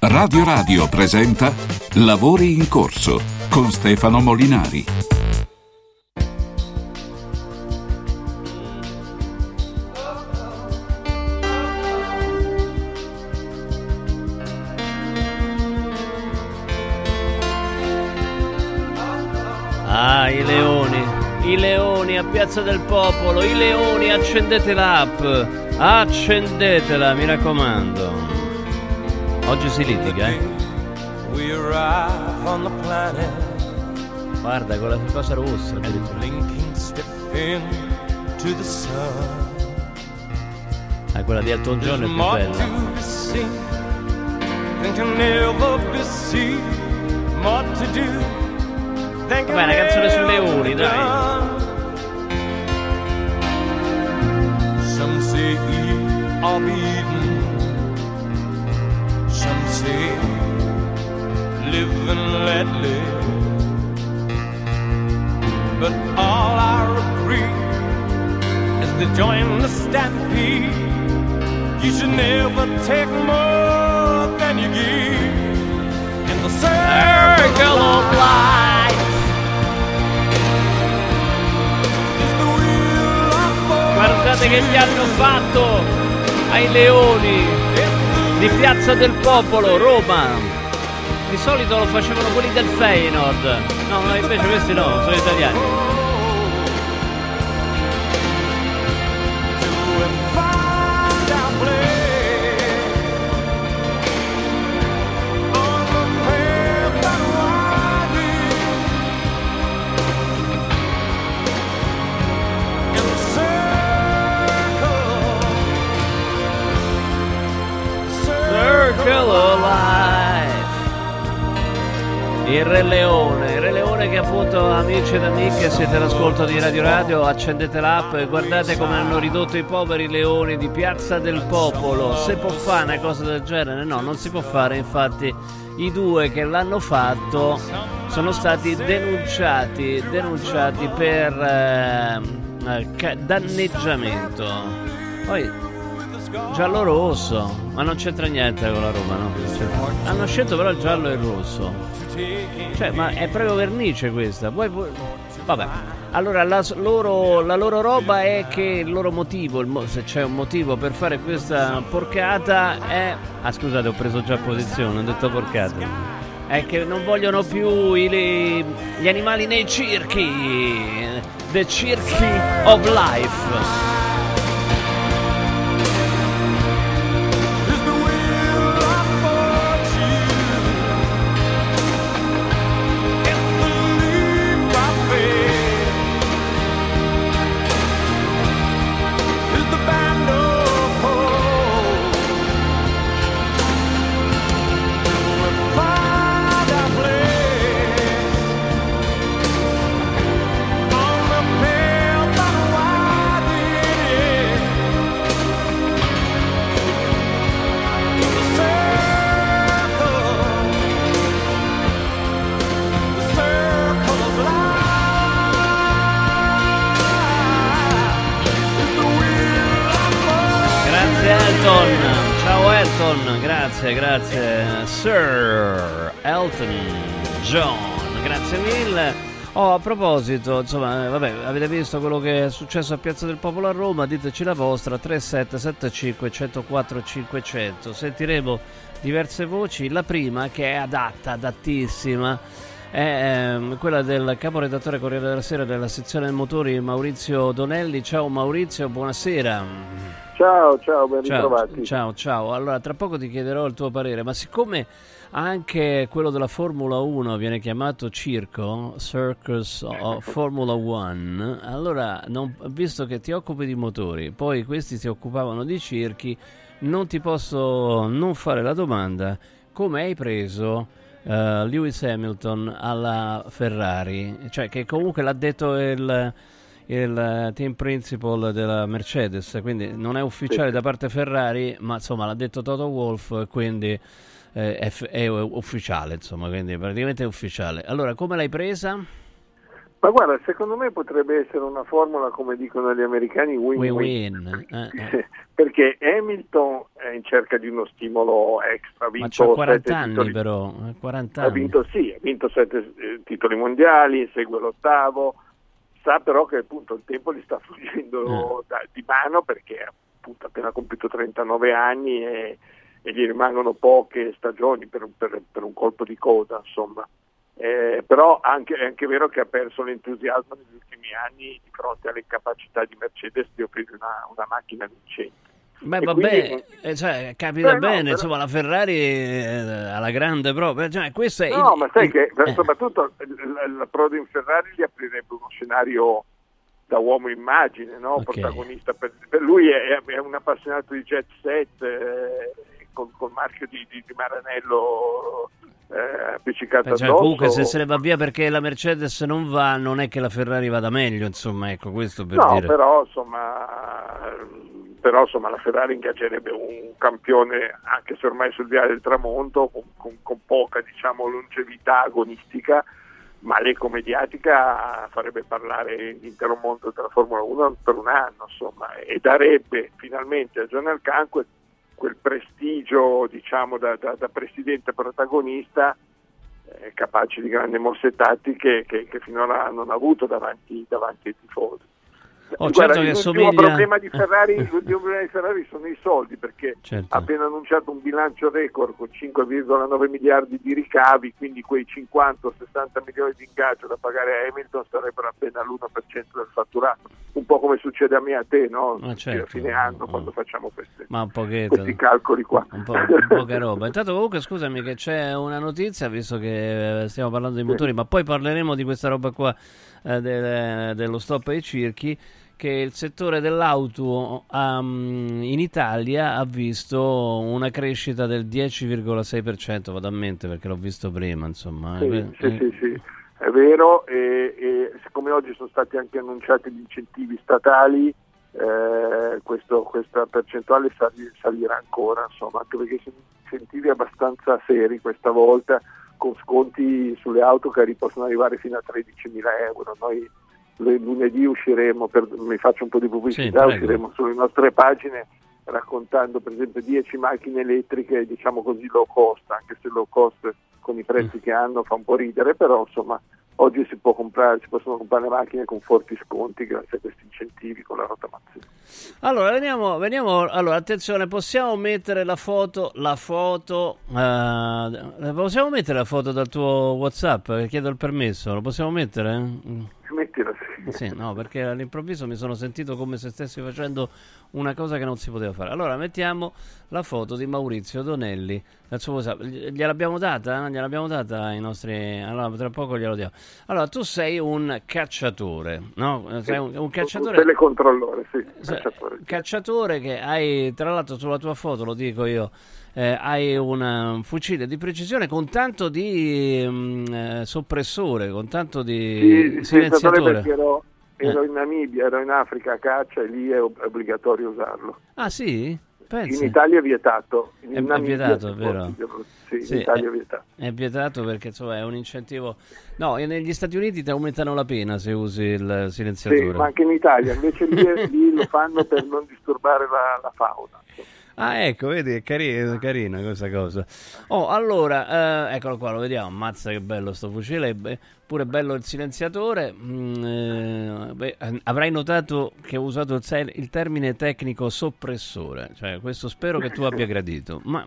Radio Radio presenta Lavori in corso con Stefano Molinari. Ah, i leoni a Piazza del Popolo, i leoni, accendete l'app, accendetela, mi raccomando. Oggi si litiga, Guarda, con la cosa rossa. Quella di Elton John è più bella. Vabbè, una canzone sui leoni, dai. Some say eat or be eaten. Some say live and let live. But all I agree is to join the stampede. You should never take more than you give. In the circle of life is the wheel of fortune. Guardate che gli hanno fatto ai leoni di Piazza del Popolo, Roma. Di solito lo facevano quelli del Feyenoord. No, invece questi no, sono italiani. Il Re Leone che appunto, amici ed amiche, siete all'ascolto di Radio Radio, accendete l'app e guardate come hanno ridotto i poveri leoni di Piazza del Popolo. Se può fare una cosa del genere? No, non si può fare, infatti i due che l'hanno fatto sono stati denunciati per danneggiamento. Poi giallo-rosso, ma non c'entra niente con la Roma, no? Hanno scelto però il giallo e il rosso. Cioè, ma è proprio vernice questa. Vabbè. Allora la loro roba è che il loro motivo, se c'è un motivo per fare questa porcata è... Ah, scusate, ho preso già posizione, ho detto porcata. È che non vogliono più gli animali nei circhi. The Circle of Life. Grazie Sir Elton John, grazie mille. A proposito, insomma, vabbè, avete visto quello che è successo a Piazza del Popolo a Roma, diteci la vostra, 3775 104 500. Sentiremo diverse voci, la prima che è adattissima è quella del caporedattore Corriere della Sera della sezione motori, Maurizio Donelli. Ciao Maurizio, buonasera. Ciao, ben ritrovati. Ciao. Allora, tra poco ti chiederò il tuo parere, ma siccome anche quello della Formula 1 viene chiamato circo, Circus of Formula 1, allora, visto che ti occupi di motori, poi questi si occupavano di circhi, non ti posso non fare la domanda: come hai preso Lewis Hamilton alla Ferrari? Cioè, che comunque l'ha detto il team principal della Mercedes, quindi non è ufficiale da parte Ferrari, ma insomma l'ha detto Toto Wolff, quindi è ufficiale, insomma, quindi praticamente è ufficiale. Allora, come l'hai presa? Ma guarda, secondo me potrebbe essere una formula, come dicono gli americani, win-win. Perché Hamilton è in cerca di uno stimolo extra. Ha vinto, ma c'ha 40 anni titoli, però. 40 anni. Ha vinto 7 titoli mondiali, segue l'8º. Sa però che appunto il tempo gli sta fuggendo di mano, perché appunto ha appena compiuto 39 anni e gli rimangono poche stagioni per un colpo di coda, insomma. Però è anche vero che ha perso l'entusiasmo negli ultimi anni di fronte alle capacità di Mercedes di offrire una macchina vincente. Beh, vabbè, quindi, capita bene, però, insomma, la Ferrari alla grande proprio. Questo è ma sai che soprattutto l'approdo in Ferrari gli aprirebbe uno scenario da uomo immagine, no? Okay. Protagonista. Per lui è un appassionato di jet set, col marchio di Maranello appiccicato addosso. Comunque se ne va via perché la Mercedes non va, non è che la Ferrari vada meglio, insomma, ecco, questo per dire. Però insomma la Ferrari ingaggerebbe un campione, anche se ormai sul viale del tramonto, con poca, diciamo, longevità agonistica, ma l'eco mediatica farebbe parlare l'intero mondo della Formula 1 per un anno, insomma, e darebbe finalmente a John Elkann quel prestigio, diciamo, da presidente protagonista, capace di grandi mosse tattiche che finora non ha avuto davanti ai tifosi. Guarda, che l'ultimo problema di Ferrari sono i soldi, perché ha appena annunciato un bilancio record con 5,9 miliardi di ricavi, quindi quei 50 o 60 milioni di ingaggio da pagare a Hamilton sarebbero appena l'1% del fatturato, un po' come succede a me e a te, no? A fine anno, quando facciamo questi calcoli qua. Un po' che roba. Intanto comunque scusami che c'è una notizia, visto che stiamo parlando di motori, ma poi parleremo di questa roba qua dello stop ai circhi, che il settore dell'auto in Italia ha visto una crescita del 10,6%, vado a mente perché l'ho visto prima, insomma. Sì, è vero, e siccome oggi sono stati anche annunciati gli incentivi statali, questa percentuale salirà ancora, insomma, anche perché sono incentivi abbastanza seri questa volta, con sconti sulle auto che possono arrivare fino a 13.000 euro. Noi lunedì usciremo, mi faccio un po' di pubblicità, usciremo sulle nostre pagine raccontando per esempio 10 macchine elettriche, diciamo così, low cost, anche se low cost con i prezzi che hanno fa un po' ridere, però insomma oggi si possono comprare macchine con forti sconti grazie a questi incentivi con la rottamazione. Allora veniamo, allora attenzione, possiamo mettere la foto possiamo mettere la foto dal tuo WhatsApp? Chiedo il permesso, lo possiamo mettere? Mettila, sì, no, perché all'improvviso mi sono sentito come se stessi facendo una cosa che non si poteva fare. Allora mettiamo la foto di Maurizio Donelli dal suo WhatsApp. Gliel'abbiamo data ai nostri. Allora tra poco glielo diamo. Allora tu sei un cacciatore, no? Sei un cacciatore, telecontrollore, sì, cacciatore che hai, tra l'altro sulla tua foto, lo dico io, hai un fucile di precisione con tanto di soppressore, con tanto di silenziatore. Perché ero in Namibia, ero in Africa a caccia, e lì è obbligatorio usarlo. Ah sì? In Italia è vietato. È vietato, è vero? Sì, in Italia è vietato. È vietato perché insomma è un incentivo. No, negli Stati Uniti ti aumentano la pena se usi il silenziatore. Sì, ma anche in Italia, invece lì lo fanno per non disturbare la fauna. Ah, ecco, vedi, è carina questa cosa. Allora, eccolo qua, lo vediamo. Ammazza che bello sto fucile, pure bello il silenziatore. Avrai notato che ho usato il termine tecnico soppressore, cioè questo spero che tu abbia gradito. Ma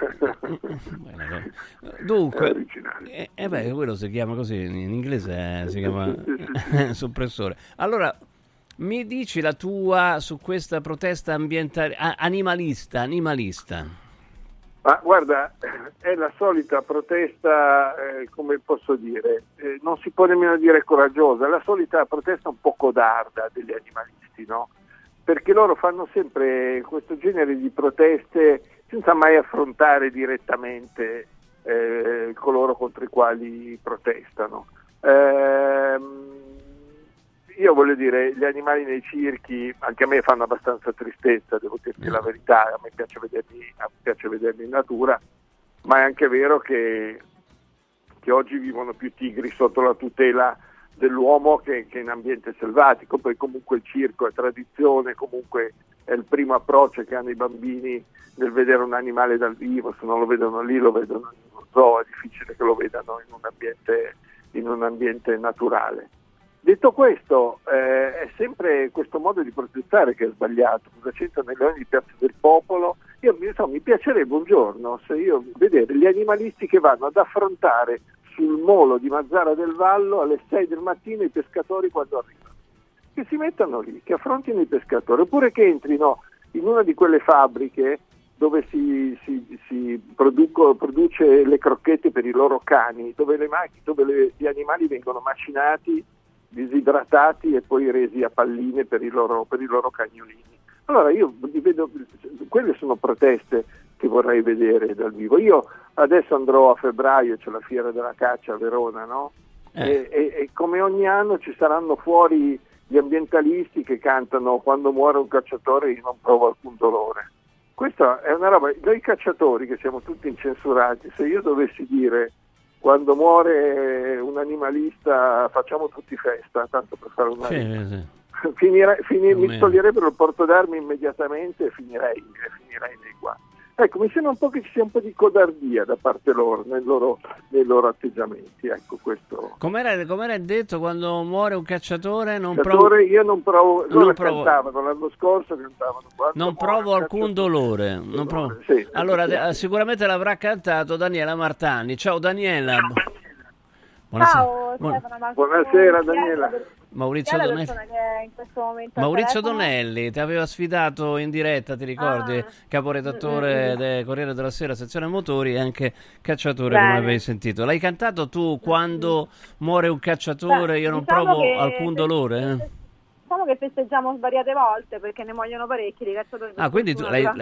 dunque, quello si chiama così, in inglese si chiama soppressore. Allora, mi dici la tua su questa protesta ambientale animalista? Ma guarda, è la solita protesta, come posso dire, non si può nemmeno dire coraggiosa, è la solita protesta un po' codarda degli animalisti, no? Perché loro fanno sempre questo genere di proteste senza mai affrontare direttamente coloro contro i quali protestano. Io voglio dire, gli animali nei circhi anche a me fanno abbastanza tristezza, devo dirti la verità, a me piace vederli in natura, ma è anche vero che oggi vivono più tigri sotto la tutela dell'uomo che in ambiente selvatico. Poi comunque il circo è tradizione, comunque è il primo approccio che hanno i bambini nel vedere un animale dal vivo. Se non lo vedono lì, lo vedono in uno zoo, è difficile che lo vedano in un ambiente naturale. Detto questo, è sempre questo modo di progettare che è sbagliato. Cosa c'entrano i leoni di Piazza del Popolo? Mi piacerebbe un giorno vedere gli animalisti che vanno ad affrontare sul molo di Mazzara del Vallo alle 6 del mattino i pescatori quando arrivano. Che si mettano lì, che affrontino i pescatori, oppure che entrino in una di quelle fabbriche dove si produce le crocchette per i loro cani, dove gli animali vengono macinati, disidratati e poi resi a palline per i loro cagnolini. Allora io vedo, quelle sono proteste che vorrei vedere dal vivo. Io adesso andrò a febbraio, c'è la fiera della caccia a Verona, no? E come ogni anno ci saranno fuori gli ambientalisti che cantano "Quando muore un cacciatore io non provo alcun dolore". Questa è una roba, noi cacciatori che siamo tutti incensurati, se io dovessi dire "quando muore un animalista facciamo tutti festa", tanto per fare una mi toglierebbero il porto d'armi immediatamente e finirei nei guai. Ecco, mi sembra un po' che ci sia un po' di codardia da parte loro nei loro atteggiamenti. Ecco, questo. Com'era detto, quando muore un cacciatore io non provo. Cantavano l'anno scorso, non provo alcun dolore. Non provo. Sì, allora, sicuramente l'avrà cantato Daniela Martani. Ciao Daniela. Ciao Stefano. Buonasera Daniela. Maurizio Donelli. Che in questo momento Maurizio Donelli ti aveva sfidato in diretta, ti ricordi? Caporedattore del Corriere della Sera, sezione motori, e anche cacciatore. Bene. Come avevi sentito. L'hai cantato tu "Quando muore un cacciatore io non provo alcun dolore"? Diciamo che festeggiamo svariate volte perché ne muoiono parecchi di cacciatori. Quindi tu hai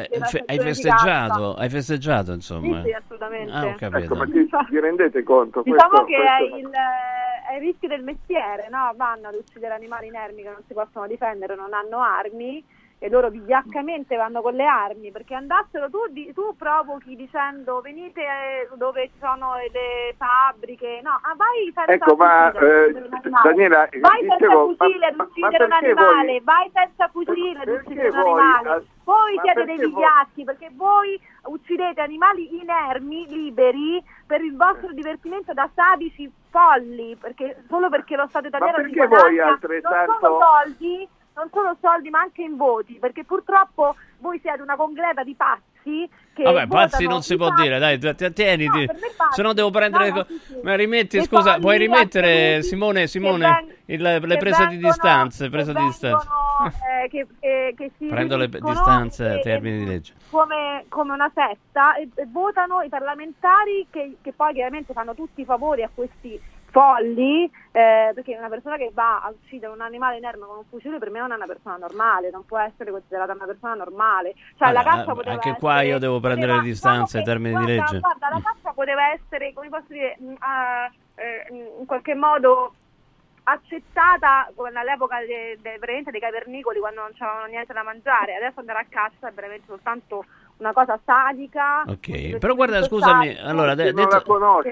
festeggiato, insomma. Sì, assolutamente. Ho capito. Ecco, ma vi rendete conto? Diciamo che è il rischio del mestiere, no? Vanno ad uccidere animali inermi che non si possono difendere, non hanno armi, e loro vigliaccamente vanno con le armi, perché andassero tu provochi dicendo "venite dove ci sono le fabbriche", no, vai senza Daniela, vai senza fucile ad uccidere un animale, vai senza fucile ad uccidere un animale. Voi siete dei vigliacchi, perché voi uccidete animali inermi, liberi, per il vostro divertimento da sadici folli, solo perché lo Stato italiano ma perché voi altrettanto non solo soldi ma anche in voti, perché purtroppo voi siete una congrega di pazzi che pazzi non si può dire, dai, tieniti, se no devo prendere ma rimetti, scusa, puoi rimettere Simone le prese di distanze, che si prendo le distanze a termini di legge come una setta e votano i parlamentari che poi chiaramente fanno tutti i favori a questi folli, perché una persona che va a uccidere un animale inerme con un fucile per me non è una persona normale, non può essere considerata una persona normale. Cioè la caccia poteva anche qua io devo prendere le distanze ai termini di legge. Guarda, la caccia poteva essere, come posso dire, in qualche modo accettata all'epoca veramente dei cavernicoli, quando non c'avevano niente da mangiare. Adesso andare a caccia è veramente soltanto una cosa sadica. Ok, però guarda, scusami, allora non la conosce,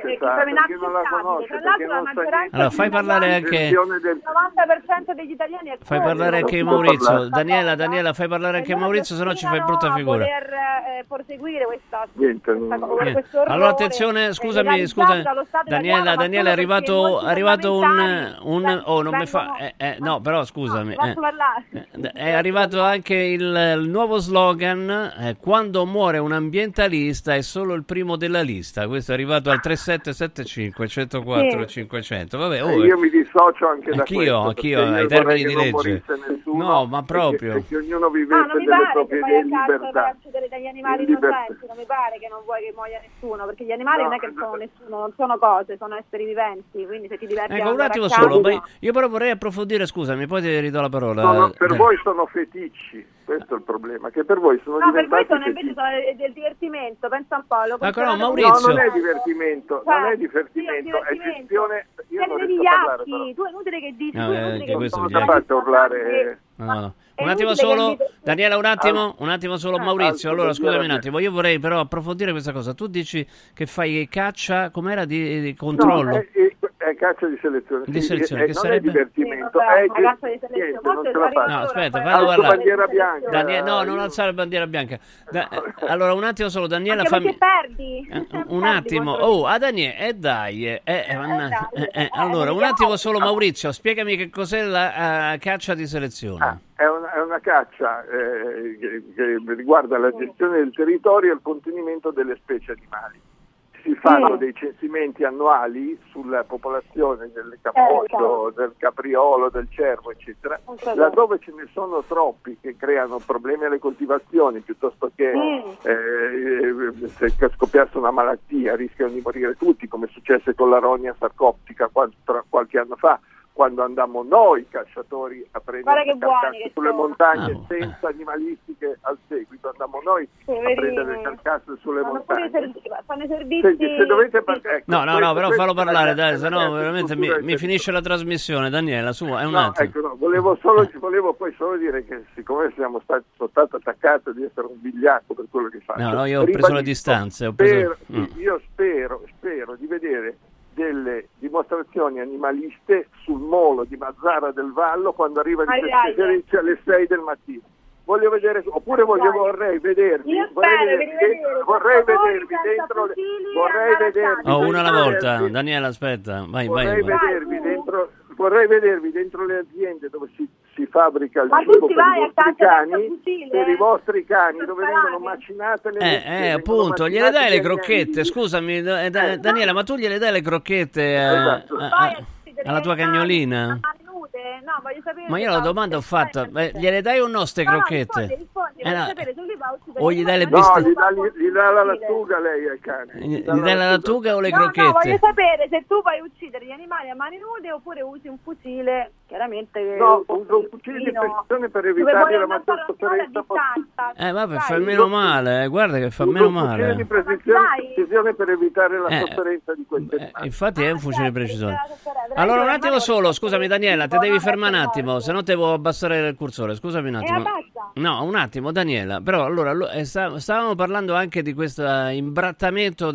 allora fai parlare anche il 90% degli italiani è fai parlare anche Maurizio. Daniela, fai parlare anche Maurizio, sennò ci fai brutta figura. Proseguire questo allora attenzione, scusa Daniela, è arrivato un non mi fa no, però scusami, è arrivato anche il nuovo slogan "Quando muore un ambientalista è solo il primo della lista". Questo è arrivato al 3775 104 500. Vabbè, io mi dissocio anche da anch'io ai termini di legge. No, ma proprio perché ognuno vivesse delle proprie libertà. Dagli animali innocenti, non mi pare che non vuoi che muoia nessuno, perché gli animali non è che sono nessuno, non sono cose, sono esseri viventi, quindi se ti diverti un attimo solo, ma io però vorrei approfondire, scusami, poi ti ridò la parola. Per voi sono feticci, questo è il problema, che per voi sono diventati per voi sono invece del divertimento, pensa un po'. Maurizio, non è divertimento, è gestione. Io siete degli vigliacchi, tu è inutile che dici, non ti faccio urlare. No. Un attimo solo, Daniela, un attimo solo, Maurizio. Allora, scusami un attimo, io vorrei però approfondire questa cosa. Tu dici che fai caccia, com'era, di controllo? È caccia di selezione. Di selezione, che non sarebbe? è divertimento, Sì, è una caccia di selezione. niente, non Forse ce la fa. No, aspetta, Allora, fallo Alzo parlare. bandiera bianca. No, non alzare la bandiera bianca. Allora, un attimo solo, Daniela, anche fammi... perché perdi. Un Perdi attimo, contro- Daniele, dai, mannaggia. Allora, un vediamo. attimo solo, Maurizio, spiegami che cos'è la caccia di selezione. È una caccia che riguarda la gestione del territorio e il contenimento delle specie animali. Si fanno dei censimenti annuali sulla popolazione del capoccio, del capriolo, del cervo, eccetera. Laddove ce ne sono troppi che creano problemi alle coltivazioni, piuttosto che se scoppiasse una malattia rischiano di morire tutti, come successe con la rogna sarcoptica qualche anno fa, quando andammo noi cacciatori a prendere le carcasse sulle montagne senza animalistiche al seguito, andammo noi a prendere le carcasse sulle montagne. Fanno i servizi. Senti, se dovete No, però fallo parlare, dai, sennò veramente mi finisce la trasmissione, Daniela, su, è un attimo. Volevo poi solo dire che siccome sono stato attaccato di essere un vigliacco per quello che faccio. No, io ho preso le distanze. Io spero di vedere delle dimostrazioni animaliste sul molo di Mazzara del Vallo quando arriva di servizio alle 6 del mattino. Voglio vedere, oppure vorrei vedervi una alla volta, Daniela, aspetta, vai. Vorrei vedervi dentro le aziende dove si fabbrica il Ma cibo tu per i vostri cani dove vengono macinate le bestie, appunto, gliele dai le crocchette, scusami Daniela, ma tu gliele dai le crocchette alla tua cagnolina? No, voglio sapere. Ma io la domanda ho fatta, gliele dai o no ste crocchette? Rispondi, voglio sapere se lui va a uccidere o gli dai le No, bistecche? gli dà la lattuga lei al cane. Gli dai la lattuga o le No, crocchette? voglio sapere se tu vai a uccidere gli animali a mani nude oppure usi un fucile, chiaramente. No, uso un fucile di precisione per evitare la maggior sofferenza possibile. Vabbè, fa meno male, guarda che fa meno male. Un fucile di precisione per evitare la sofferenza di questi animali. Infatti è un fucile di precisione. Allora un attimo solo, scusami Daniela, ti devi fermare un attimo, se no devo abbassare il cursore, scusami un attimo. No, un attimo Daniela, però allora stavamo parlando anche di questo imbrattamento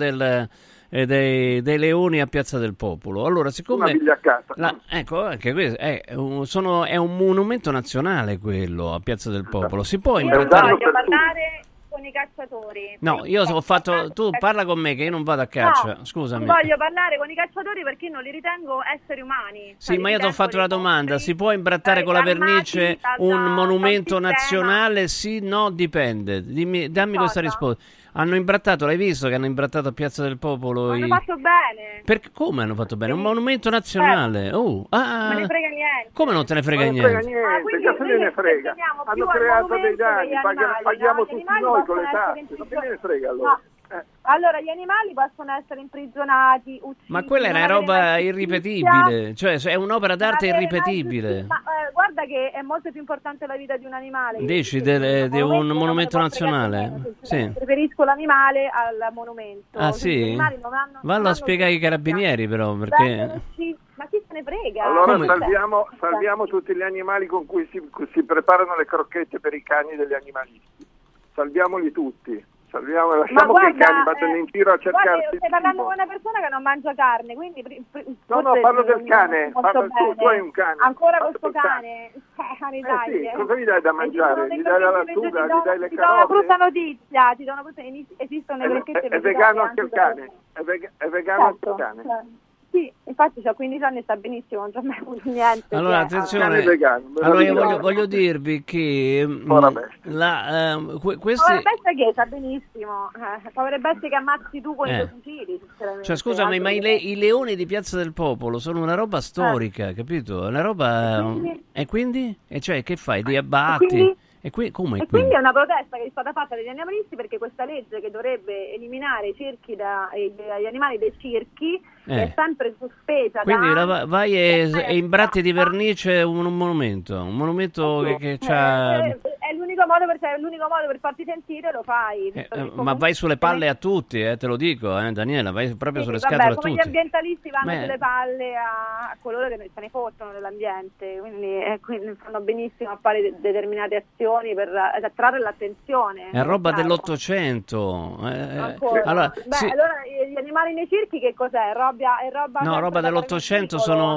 dei leoni a Piazza del Popolo. Allora, siccome una vigliaccata. Ecco, anche questo è un monumento nazionale quello a Piazza del Popolo. Si può imbrattare. Voglio parlare con i cacciatori. No, io ho fatto. Tu parla con me che io non vado a caccia. Scusami. Voglio parlare con i cacciatori perché non li ritengo esseri umani. Sì, ma io ti ho fatto una domanda. Si può imbrattare con la vernice un monumento nazionale? Sì, no, dipende. Dammi questa risposta. Hanno imbrattato, l'hai visto che hanno imbrattato a Piazza del Popolo? Hanno fatto bene. Come hanno fatto bene? Un monumento nazionale. Non me ne frega niente. Come non te ne frega niente? Che se ne frega? Hanno creato dei danni, paghiamo tutti noi con le tasse. Non me ne frega allora. Allora, gli animali possono essere imprigionati, uccisi. Ma quella è una roba irripetibile, cioè è un'opera d'arte irripetibile. Ma guarda che è molto più importante la vita di un animale. Dici di un monumento nazionale? Sì. Preferisco l'animale al monumento. Ah sì? Vallo a spiegare ai carabinieri però, perché... Ma chi se ne frega? Allora salviamo tutti gli animali con cui si preparano le crocchette per i cani degli animalisti. Salviamoli tutti. Lasciamo che i cani vadano in giro a cercarsi. Stai parlando con una persona che non mangia carne, quindi no, parlo del cane. Tu hai un cane. Ancora questo cane? Cosa gli dai da mangiare? Gli dai la lattuga, gli dai le carote? Ti do una brutta notizia, esistono le crocchette. È vegano anche il cane. È vegano anche il cane. Sì, infatti ho 15 anni e sta benissimo, non c'ho mai avuto niente. Allora, attenzione, allora io voglio dirvi che questi... Povera bestia che sta benissimo, povera bestia che ammazzi tu con i tuoi fucili, sinceramente. Cioè, scusami, ma i leoni di Piazza del Popolo sono una roba storica, capito? Una roba... E quindi? E cioè, che fai? Li abbatti? Quindi è una protesta che è stata fatta dagli animalisti perché questa legge che dovrebbe eliminare i circhi gli animali dei circhi è sempre sospesa. Quindi vai e imbratti di vernice un monumento che c'ha... È l'unico l'unico modo per farti sentire, lo fai. Ma vai sulle palle a tutti, te lo dico, Daniela, vai proprio sulle scatole a tutti. Come gli ambientalisti vanno sulle palle a coloro che se ne fottono dell'ambiente, quindi fanno benissimo a fare determinate azioni per attrarre l'attenzione. È roba dell'800. Allora, gli animali nei circhi che cos'è? Roba dell'800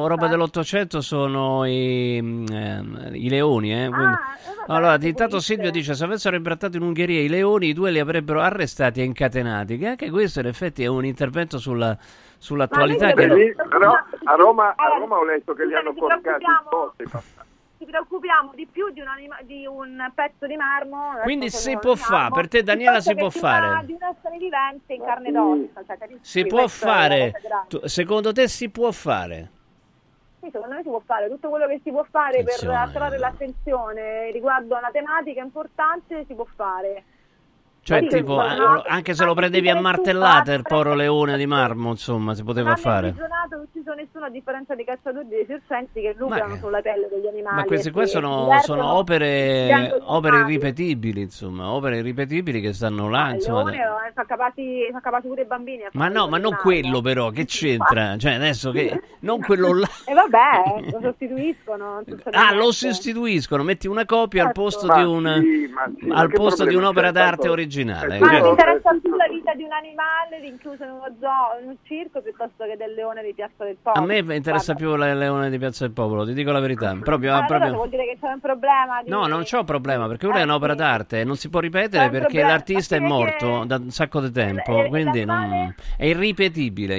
sono i leoni, Allora, intanto Silvio dice: se avessero imbrattato in Ungheria i leoni, i due li avrebbero arrestati e incatenati. Che anche questo in effetti è un intervento sull'attualità. A Roma ho letto che li hanno portati in poste. Ci preoccupiamo di più di un pezzo di marmo. Quindi si può fare, per te Daniela si può fare. Di un essere vivente in carne ed ossa. Si può fare, secondo te si può fare? Sì, secondo me si può fare tutto quello che si può fare per attrarre l'attenzione riguardo a una tematica importante, si può fare. Cioè, tipo, anche se lo prendevi a martellate il povero leone di marmo, insomma, si poteva fare. Non hanno ucciso nessuno, a differenza dei cacciatori dei circensi che lucrano sulla pelle degli animali. Ma questi qua sono opere irripetibili, insomma, opere irripetibili che stanno là, insomma. Il leone sono capaci pure i bambini. Ma non quello però, che c'entra? Cioè, adesso che non quello là. E vabbè, lo sostituiscono. Lo sostituiscono, metti una copia al posto di un'opera d'arte originale. Ma mi interessa più la vita di un animale rinchiuso in uno zoo, in un circo, piuttosto che del leone di Piazza del Popolo. A me interessa più il leone di Piazza del Popolo, ti dico la verità. Proprio... vuol dire che c'è un problema. No, non c'è un problema, perché quella è un'opera d'arte, non si può ripetere perché l'artista è morto da un sacco di tempo, quindi è irripetibile.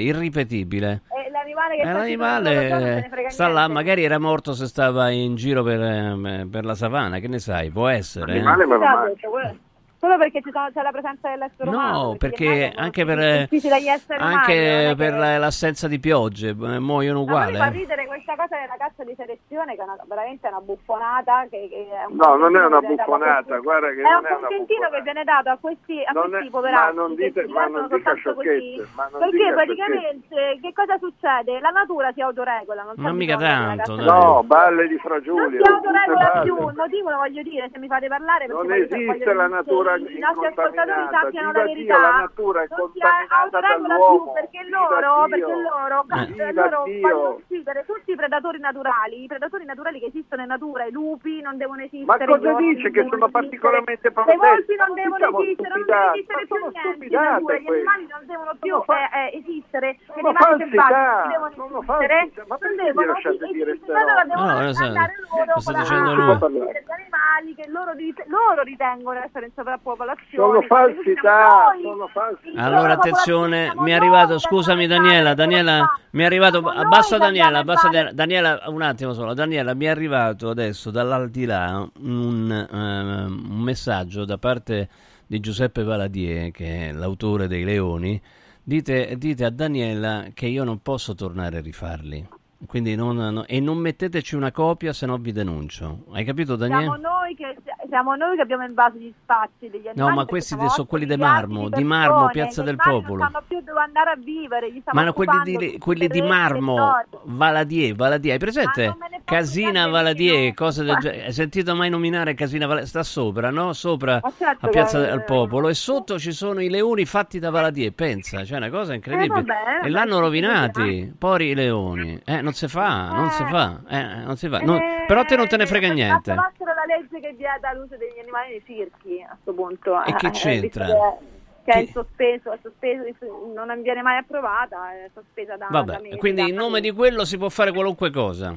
L'animale sta là, magari era morto se stava in giro per la savana, che ne sai, può essere. Solo perché c'è la presenza dell'essere umano. No, perché anche per l'assenza di piogge muoiono uguale. Ma mi fa ridere questa cosa della caccia di selezione, che è veramente una buffonata. Non è una buffonata, guarda che è un contentino che viene dato a questi poveracci. Ma non dica sciocchezze. Perché praticamente che cosa succede? La natura si autoregola. Non mica tanto. No, balle di Fragiulia. Non si autoregola più, il motivo lo voglio dire, se mi fate parlare. Non esiste la natura i nostri ascoltatori sappiano la verità. La natura è non si contaminata più dall'uomo. perché loro fanno uccidere tutti i predatori naturali. I predatori naturali che esistono in natura, i lupi non devono esistere. Ma cosa dice che sono particolarmente protetti? Le volpi non devono esistere, non deve esistere più niente. Gli animali non devono più esistere. Gli animali selvatici devono esistere. Ma perché mi lasciate dire sto dicendo lui. Gli animali che loro ritengono essere in sovrappopolazione. Sono falsità. Allora attenzione, mi è arrivato, scusami Daniela, mi è arrivato, abbassa Daniela, un attimo solo, Daniela, mi è arrivato adesso dall'aldilà un messaggio da parte di Giuseppe Valadier, che è l'autore dei Leoni. Dite a Daniela che io non posso tornare a rifarli. Quindi non metteteci una copia, se no vi denuncio. Hai capito, Daniele? Siamo noi che abbiamo invaso gli spazi degli animali. No, ma questi sono quelli di Marmo, Piazza del Popolo. Non sanno più dove andare a vivere. Ma quelli di Marmo, Valadier, hai presente? Casina Valadier, cose del genere. Hai sentito mai nominare Casina Valadier? Sta sopra, no? Sopra a Piazza del Popolo, e sotto ci sono i leoni fatti da Valadier. Pensa, c'è una cosa incredibile. E l'hanno rovinati, poveri leoni. Non si fa. Però te non te ne frega niente. Approvassero la legge che vieta l'uso degli animali nei circhi, a questo punto. E che c'entra? Che è sospeso, non viene mai approvata, è sospesa da mesi. Quindi in nome di quello si può fare qualunque cosa?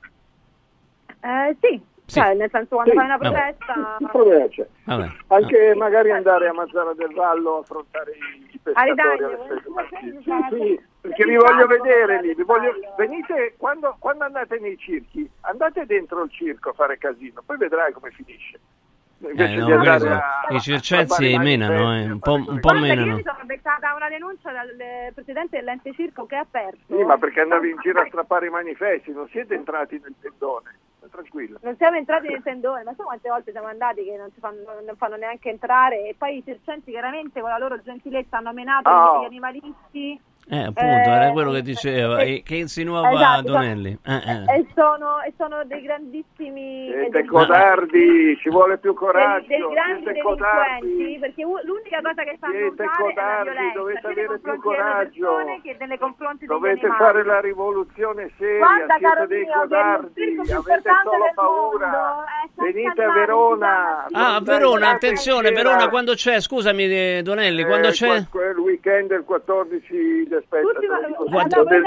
Sì. Cioè, nel senso, quando fai una protesta... Anche magari andare a Mazzara del Vallo a affrontare i pescatori. Sì, perché vi voglio vedere lì. Venite, quando andate nei circhi, andate dentro il circo a fare casino, poi vedrai come finisce. I circensi menano, un po' menano. Io mi sono beccata una denuncia dal presidente dell'ente circo che è aperto. Sì, ma perché andavi in giro a strappare i manifesti, non siete entrati nel tendone. Tranquilla. Non siamo entrati nel tendone, ma so quante volte siamo andati che non fanno neanche entrare, e poi i circensi chiaramente con la loro gentilezza hanno menato gli animalisti. Appunto, era quello che diceva, che insinuava esatto, Donelli. E sono dei grandissimi... Siete codardi, ci vuole più coraggio. Dei grandi siete delinquenti, perché l'unica cosa che fanno siete usare codardi, è la violenza, dovete sia nei avere più confronti delle coraggio. persone che nei confronti degli Dovete animali. fare la rivoluzione seria, Guarda, siete caro dei mio, codardi, che il circo più avete importante solo del paura. mondo è Venite a Verona. A Verona, attenzione, Verona quando c'è? Scusami Donelli, quando c'è? Il weekend del 14 Del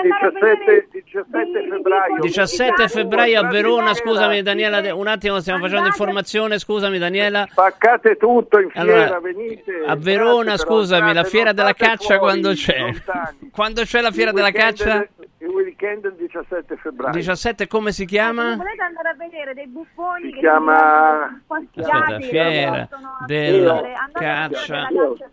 17 febbraio. 17 febbraio a Verona, scusami Daniela, un attimo stiamo facendo informazione, scusami Daniela. Spaccate tutto in fiera, Allora, venite. a Verona, Grazie, scusami, la fiera non della state caccia fuori, quando c'è? lontani. Quando c'è la fiera della caccia? Il weekend del 17 febbraio. 17 come si chiama? Volete andare a vedere dei buffoni Si che chiama... Aspetta, fiera della caccia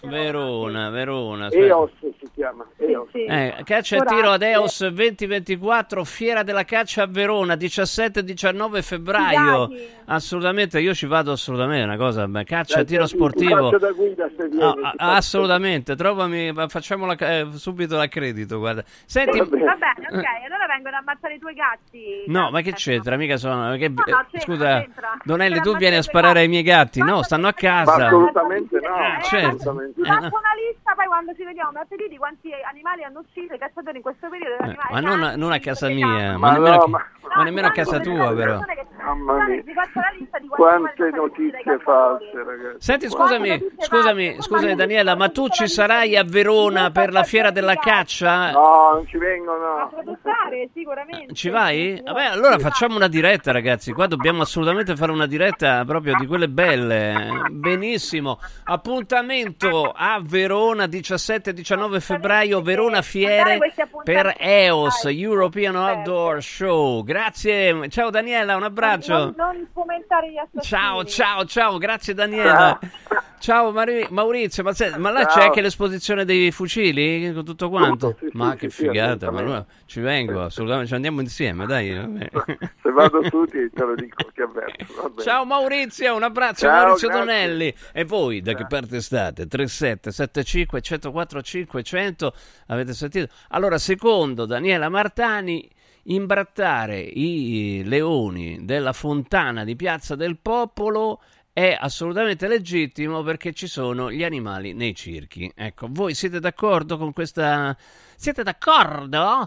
Verona. Aspetta. EOS si chiama. EOS. Caccia e tiro ad EOS 2024, fiera della caccia a Verona, 17-19 febbraio. Assolutamente, io ci vado assolutamente, una cosa, caccia e tiro sportivo. Faccio da guida se vieni. Assolutamente, trovami, facciamo subito l'accredito, guarda. Senti, Va bene, ok, allora vengono a ammazzare i tuoi gatti. no, ma che c'entra? Mica sono. Scusa, c'entra. Donelli, Per tu vieni a ammazzare sparare ai i miei gatti? No, Quando stanno a ti- Ma casa. assolutamente no. certo. Assolutamente Ti no. faccio una lista, poi quando ci vediamo martedì di quanti animali hanno ucciso i cacciatori in questo periodo. Ma non a casa cani, mia, Ma ma no, nemmeno a casa tua, però. Mamma mia. Ti faccio la lista di Quante animali sono uccisi dai notizie cacciatori. false, ragazzi. Senti, scusami Daniela, ma tu ci sarai a Verona per la fiera della caccia? No, non ci A vengono. produttare, sicuramente. Ci vai? Vabbè, allora facciamo una diretta, ragazzi. Qua dobbiamo assolutamente fare una diretta proprio di quelle belle. Benissimo. Appuntamento a Verona, 17-19 febbraio, Verona Fiere per EOS, European Outdoor Show. Grazie. Ciao Daniela, un abbraccio. Non fomentare gli assassini. Ciao, grazie Daniela. Ciao Maurizio, ma là c'è anche l'esposizione dei fucili con tutto quanto? Sì, Ma sì, che sì, figata, ma assolutamente. allora ci vengo, assolutamente, ci andiamo insieme, dai. Vabbè. Se vado su te lo dico, ti avverto. Va bene. Ciao Maurizio, un abbraccio. Ciao, Maurizio grazie. Donelli. E voi da che parte state? 3775 104 500, avete sentito? Allora, secondo Daniela Martani, imbrattare i leoni della fontana di Piazza del Popolo è assolutamente legittimo perché ci sono gli animali nei circhi. Ecco, voi siete d'accordo con questa... Siete d'accordo?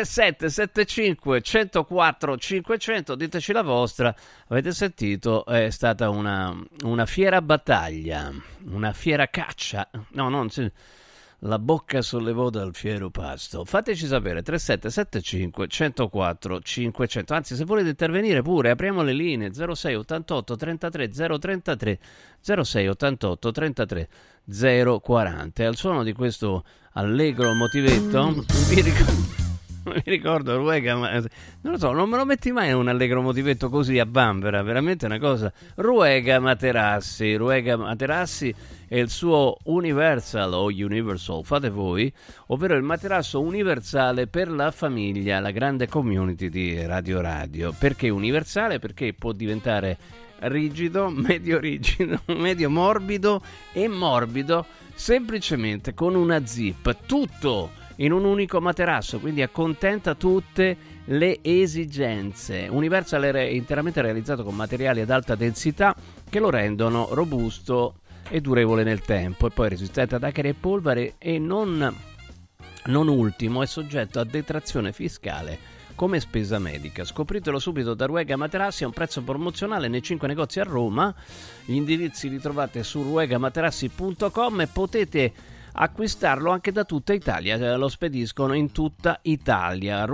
3775 104 500, diteci la vostra. Avete sentito? È stata una fiera battaglia, una fiera caccia. No, non... La bocca sollevò dal fiero pasto. Fateci sapere 3775 104 500. Anzi, se volete intervenire pure, apriamo le linee 06 88 33 033 06 88 33 040. E al suono di questo allegro motivetto mi ricordo Ruega, ma non lo so, non me lo metti mai un allegro motivetto così a bambera, veramente una cosa. Ruega Materassi e il suo Universal o Universal, fate voi, ovvero il materasso universale per la famiglia, la grande community di Radio. Perché universale? Perché può diventare rigido, medio morbido e morbido semplicemente con una zip, tutto in un unico materasso, quindi accontenta tutte le esigenze. Universal è interamente realizzato con materiali ad alta densità che lo rendono robusto e durevole nel tempo, e poi resistente ad acre e polvere, e non ultimo è soggetto a detrazione fiscale come spesa medica. Scopritelo subito da Ruega Materassi a un prezzo promozionale nei 5 negozi a Roma. Gli indirizzi li trovate su ruegamaterassi.com e potete acquistarlo anche da tutta Italia, lo spediscono in tutta Italia.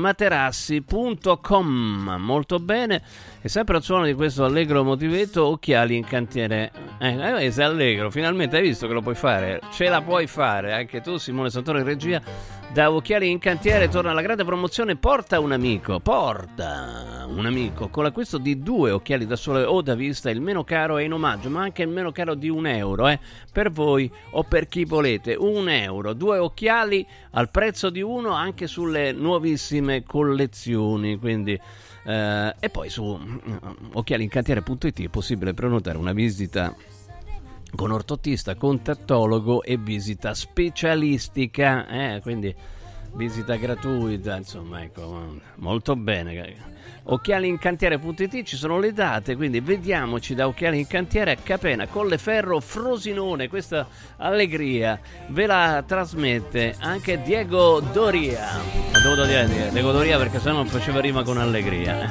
ruegamaterassi.com. Molto bene. E sempre al suono di questo allegro motivetto, occhiali in cantiere. Sei allegro, finalmente hai visto che lo puoi fare, ce la puoi fare anche tu. Simone Santoro in regia. Da Occhiali in Cantiere torna la grande promozione Porta un amico con l'acquisto di 2 occhiali da sole o da vista. Il meno caro è in omaggio, ma anche il meno caro di €1 per voi o per chi volete. €1, 2 occhiali al prezzo di uno anche sulle nuovissime collezioni, quindi e poi su occhialincantiere.it è possibile prenotare una visita con ortottista, contattologo e visita specialistica, quindi visita gratuita, insomma, ecco, molto bene. Occhialiincantiere.it, ci sono le date, quindi vediamoci da Occhiali in Cantiere a Capena, Colleferro, Frosinone. Questa allegria ve la trasmette anche Diego Doria. Ho dovuto dire Diego Doria perché sennò non faceva rima con allegria.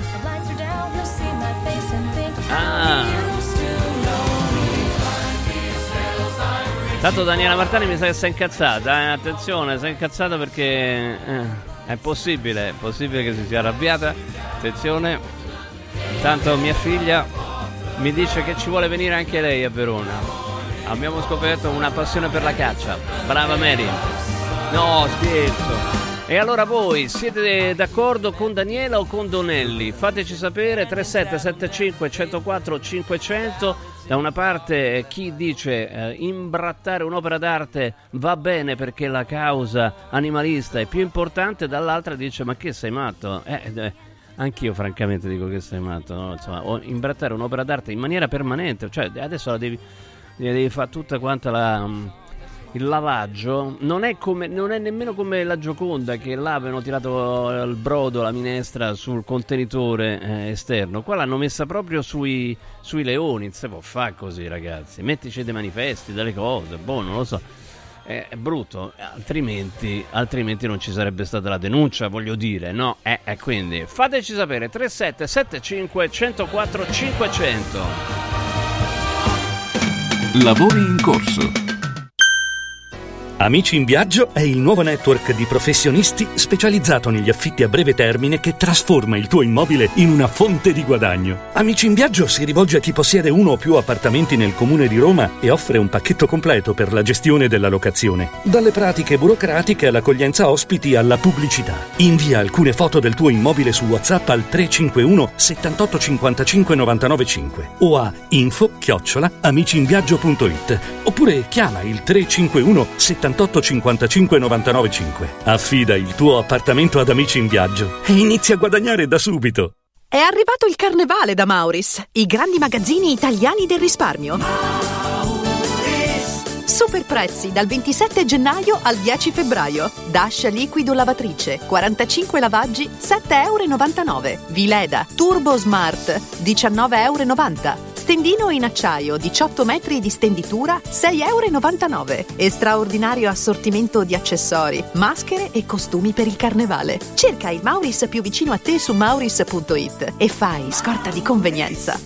Tanto Daniela Martani mi sa che si è incazzata, attenzione, si è incazzata perché è possibile che si sia arrabbiata. Attenzione, intanto mia figlia mi dice che ci vuole venire anche lei a Verona. Abbiamo scoperto una passione per la caccia. Brava Mary. No, scherzo. E allora voi siete d'accordo con Daniela o con Donelli? Fateci sapere. 3775 104 500. Da una parte chi dice imbrattare un'opera d'arte va bene perché la causa animalista è più importante, dall'altra dice ma che sei matto? Anch'io francamente dico che sei matto, no? Insomma, imbrattare un'opera d'arte in maniera permanente, cioè adesso la devi fare tutta quanta il lavaggio, non è nemmeno come la Gioconda che là avevano tirato il brodo, la minestra sul contenitore esterno. Qua l'hanno messa proprio sui leoni. Non si può fare così, ragazzi, mettici dei manifesti, delle cose, non lo so, è brutto, altrimenti non ci sarebbe stata la denuncia, voglio dire, no? Quindi fateci sapere. 3775 104 500. Lavori in corso. Amici in Viaggio è il nuovo network di professionisti specializzato negli affitti a breve termine che trasforma il tuo immobile in una fonte di guadagno. Amici in Viaggio si rivolge a chi possiede uno o più appartamenti nel comune di Roma e offre un pacchetto completo per la gestione della locazione. Dalle pratiche burocratiche all'accoglienza ospiti alla pubblicità. Invia alcune foto del tuo immobile su WhatsApp al 351 78 55 995 o a info@amiciinviaggio.it oppure chiama il 351 78 55 995. Affida il tuo appartamento ad Amici in Viaggio e inizia a guadagnare da subito. È arrivato il carnevale da Mauris, i grandi magazzini italiani del risparmio. Super prezzi dal 27 gennaio al 10 febbraio. Dash liquido lavatrice, 45 lavaggi, 7,99 €. Vileda Turbo Smart, 19,90 €. Stendino in acciaio, 18 metri di stenditura, 6,99 €. E straordinario assortimento di accessori, maschere e costumi per il carnevale. Cerca il Mauris più vicino a te su mauris.it e fai scorta di convenienza.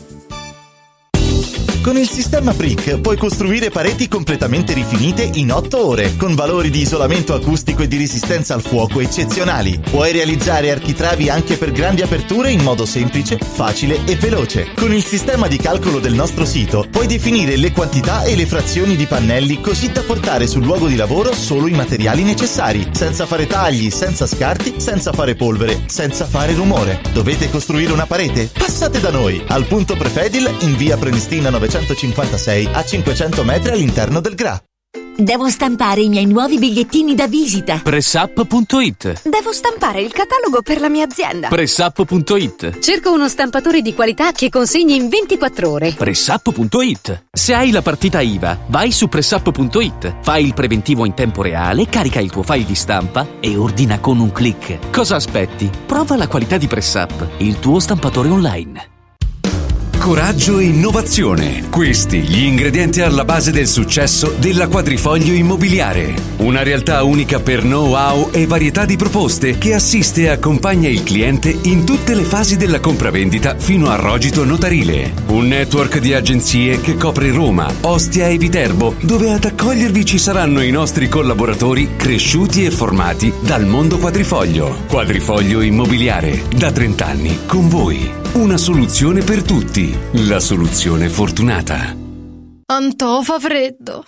Con il sistema Brick puoi costruire pareti completamente rifinite in 8 ore, con valori di isolamento acustico e di resistenza al fuoco eccezionali. Puoi realizzare architravi anche per grandi aperture in modo semplice, facile e veloce. Con il sistema di calcolo del nostro sito puoi definire le quantità e le frazioni di pannelli così da portare sul luogo di lavoro solo i materiali necessari, senza fare tagli, senza scarti, senza fare polvere, senza fare rumore. Dovete costruire una parete? Passate da noi, al punto Prefedil in via Prenestina 956 a 500 metri all'interno del GRA. Devo stampare i miei nuovi bigliettini da visita. Pressup.it. Devo stampare il catalogo per la mia azienda. Pressup.it. Cerco uno stampatore di qualità che consegni in 24 ore. Pressup.it. Se hai la partita IVA, vai su Pressup.it, fai il preventivo in tempo reale, carica il tuo file di stampa e ordina con un click. Cosa aspetti? Prova la qualità di Pressup, il tuo stampatore online. Coraggio e innovazione. Questi gli ingredienti alla base del successo della Quadrifoglio Immobiliare. Una realtà unica per know-how e varietà di proposte che assiste e accompagna il cliente in tutte le fasi della compravendita fino al rogito notarile. Un network di agenzie che copre Roma, Ostia e Viterbo, dove ad accogliervi ci saranno i nostri collaboratori cresciuti e formati dal mondo quadrifoglio. Quadrifoglio Immobiliare, da 30 anni con voi. Una soluzione per tutti. La soluzione fortunata. Antò fa freddo,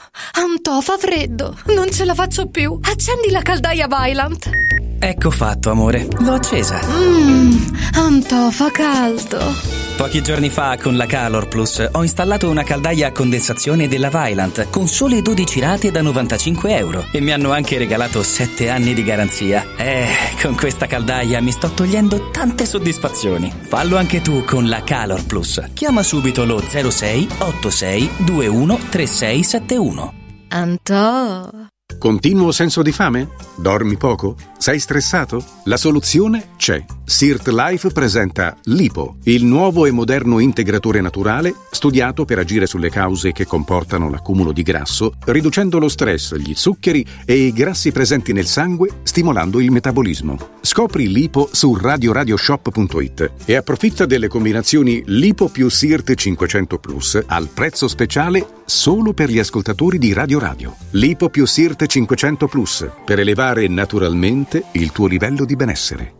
non ce la faccio più. Accendi la caldaia Vaillant. Ecco fatto, amore, l'ho accesa. Antò fa caldo. Pochi giorni fa con la Calor Plus ho installato una caldaia a condensazione della Vaillant con sole 12 rate da €95 e mi hanno anche regalato 7 anni di garanzia. Con questa caldaia mi sto togliendo tante soddisfazioni. Fallo anche tu con la Calor Plus. Chiama subito lo 06 86 21 3671. Antò. Continuo senso di fame? Dormi poco? Sei stressato? La soluzione c'è. Sirt Life presenta Lipo, il nuovo e moderno integratore naturale studiato per agire sulle cause che comportano l'accumulo di grasso, riducendo lo stress, gli zuccheri e i grassi presenti nel sangue, stimolando il metabolismo. Scopri Lipo su radioradioshop.it e approfitta delle combinazioni Lipo più Sirt 500 Plus al prezzo speciale solo per gli ascoltatori di Radio Radio. Lipo più Sirt 500 Plus per elevare naturalmente il tuo livello di benessere.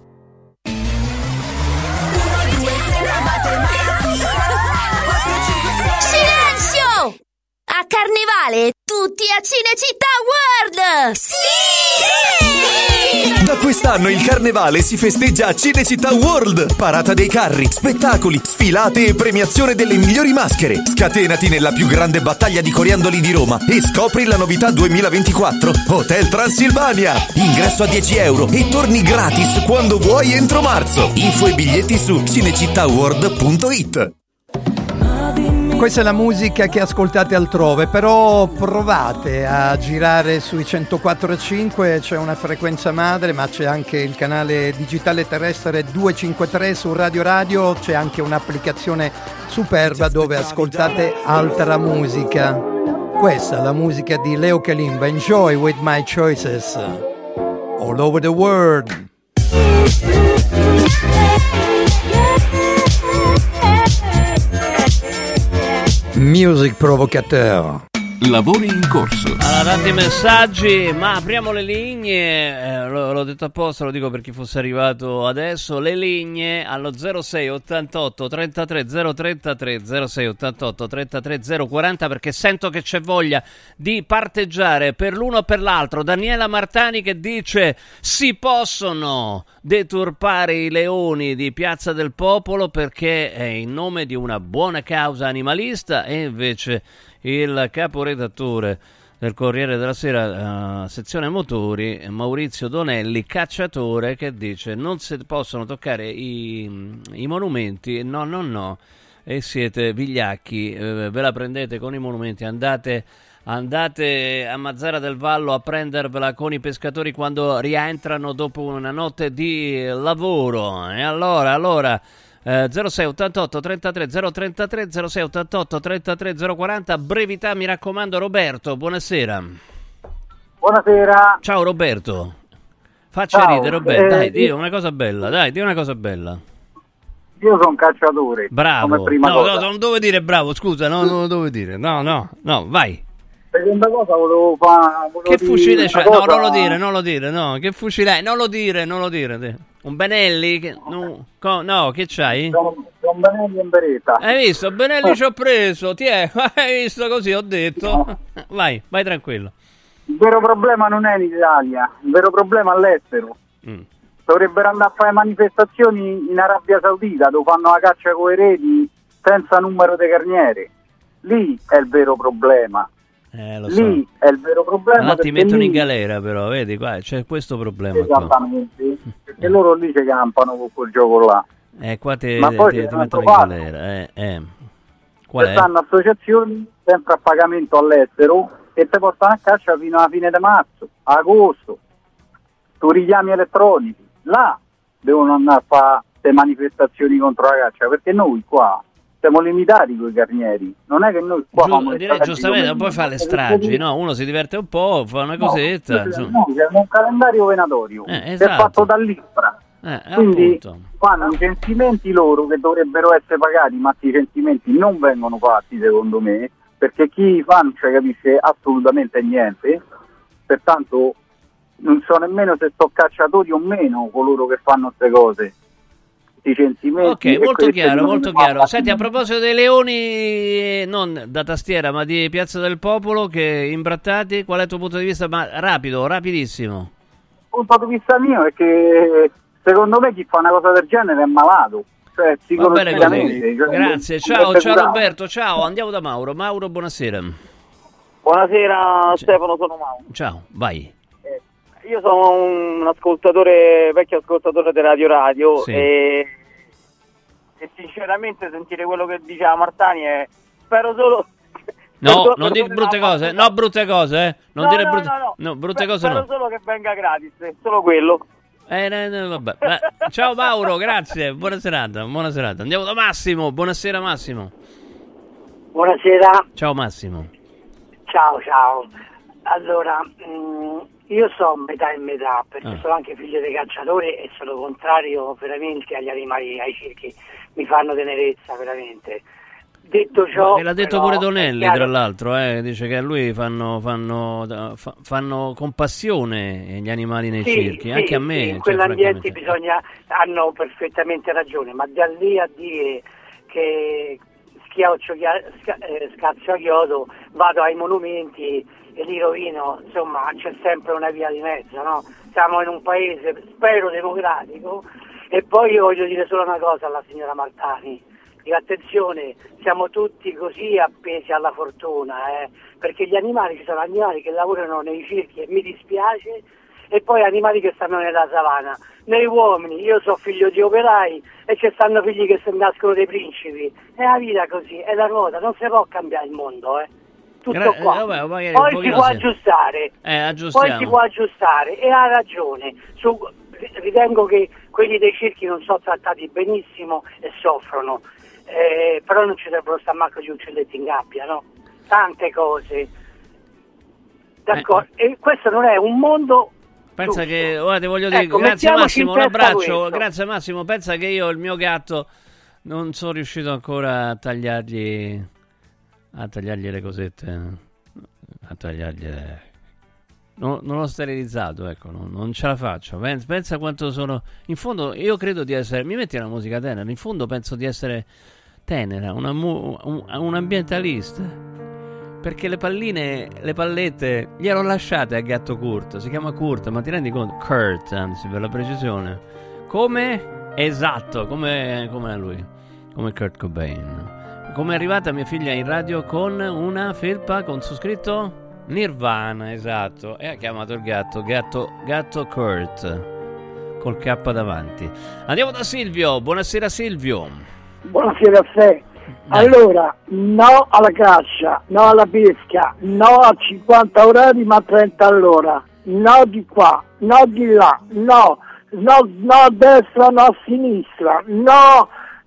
Silenzio! A Carnevale tutti a Cinecittà World! Sì! Da quest'anno il Carnevale si festeggia a Cinecittà World. Parata dei carri, spettacoli, sfilate e premiazione delle migliori maschere. Scatenati nella più grande battaglia di coriandoli di Roma e scopri la novità 2024 Hotel Transilvania. Ingresso a €10 e torni gratis quando vuoi entro marzo. Info e biglietti su cinecittàworld.it. Questa è la musica che ascoltate altrove, però provate a girare sui 104.5, c'è una frequenza madre, ma c'è anche il canale digitale terrestre 253 su Radio Radio, c'è anche un'applicazione superba dove ascoltate altra musica. Questa è la musica di Leo Kalimba, Enjoy with My Choices, all over the world. Music Provocateur. Lavori in corso. Allora, tanti messaggi, ma apriamo le linee, l'ho detto apposta, lo dico per chi fosse arrivato adesso, le linee allo 06 88 33 033 06 88 33 040 perché sento che c'è voglia di parteggiare per l'uno o per l'altro. Daniela Martani che dice si possono deturpare i leoni di Piazza del Popolo perché è in nome di una buona causa animalista, e invece il caporedattore del Corriere della Sera, sezione motori, Maurizio Donelli, cacciatore, che dice non si possono toccare i monumenti, no, e siete vigliacchi, ve la prendete con i monumenti, andate a Mazzara del Vallo a prendervela con i pescatori quando rientrano dopo una notte di lavoro. E allora 06 88 33 033 06 88 33 040, brevità mi raccomando. Roberto, buonasera. Buonasera. Ciao Roberto. Faccia ridere Roberto, dai, di una cosa bella, di una cosa bella. Io sono un cacciatore. Bravo. Come prima cosa. No, non dovevo dire bravo, scusa, non lo dovevo dire. No, vai. Seconda cosa volevo fare. Che fucile c'è? No, non lo dire, no. Che fucile è? Non lo dire. Un Benelli? No, che c'hai? Un Benelli in beretta. Hai visto? Benelli ci ho preso, hai visto così, ho detto. No. Vai tranquillo. Il vero problema non è in Italia, il vero problema è all'estero. Dovrebbero andare a fare manifestazioni in Arabia Saudita dove fanno la caccia con i reti senza numero di carniere. Lì è il vero problema. Lo so. Lì è il vero problema. Ma ti mettono in galera, però, vedi qua c'è questo problema. Esattamente, perché loro lì ci campano con quel gioco là. Qua ti mettono in galera. Qual è? Stanno associazioni sempre a pagamento all'estero e ti portano a caccia fino alla fine di marzo, agosto. Tu richiami elettronici, là devono andare a fare le manifestazioni contro la caccia, perché noi qua siamo limitati con i carnieri, non è che noi qua direi giustamente non puoi fare le stragi, no? Uno si diverte un po', fa una cosetta. No, siamo un calendario venatorio che è fatto dall'ISPRA, quindi fanno i censimenti loro che dovrebbero essere pagati, ma i censimenti non vengono fatti secondo me, perché chi fa non ci capisce assolutamente niente, pertanto non so nemmeno se sono cacciatori o meno coloro che fanno queste cose. Ok, molto chiaro. Senti, a proposito dei leoni, non da tastiera ma di Piazza del Popolo che imbrattati, qual è il tuo punto di vista? Ma rapidissimo. Il punto di vista mio è che secondo me chi fa una cosa del genere è malato. cioè psicologicamente. Grazie, ciao Roberto, ciao, andiamo da Mauro. Mauro, buonasera. Buonasera Stefano, sono Mauro. Ciao, vai. Io sono un vecchio ascoltatore di Radio sì. e sinceramente sentire quello che diceva Martani spero solo... No, non dire brutte cose, brutte cose, non dire brutte cose. Spero solo che venga gratis, solo quello. Vabbè. Ciao Mauro, grazie, buona serata. Andiamo da Massimo, buonasera Massimo. Buonasera. Ciao Massimo. Ciao. Allora, io sono metà e metà, perché sono anche figlio dei cacciatori e sono contrario veramente agli animali, ai circhi, mi fanno tenerezza veramente. Detto ciò, l'ha detto pure Donelli, tra l'altro, dice che a lui fanno compassione gli animali nei circhi, anche a me. In quell'ambiente hanno perfettamente ragione, ma da lì a dire che scazzo a chiodo, vado ai monumenti e li rovino, insomma c'è sempre una via di mezzo, no? Siamo in un paese, spero, democratico. E poi io voglio dire solo una cosa alla signora Martani. Attenzione, siamo tutti così appesi alla fortuna, perché gli animali, ci sono animali che lavorano nei circhi e mi dispiace, e poi animali che stanno nella savana. Nei uomini, io sono figlio di operai e ci stanno figli che si nascono dei principi. È la vita così, è la ruota, non si può cambiare il mondo, tutto qua. Poi si può aggiustare, e ha ragione. Ritengo che quelli dei circhi non sono trattati benissimo e soffrono. Però non ci dovrebbero stare manco gli uccelletti in gabbia, no? Tante cose, d'accordo? E questo non è un mondo. Pensa che, guarda, voglio dire, grazie Massimo, un abbraccio, grazie Massimo. Pensa che io il mio gatto non sono riuscito ancora a tagliargli le cosette, non l'ho sterilizzato, ecco, non ce la faccio. Pensa quanto sono. In fondo, io credo di essere. Mi metti una musica tenera. In fondo, penso di essere tenera, un ambientalista. Perché le pallette, gliel'ho lasciate a gatto Kurt. Si chiama Kurt, ma ti rendi conto? Kurt, anzi, per la precisione. Come? Esatto, come a lui. Come Kurt Cobain. Come è arrivata mia figlia in radio con una felpa con su scritto Nirvana, esatto, e ha chiamato il gatto Kurt col K davanti. Andiamo da Silvio, buonasera Silvio. Buonasera a te. Allora, no alla caccia, no alla pesca, no a 50 orari ma 30 all'ora, no di qua, no di là, no a destra, no a sinistra, no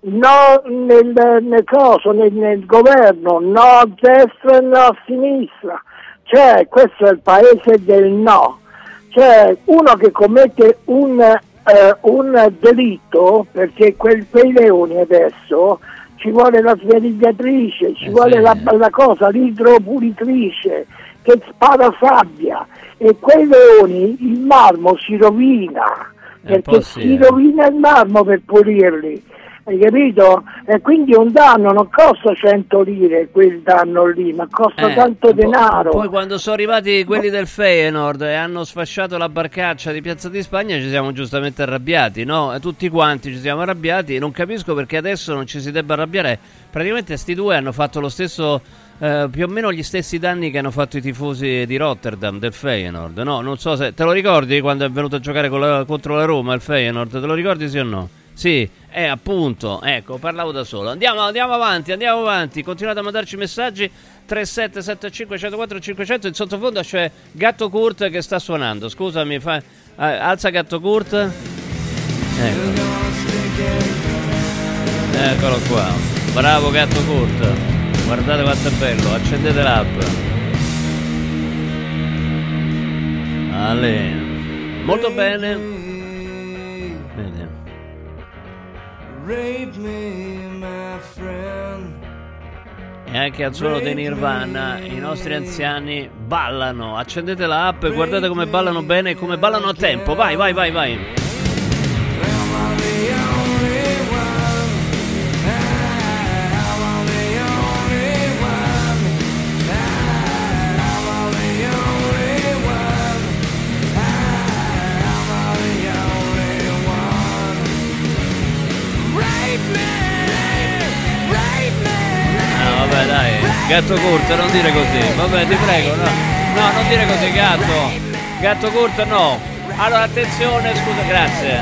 nel governo, no a destra e no a sinistra. Cioè, questo è il paese del no. Cioè, uno che commette un delitto, perché quei leoni adesso ci vuole la sverigliatrice, ci vuole la l'idropulitrice che spara sabbia, e quei leoni il marmo si rovina, perché si rovina il marmo per pulirli. Hai capito? E quindi un danno non costa 100 lire quel danno lì, ma costa tanto denaro. Poi quando sono arrivati quelli del Feyenoord e hanno sfasciato la barcaccia di Piazza di Spagna ci siamo giustamente arrabbiati, no? Tutti quanti ci siamo arrabbiati. Non capisco perché adesso non ci si debba arrabbiare. Praticamente sti due hanno fatto lo stesso, più o meno gli stessi danni che hanno fatto i tifosi di Rotterdam del Feyenoord, no? Non so se te lo ricordi quando è venuto a giocare contro la Roma il Feyenoord, te lo ricordi sì o no? Sì, appunto, ecco, parlavo da solo. Andiamo avanti, continuate a mandarci messaggi. 3775 104 500. In sottofondo c'è Gatto Kurt che sta suonando. Scusami, alza Gatto Kurt. Eccolo qua. Bravo Gatto Kurt. Guardate quanto è bello, accendete l'app. Ale. Molto bene. E anche al suono dei Nirvana i nostri anziani ballano. Accendete la app e guardate come ballano bene e come ballano a tempo. Vai. Rape me. Gatto Curta, non dire così. Vabbè, ti prego, no, non dire così, Gatto Curta, no. Allora, attenzione, scusa, grazie.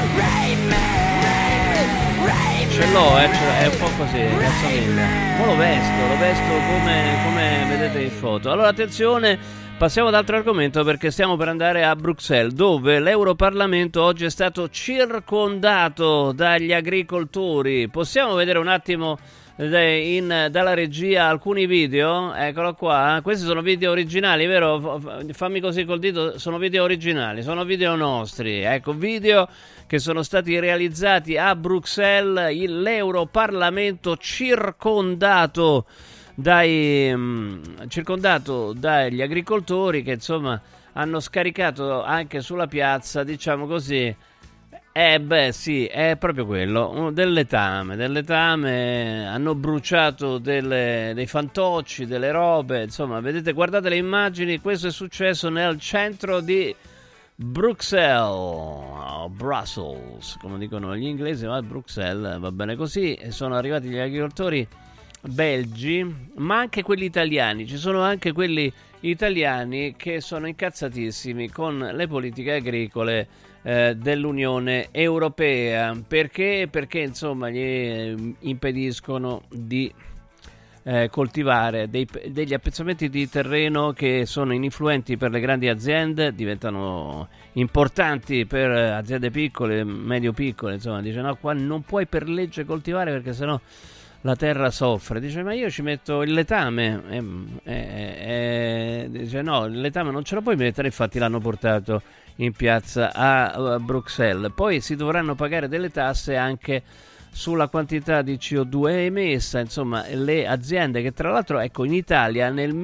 Ce l'ho, è un po' così, cazzo mille. Ma lo vesto come vedete in foto. Allora, attenzione, passiamo ad altro argomento perché stiamo per andare a Bruxelles, dove l'Europarlamento oggi è stato circondato dagli agricoltori. Possiamo vedere un attimo dalla regia alcuni video? Eccolo qua. Questi sono video originali, vero? Fammi così col dito. Sono video originali, sono video nostri. Ecco, video che sono stati realizzati a Bruxelles, l'Europarlamento circondato dagli agricoltori che insomma hanno scaricato anche sulla piazza, diciamo così. Sì, è proprio quello, del letame, hanno bruciato dei fantocci, delle robe, insomma, vedete, guardate le immagini, questo è successo nel centro di Brussels, come dicono gli inglesi, ma Bruxelles va bene così, sono arrivati gli agricoltori belgi, ma anche quelli italiani, ci sono anche quelli italiani che sono incazzatissimi con le politiche agricole dell'Unione Europea. Perché insomma gli impediscono di coltivare degli appezzamenti di terreno che sono ininfluenti per le grandi aziende, diventano importanti per aziende piccole, medio piccole, insomma, dice no, qua non puoi per legge coltivare perché sennò la terra soffre. Dice ma io ci metto il letame, dice no, il letame non ce lo puoi mettere, infatti l'hanno portato in piazza a Bruxelles. Poi si dovranno pagare delle tasse anche sulla quantità di CO2 emessa, insomma le aziende che tra l'altro, ecco, in Italia nel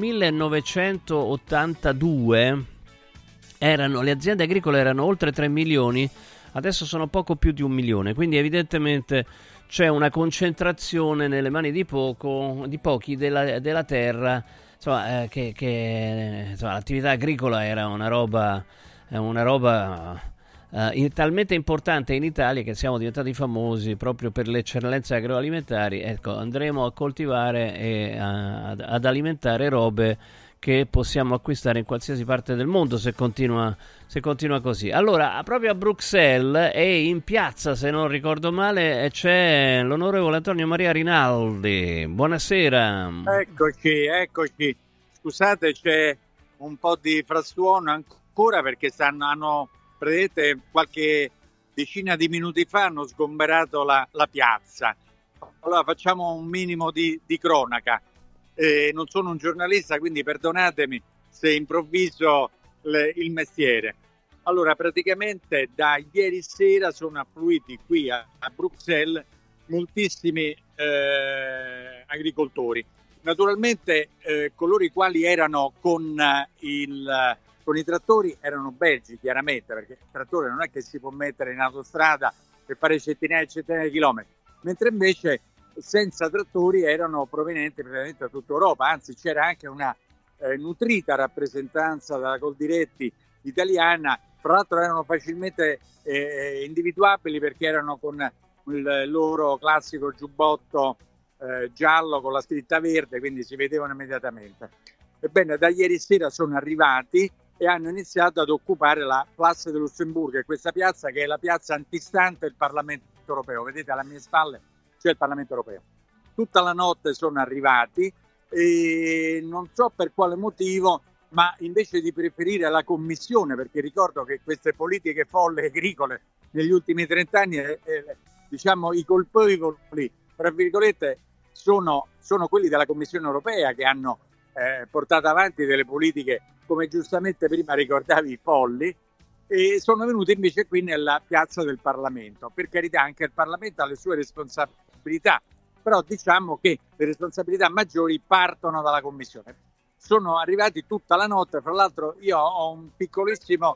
1982 le aziende agricole erano oltre 3 milioni, adesso sono poco più di 1 milione, quindi evidentemente c'è una concentrazione nelle mani di pochi della terra, insomma, insomma, l'attività agricola era una roba talmente importante in Italia che siamo diventati famosi proprio per le eccellenze agroalimentari. Ecco, andremo a coltivare e ad alimentare robe che possiamo acquistare in qualsiasi parte del mondo se continua così. Allora, proprio a Bruxelles e in piazza, se non ricordo male, c'è l'onorevole Antonio Maria Rinaldi. Buonasera. Eccoci. Scusate, c'è un po' di frastuono ancora perché hanno, vedete, qualche decina di minuti fa hanno sgomberato la piazza. Allora facciamo un minimo di cronaca. Non sono un giornalista, quindi perdonatemi se improvviso il mestiere. Allora, praticamente da ieri sera sono affluiti qui a Bruxelles moltissimi agricoltori. Naturalmente coloro i quali erano con i trattori erano belgi, chiaramente, perché il trattore non è che si può mettere in autostrada e fare centinaia e centinaia di chilometri, mentre invece senza trattori erano provenienti praticamente da tutta Europa, anzi c'era anche una nutrita rappresentanza della Coldiretti italiana, tra l'altro erano facilmente individuabili perché erano con il loro classico giubbotto giallo con la scritta verde, quindi si vedevano immediatamente. Ebbene, da ieri sera sono arrivati e hanno iniziato ad occupare la Place de Lussemburgo, e questa piazza che è la piazza antistante del Parlamento europeo. Vedete alle mie spalle c'è il Parlamento europeo. Tutta la notte sono arrivati e non so per quale motivo, ma invece di preferire la Commissione, perché ricordo che queste politiche folle agricole negli ultimi 30 anni, diciamo, i colpevoli, tra virgolette, sono quelli della Commissione europea che hanno portato avanti delle politiche, come giustamente prima ricordavi, folli, e sono venuti invece qui nella piazza del Parlamento. Per carità, anche il Parlamento ha le sue responsabilità, però diciamo che le responsabilità maggiori partono dalla Commissione. Sono arrivati tutta la notte, fra l'altro io ho un piccolissimo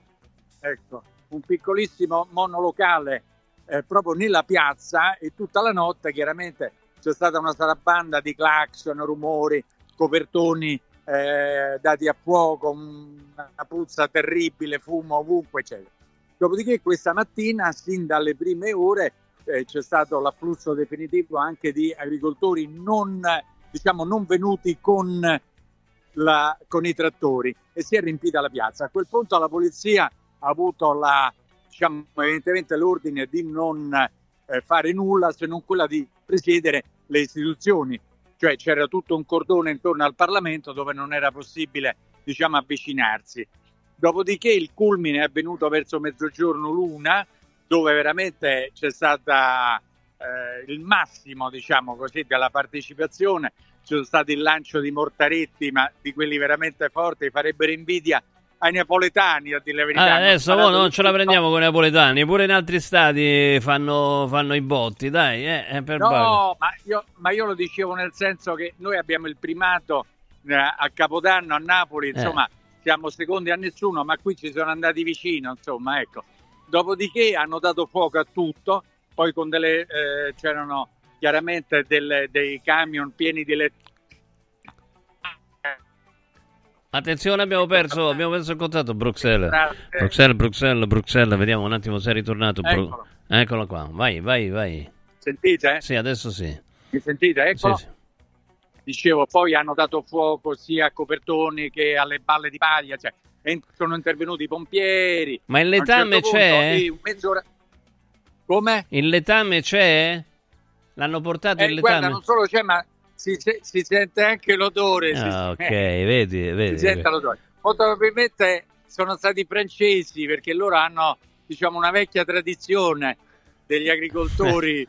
monolocale proprio nella piazza, e tutta la notte chiaramente c'è stata una sarabanda di clacson, rumori, copertoni dati a fuoco, una puzza terribile, fumo ovunque, eccetera. Dopodiché questa mattina, sin dalle prime ore, c'è stato l'afflusso definitivo anche di agricoltori non non venuti con i trattori, e si è riempita la piazza. A quel punto la polizia ha avuto evidentemente l'ordine di non fare nulla se non quella di presiedere le istituzioni, cioè c'era tutto un cordone intorno al Parlamento dove non era possibile avvicinarsi. Dopodiché il culmine è avvenuto verso mezzogiorno l'una, dove veramente c'è stata il massimo della partecipazione. C'è stato il lancio di mortaretti, ma di quelli veramente forti, farebbero invidia ai napoletani, a dire la verità. Adesso non ce la prendiamo con i napoletani, pure in altri stati fanno i botti, dai. Ma io lo dicevo nel senso che noi abbiamo il primato a Capodanno a Napoli, siamo secondi a nessuno, ma qui ci sono andati vicino, ecco. Dopodiché hanno dato fuoco a tutto, poi con c'erano chiaramente dei camion pieni di Attenzione, abbiamo perso il contatto. Bruxelles, vediamo un attimo se è ritornato. Eccolo qua, vai. Sentite? Sì, adesso sì. Mi sentite? Eccolo. Sì. Dicevo, poi hanno dato fuoco sia a copertoni che alle balle di paglia, sono intervenuti i pompieri. Ma il letame c'è? Mezz'ora. Come? Il letame c'è? L'hanno portato il letame? Guarda, non solo c'è, ma si sente anche l'odore. Vedi. Si sente l'odore. Molto probabilmente sono stati i francesi, perché loro hanno una vecchia tradizione degli agricoltori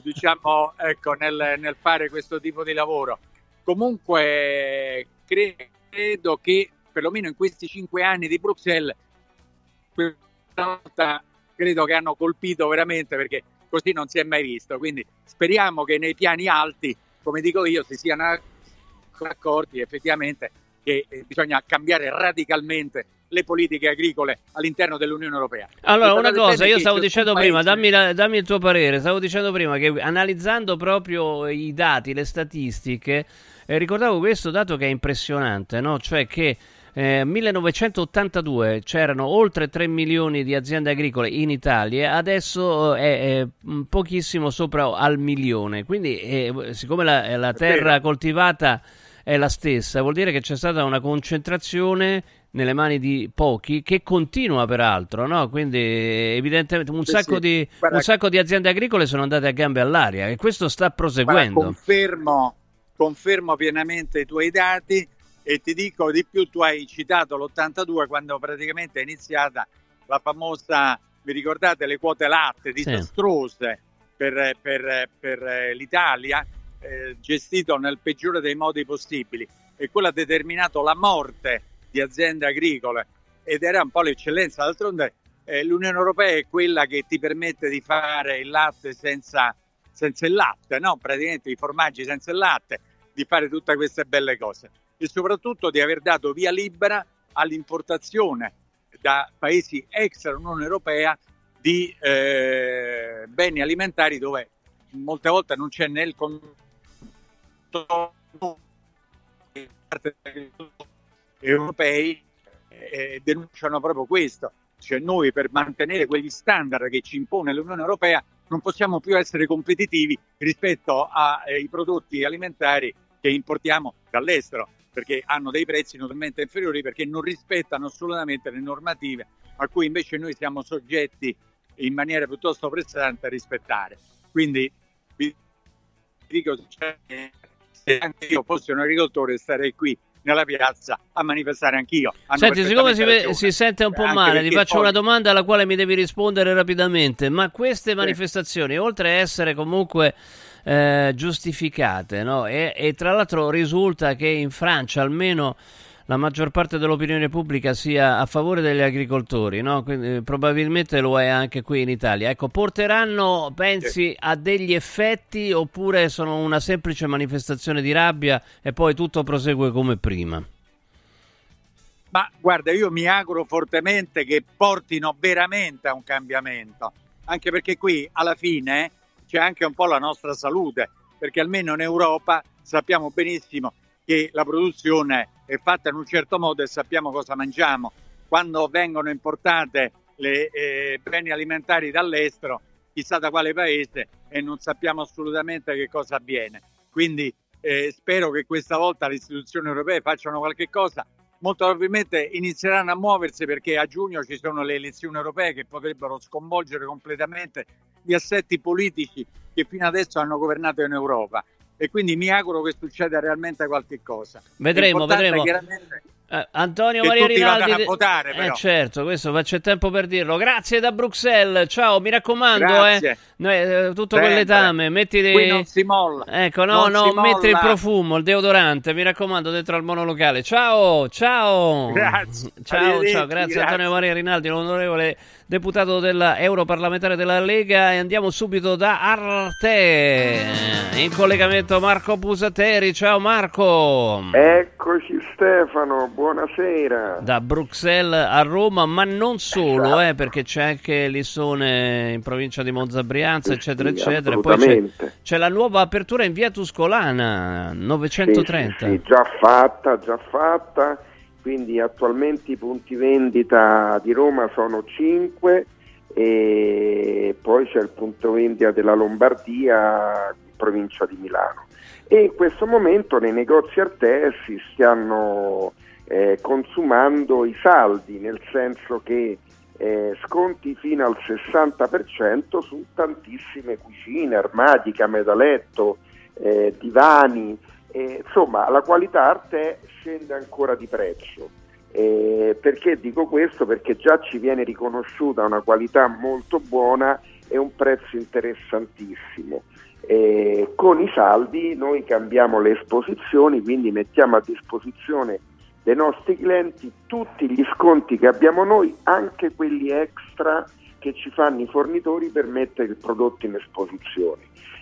nel fare questo tipo di lavoro. Comunque credo che perlomeno in questi 5 anni di Bruxelles questa volta credo che hanno colpito veramente, perché così non si è mai visto. Quindi speriamo che nei piani alti, come dico io, si siano accorti effettivamente che bisogna cambiare radicalmente le politiche agricole all'interno dell'Unione Europea. Allora, una cosa, io stavo dicendo prima, dammi il tuo parere, stavo dicendo prima che analizzando proprio i dati, le statistiche, ricordavo questo dato che è impressionante, no? Cioè che 1982 c'erano oltre 3 milioni di aziende agricole in Italia, adesso è pochissimo sopra al milione, quindi siccome la terra coltivata è la stessa, vuol dire che c'è stata una concentrazione nelle mani di pochi, che continua peraltro, no? Quindi evidentemente un sacco di aziende agricole sono andate a gambe all'aria, e questo sta proseguendo. Confermo pienamente i tuoi dati, e ti dico di più. Tu hai citato l'82, quando praticamente è iniziata la famosa, vi ricordate, le quote latte disastrose per l'Italia, gestito nel peggiore dei modi possibili, e quello ha determinato la morte di aziende agricole, ed era un po' l'eccellenza. D'altronde l'Unione Europea è quella che ti permette di fare il latte senza il latte, no? Praticamente i formaggi senza il latte, di fare tutte queste belle cose, e soprattutto di aver dato via libera all'importazione da paesi extra Unione Europea di beni alimentari, dove molte volte non c'è né il controllo da parte degli europei, denunciano proprio questo. Cioè, noi, per mantenere quegli standard che ci impone l'Unione Europea, non possiamo più essere competitivi rispetto ai prodotti alimentari che importiamo dall'estero, perché hanno dei prezzi notevolmente inferiori, perché non rispettano assolutamente le normative a cui invece noi siamo soggetti in maniera piuttosto pressante a rispettare. Quindi vi dico, se anche io fossi un agricoltore, starei qui nella piazza a manifestare anch'io. Senti, siccome si sente un po' male, ti faccio una domanda alla quale mi devi rispondere rapidamente. Ma queste manifestazioni, oltre a essere comunque giustificate, no? E tra l'altro risulta che in Francia almeno la maggior parte dell'opinione pubblica sia a favore degli agricoltori, no? Quindi, probabilmente lo è anche qui in Italia. Ecco, porteranno, pensi, a degli effetti, oppure sono una semplice manifestazione di rabbia e poi tutto prosegue come prima? Ma guarda, io mi auguro fortemente che portino veramente a un cambiamento, anche perché qui alla fine c'è anche un po' la nostra salute, perché almeno in Europa sappiamo benissimo che la produzione è fatta in un certo modo e sappiamo cosa mangiamo. Quando vengono importate le beni alimentari dall'estero, chissà da quale paese, e non sappiamo assolutamente che cosa avviene. Quindi spero che questa volta le istituzioni europee facciano qualche cosa. Molto probabilmente inizieranno a muoversi, perché a giugno ci sono le elezioni europee che potrebbero sconvolgere completamente gli assetti politici che fino adesso hanno governato in Europa, e quindi mi auguro che succeda realmente qualche cosa. Vedremo. Antonio Maria Rinaldi a votare, però. Certo, questo c'è tempo per dirlo. Grazie da Bruxelles, ciao, mi raccomando, tutto quel letame, metti qui non si molla. Ecco, metti il profumo, il deodorante, mi raccomando, dentro al monolocale. Ciao. Grazie. Ciao, grazie Antonio Maria Rinaldi, l'onorevole deputato europarlamentare della Lega, e andiamo subito da Arte. In collegamento Marco Pusateri. Ciao Marco. Eccoci Stefano, buonasera. Da Bruxelles a Roma, ma non solo, perché c'è anche Lissone in provincia di Monza Brianza, eccetera, eccetera. Poi c'è la nuova apertura in via Tuscolana, 930. Sì, già fatta. Quindi attualmente i punti vendita di Roma sono 5, e poi c'è il punto vendita della Lombardia, provincia di Milano. E in questo momento nei negozi Arte si stanno consumando i saldi, nel senso che sconti fino al 60% su tantissime cucine, armadi, camere da letto, divani. Insomma, la qualità Arte scende ancora di prezzo. Perché dico questo? Perché già ci viene riconosciuta una qualità molto buona e un prezzo interessantissimo. Con i saldi noi cambiamo le esposizioni, quindi mettiamo a disposizione dei nostri clienti tutti gli sconti che abbiamo noi, anche quelli extra che ci fanno i fornitori per mettere il prodotto in esposizione.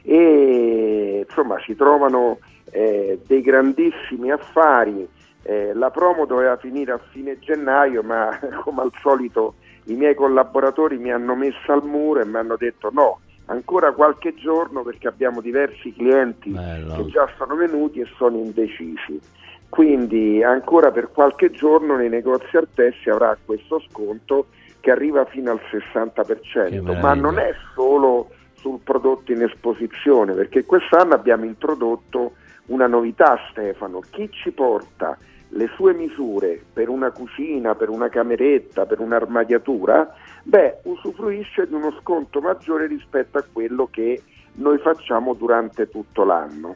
E insomma si trovano dei grandissimi affari. La promo doveva finire a fine gennaio, ma come al solito i miei collaboratori mi hanno messo al muro e mi hanno detto no, ancora qualche giorno, perché abbiamo diversi clienti che già sono venuti e sono indecisi. Quindi ancora per qualche giorno nei negozi Arte si avrà questo sconto che arriva fino al 60%, ma non è solo sul prodotto in esposizione, perché quest'anno abbiamo introdotto una novità, Stefano. Chi ci porta le sue misure per una cucina, per una cameretta, per un'armadiatura, usufruisce di uno sconto maggiore rispetto a quello che noi facciamo durante tutto l'anno.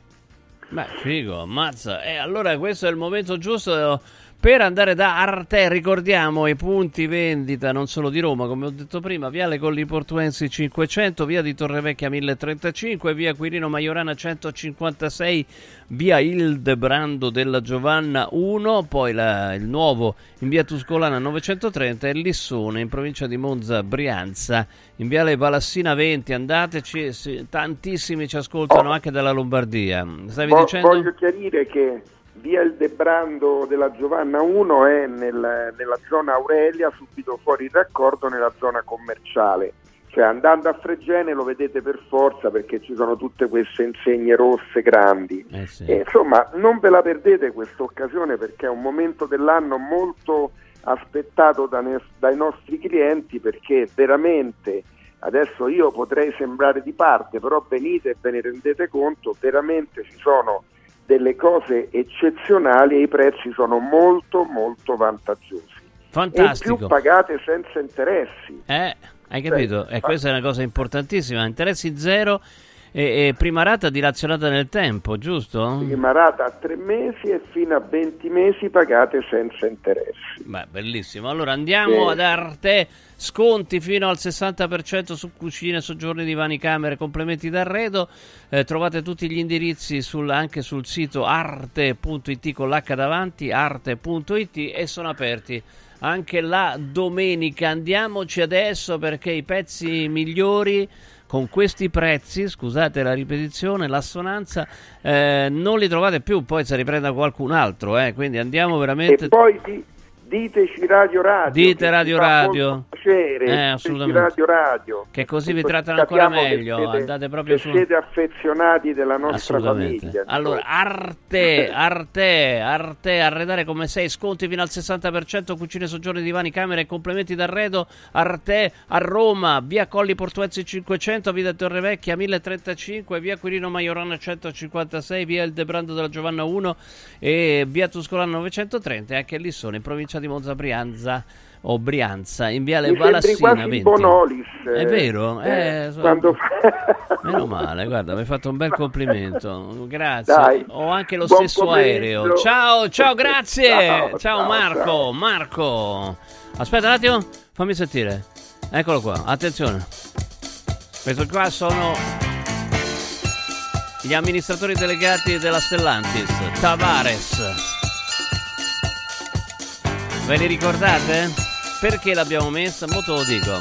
Figo, ammazza. Allora questo è il momento giusto per andare da Arte. Ricordiamo i punti vendita non solo di Roma, come ho detto prima: Viale Colli Portuensi 500, via di Torrevecchia 1035, via Quirino Maiorana 156, via Ildebrando della Giovanna 1, poi il nuovo in via Tuscolana 930 e Lissone in provincia di Monza Brianza in viale Valassina 20. Andateci, tantissimi ci ascoltano anche dalla Lombardia. Stavi dicendo? Voglio chiarire che via Ildebrando della Giovanna 1 è nella zona Aurelia, subito fuori il raccordo, nella zona commerciale. Cioè andando a Fregene lo vedete per forza, perché ci sono tutte queste insegne rosse grandi. Insomma, non ve la perdete questa occasione, perché è un momento dell'anno molto aspettato dai nostri clienti, perché veramente, adesso io potrei sembrare di parte, però venite e ve ne rendete conto, veramente ci sono delle cose eccezionali e i prezzi sono molto molto vantaggiosi. Fantastico. E in più pagate senza interessi. Hai capito? Questa è una cosa importantissima. Interessi zero e prima rata dilazionata nel tempo, giusto? Prima rata a 3 mesi e fino a 20 mesi pagate senza interessi. Bellissimo. Allora andiamo ad Arte. Sconti fino al 60% su cucine, soggiorni, divani, camere, complementi d'arredo. Trovate tutti gli indirizzi anche sul sito arte.it con l'H davanti, arte.it, e sono aperti anche la domenica. Andiamoci adesso, perché i pezzi migliori con questi prezzi, scusate la ripetizione, l'assonanza, non li trovate più, poi se riprenda qualcun altro, quindi andiamo veramente. E poi diteci Radio. Dite Radio. Piacere, assolutamente. Radio. Che così vi trattano ancora meglio. Andate proprio su. Siete affezionati della nostra famiglia. Allora, Arte, arredare come sei, sconti fino al 60%, cucine, soggiorni, divani, camere e complementi d'arredo. Arte a Roma, via Colli Portuensi 500, via Torrevecchia 1035, via Quirino Maiorana 156, via Il Debrando della Giovanna 1 e via Tuscolana 930, e anche lì sono in provincia di Monza Brianza, in viale Valassina 20. Bonolis, è vero? Quando... Meno male, guarda, mi hai fatto un bel complimento, grazie. Dai, ho anche lo stesso aereo. Ciao, grazie. Ciao Marco. Aspetta un attimo, fammi sentire. Eccolo qua, attenzione. Questo qua sono gli amministratori delegati della Stellantis, Tavares. Ve li ricordate? Perché l'abbiamo messa? Mo te lo dico.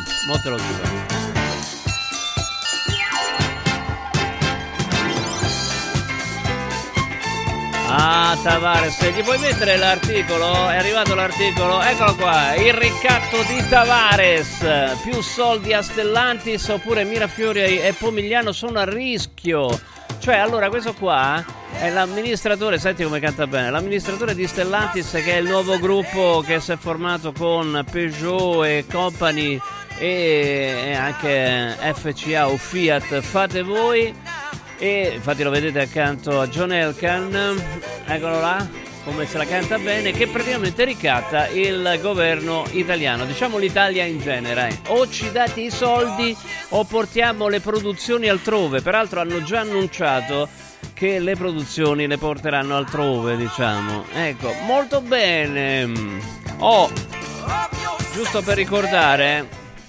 Ah, Tavares, gli puoi mettere l'articolo? È arrivato l'articolo, eccolo qua, il ricatto di Tavares, più soldi a Stellantis oppure Mirafiori e Pomigliano sono a rischio. Cioè, allora, questo qua è l'amministratore, senti come canta bene, l'amministratore di Stellantis, che è il nuovo gruppo che si è formato con Peugeot e Company e anche FCA o Fiat, fate voi. E infatti lo vedete accanto a John Elkann, eccolo là, come se la canta bene, che praticamente ricatta il governo italiano, diciamo l'Italia in genere. O ci date i soldi o portiamo le produzioni altrove. Peraltro hanno già annunciato che le produzioni le porteranno altrove, diciamo. Ecco, molto bene. Giusto per ricordare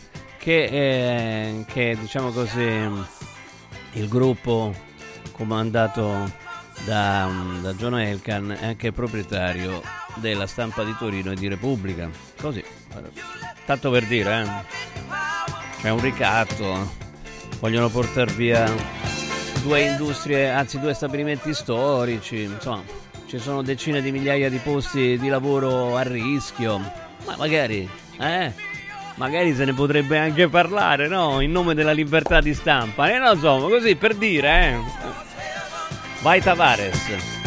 che diciamo così, il gruppo comandato da John Elkann è anche proprietario della Stampa di Torino e di Repubblica. Così, tanto per dire, c'è un ricatto, vogliono portare via due industrie, anzi due stabilimenti storici, insomma ci sono decine di migliaia di posti di lavoro a rischio, ma magari se ne potrebbe anche parlare, no? In nome della libertà di stampa, non so, così per dire, Vai Tavares.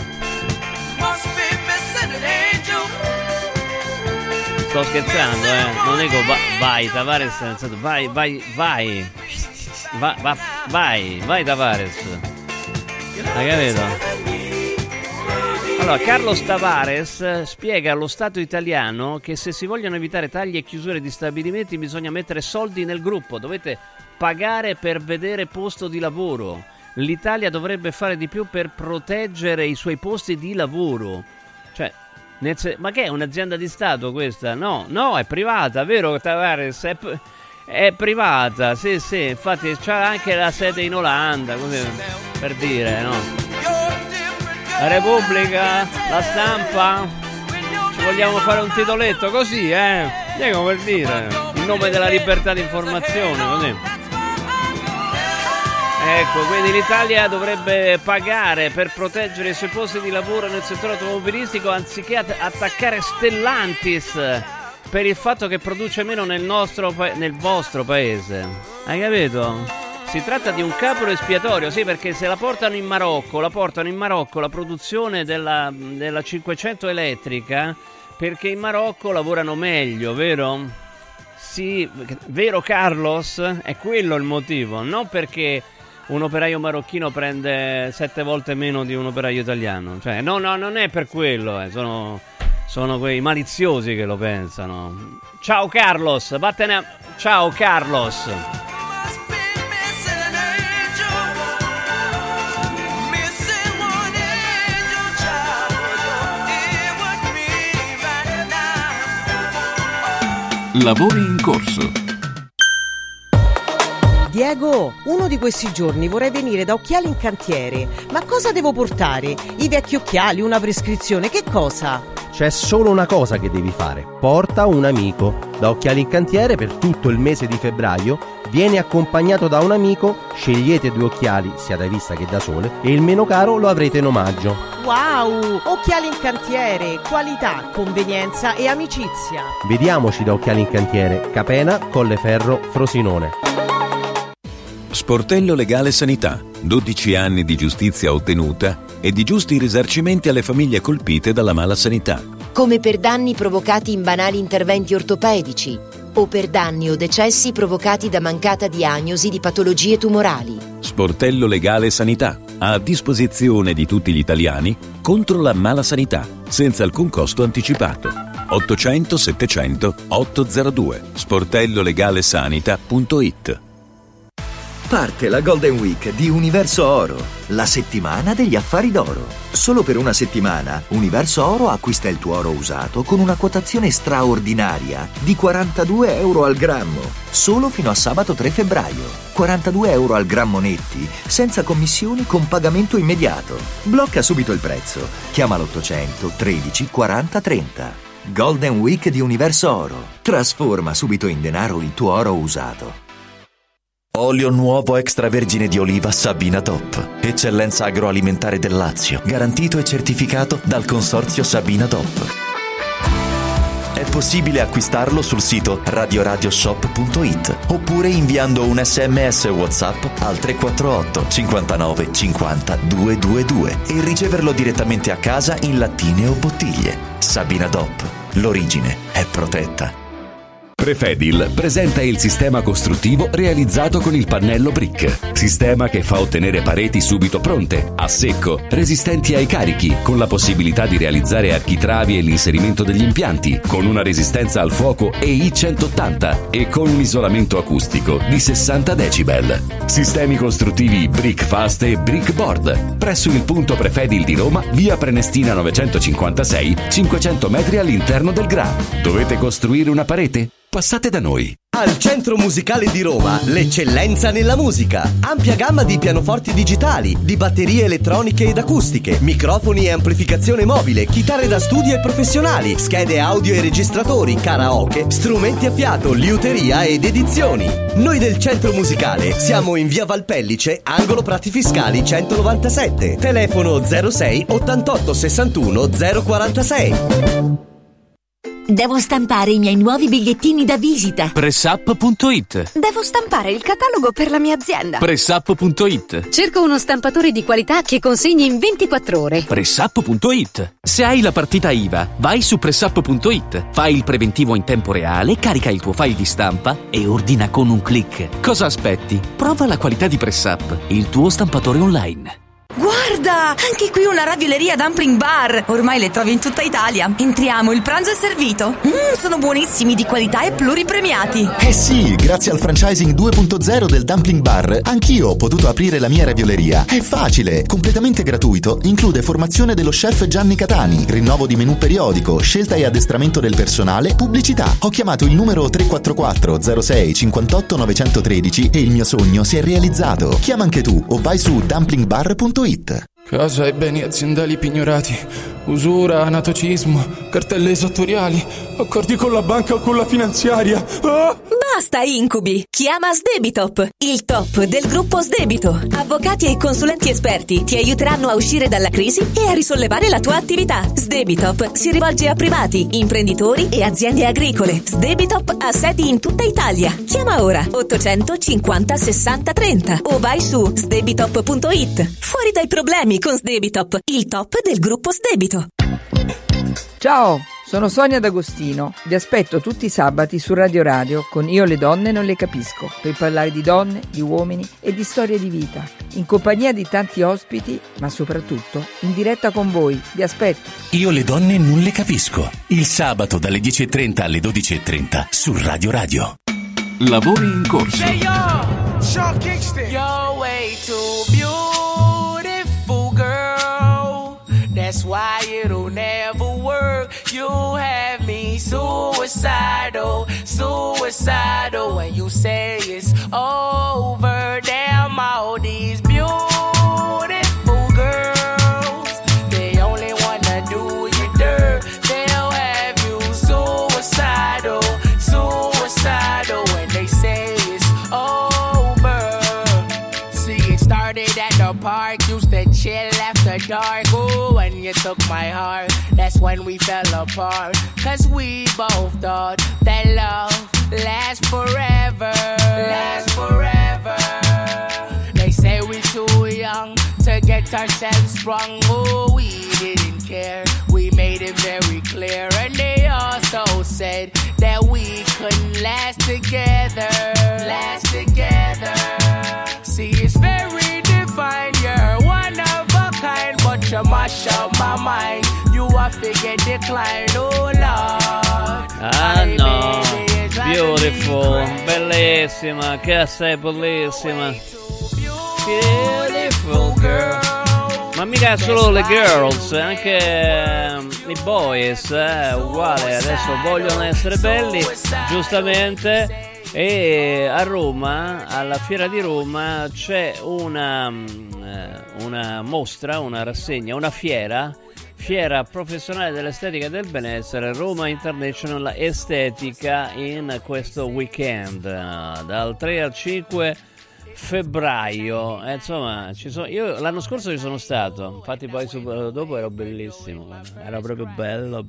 Sto scherzando, non dico vai Tavares, nel senso vai Tavares. Hai capito? Allora, Carlos Tavares spiega allo Stato italiano che se si vogliono evitare tagli e chiusure di stabilimenti bisogna mettere soldi nel gruppo, dovete pagare per vedere posto di lavoro. L'Italia dovrebbe fare di più per proteggere i suoi posti di lavoro. Cioè, ma che è un'azienda di Stato questa? No, è privata, vero Tavares? È privata, sì, infatti c'ha anche la sede in Olanda, così, per dire, no? La Repubblica, la Stampa, ci vogliamo fare un titoletto così, dico per dire, in nome della libertà di informazione, così. Ecco, quindi l'Italia dovrebbe pagare per proteggere i suoi posti di lavoro nel settore automobilistico anziché attaccare Stellantis per il fatto che produce meno nel vostro paese. Hai capito? Si tratta di un capro espiatorio, sì, perché se la portano in Marocco la produzione della 500 elettrica, perché in Marocco lavorano meglio, vero? Sì, vero Carlos? È quello il motivo, non perché un operaio marocchino prende 7 volte meno di un operaio italiano. Cioè, no, non è per quello, sono quei maliziosi che lo pensano. Ciao Carlos, vattene Ciao Carlos. Lavori in corso. Diego, uno di questi giorni vorrei venire da Occhiali in Cantiere. Ma cosa devo portare? I vecchi occhiali, una prescrizione, che cosa? C'è solo una cosa che devi fare. Porta un amico. Da Occhiali in Cantiere per tutto il mese di febbraio Viene accompagnato da un amico, scegliete 2 occhiali, sia da vista che da sole, e il meno caro lo avrete in omaggio. Wow! Occhiali in cantiere, qualità, convenienza e amicizia. Vediamoci da Occhiali in Cantiere, Capena, Colleferro, Frosinone. Sportello Legale Sanità. 12 anni di giustizia ottenuta e di giusti risarcimenti alle famiglie colpite dalla mala sanità. Come per danni provocati in banali interventi ortopedici o per danni o decessi provocati da mancata diagnosi di patologie tumorali. Sportello Legale Sanità. A disposizione di tutti gli italiani contro la mala sanità, senza alcun costo anticipato. 800 700 802. sportellolegalesanita.it. Parte la Golden Week di Universo Oro, la settimana degli affari d'oro. Solo per una settimana Universo Oro acquista il tuo oro usato con una quotazione straordinaria di 42 euro al grammo, solo fino a sabato 3 febbraio. 42 euro al grammo netti, senza commissioni, con pagamento immediato. Blocca subito il prezzo. Chiama l'800 13 40 30. Golden Week di Universo Oro. Trasforma subito in denaro il tuo oro usato. Olio nuovo extravergine di oliva Sabina DOP. Eccellenza agroalimentare del Lazio. Garantito e certificato dal consorzio Sabina DOP. È possibile acquistarlo sul sito radioradioshop.it oppure inviando un SMS WhatsApp al 348 59 50 222 e riceverlo direttamente a casa in lattine o bottiglie. Sabina DOP. L'origine è protetta. Prefedil presenta il sistema costruttivo realizzato con il pannello brick. Sistema che fa ottenere pareti subito pronte, a secco, resistenti ai carichi, con la possibilità di realizzare architravi e l'inserimento degli impianti, con una resistenza al fuoco EI 180 e con un isolamento acustico di 60 decibel. Sistemi costruttivi Brick Fast e Brick Board. Presso il punto Prefedil di Roma, via Prenestina 956, 500 metri all'interno del GRA. Dovete costruire una parete? Passate da noi. Al Centro Musicale di Roma, l'eccellenza nella musica. Ampia gamma di pianoforti digitali, di batterie elettroniche ed acustiche, microfoni e amplificazione mobile, chitarre da studio e professionali, schede audio e registratori, karaoke, strumenti a fiato, liuteria ed edizioni. Noi del Centro Musicale siamo in via Valpellice, angolo Prati Fiscali 197. Telefono 06 88 61 046. Devo stampare i miei nuovi bigliettini da visita. Pressup.it. Devo stampare il catalogo per la mia azienda. Pressup.it. Cerco uno stampatore di qualità che consegni in 24 ore. Pressup.it. Se hai la partita IVA, vai su Pressup.it. Fai il preventivo in tempo reale, carica il tuo file di stampa e ordina con un click. Cosa aspetti? Prova la qualità di Pressup, il tuo stampatore online. Guarda, anche qui una ravioleria dumpling bar. Ormai le trovi in tutta Italia. Entriamo, il pranzo è servito. Sono buonissimi, di qualità e pluripremiati. Eh sì, grazie al franchising 2.0 del Dumpling Bar, anch'io ho potuto aprire la mia ravioleria. È facile, completamente gratuito, include formazione dello chef Gianni Catani, rinnovo di menù periodico, scelta e addestramento del personale, pubblicità. Ho chiamato il numero 344 06 58 913 e il mio sogno si è realizzato. Chiama anche tu o vai su dumplingbar.it. Casa e beni aziendali pignorati, usura, anatocismo, cartelle esattoriali, accordi con la banca o con la finanziaria. Basta incubi! Chiama Sdebitop, il top del gruppo Sdebito. Avvocati e consulenti esperti ti aiuteranno a uscire dalla crisi e a risollevare la tua attività. Sdebitop si rivolge a privati, imprenditori e aziende agricole. Sdebitop ha sedi in tutta Italia. Chiama ora 850 60 30 o vai su sdebitop.it. Fuori dai problemi con Sdebitop, il top del gruppo Sdebito. Ciao, sono Sonia D'Agostino. Vi aspetto tutti i sabati su Radio Radio con Io le donne non le capisco, per parlare di donne, di uomini e di storie di vita, in compagnia di tanti ospiti, ma soprattutto in diretta con voi. Vi aspetto. Io le donne non le capisco. Il sabato dalle 10.30 alle 12.30 su Radio Radio. Lavori in corso. Hey, yo, Sean Kingston. You're way too beautiful, girl. That's why it'll never work. You have me suicidal, suicidal. When you say it's over, damn all these beautiful girls, they only wanna do you dirt. They'll have you suicidal, suicidal. When they say it's over. park, used to chill after dark. Ooh, when you took my heart, that's when we fell apart. Cause we both thought that love lasts forever. Lasts forever. They say we're too young to get ourselves sprung. Oh, we didn't care. We made it very clear. And they also said that we couldn't last together. Last together. See, it's very divine. You're one of a kind, but you mash up my mind. You are figure decline. Oh, Lord. Ah, no. Beautiful. Bellissima. Che sei bellissima. Beautiful girl. Ma mica solo le girls, anche i boys, uguale, adesso vogliono essere belli, giustamente. E a Roma, alla Fiera di Roma, c'è una mostra, una rassegna, una fiera professionale dell'estetica e del benessere, Roma International Estetica, in questo weekend, dal 3 al 5 febbraio. Insomma, io l'anno scorso ci sono stato, infatti poi dopo ero bellissimo, era proprio bello.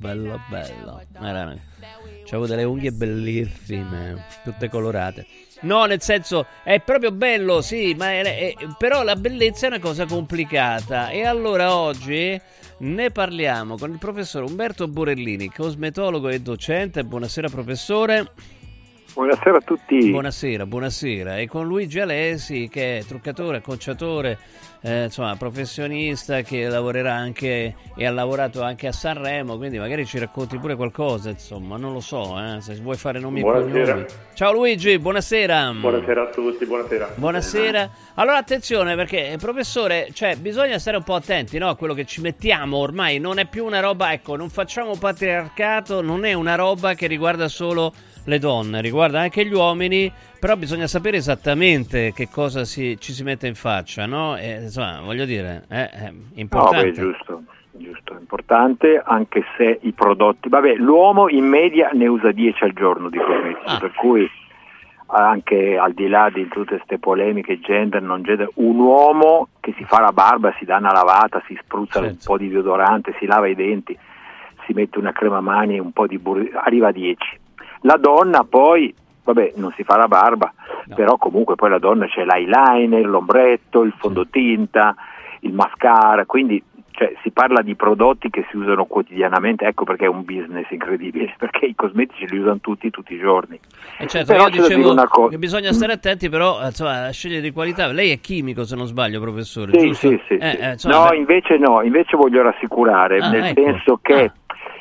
C'avevo delle unghie bellissime, tutte colorate. No, nel senso, è proprio bello, sì, ma però la bellezza è una cosa complicata. E allora oggi ne parliamo con il professor Umberto Borellini, cosmetologo e docente. Buonasera professore. Buonasera a tutti. Buonasera. E con Luigi Alesi, che è truccatore, acconciatore, insomma professionista, che lavorerà anche e ha lavorato anche a Sanremo, quindi magari ci racconti pure qualcosa, insomma, non lo so, se vuoi fare nomi e cognomi. Ciao Luigi, buonasera. Buonasera a tutti, buonasera. Allora attenzione, perché professore, cioè bisogna stare un po' attenti, no, a quello che ci mettiamo. Ormai non è più una roba, ecco, non facciamo patriarcato, non è una roba che riguarda solo le donne, riguarda anche gli uomini, però bisogna sapere esattamente che cosa ci si mette in faccia, no? Insomma, voglio dire, è importante. No, giusto, è importante, anche se i prodotti, l'uomo in media ne usa 10 al giorno di cosmetici, per cui anche al di là di tutte queste polemiche gender, non gender, un uomo che si fa la barba, si dà una lavata, si spruzza un po' di deodorante, si lava i denti, si mette una crema mani e un po' di burro, arriva a 10. La donna poi, non si fa la barba, però comunque poi la donna c'è l'eyeliner, l'ombretto, il fondotinta, il mascara, quindi si parla di prodotti che si usano quotidianamente, ecco perché è un business incredibile, perché i cosmetici li usano tutti i giorni. E certo, però io dicevo che bisogna stare attenti, però insomma, a scegliere di qualità. Lei è chimico, se non sbaglio, professore, giusto? Sì. No, invece voglio rassicurare, nel senso che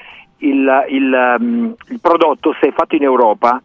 il prodotto, se è fatto in Europa,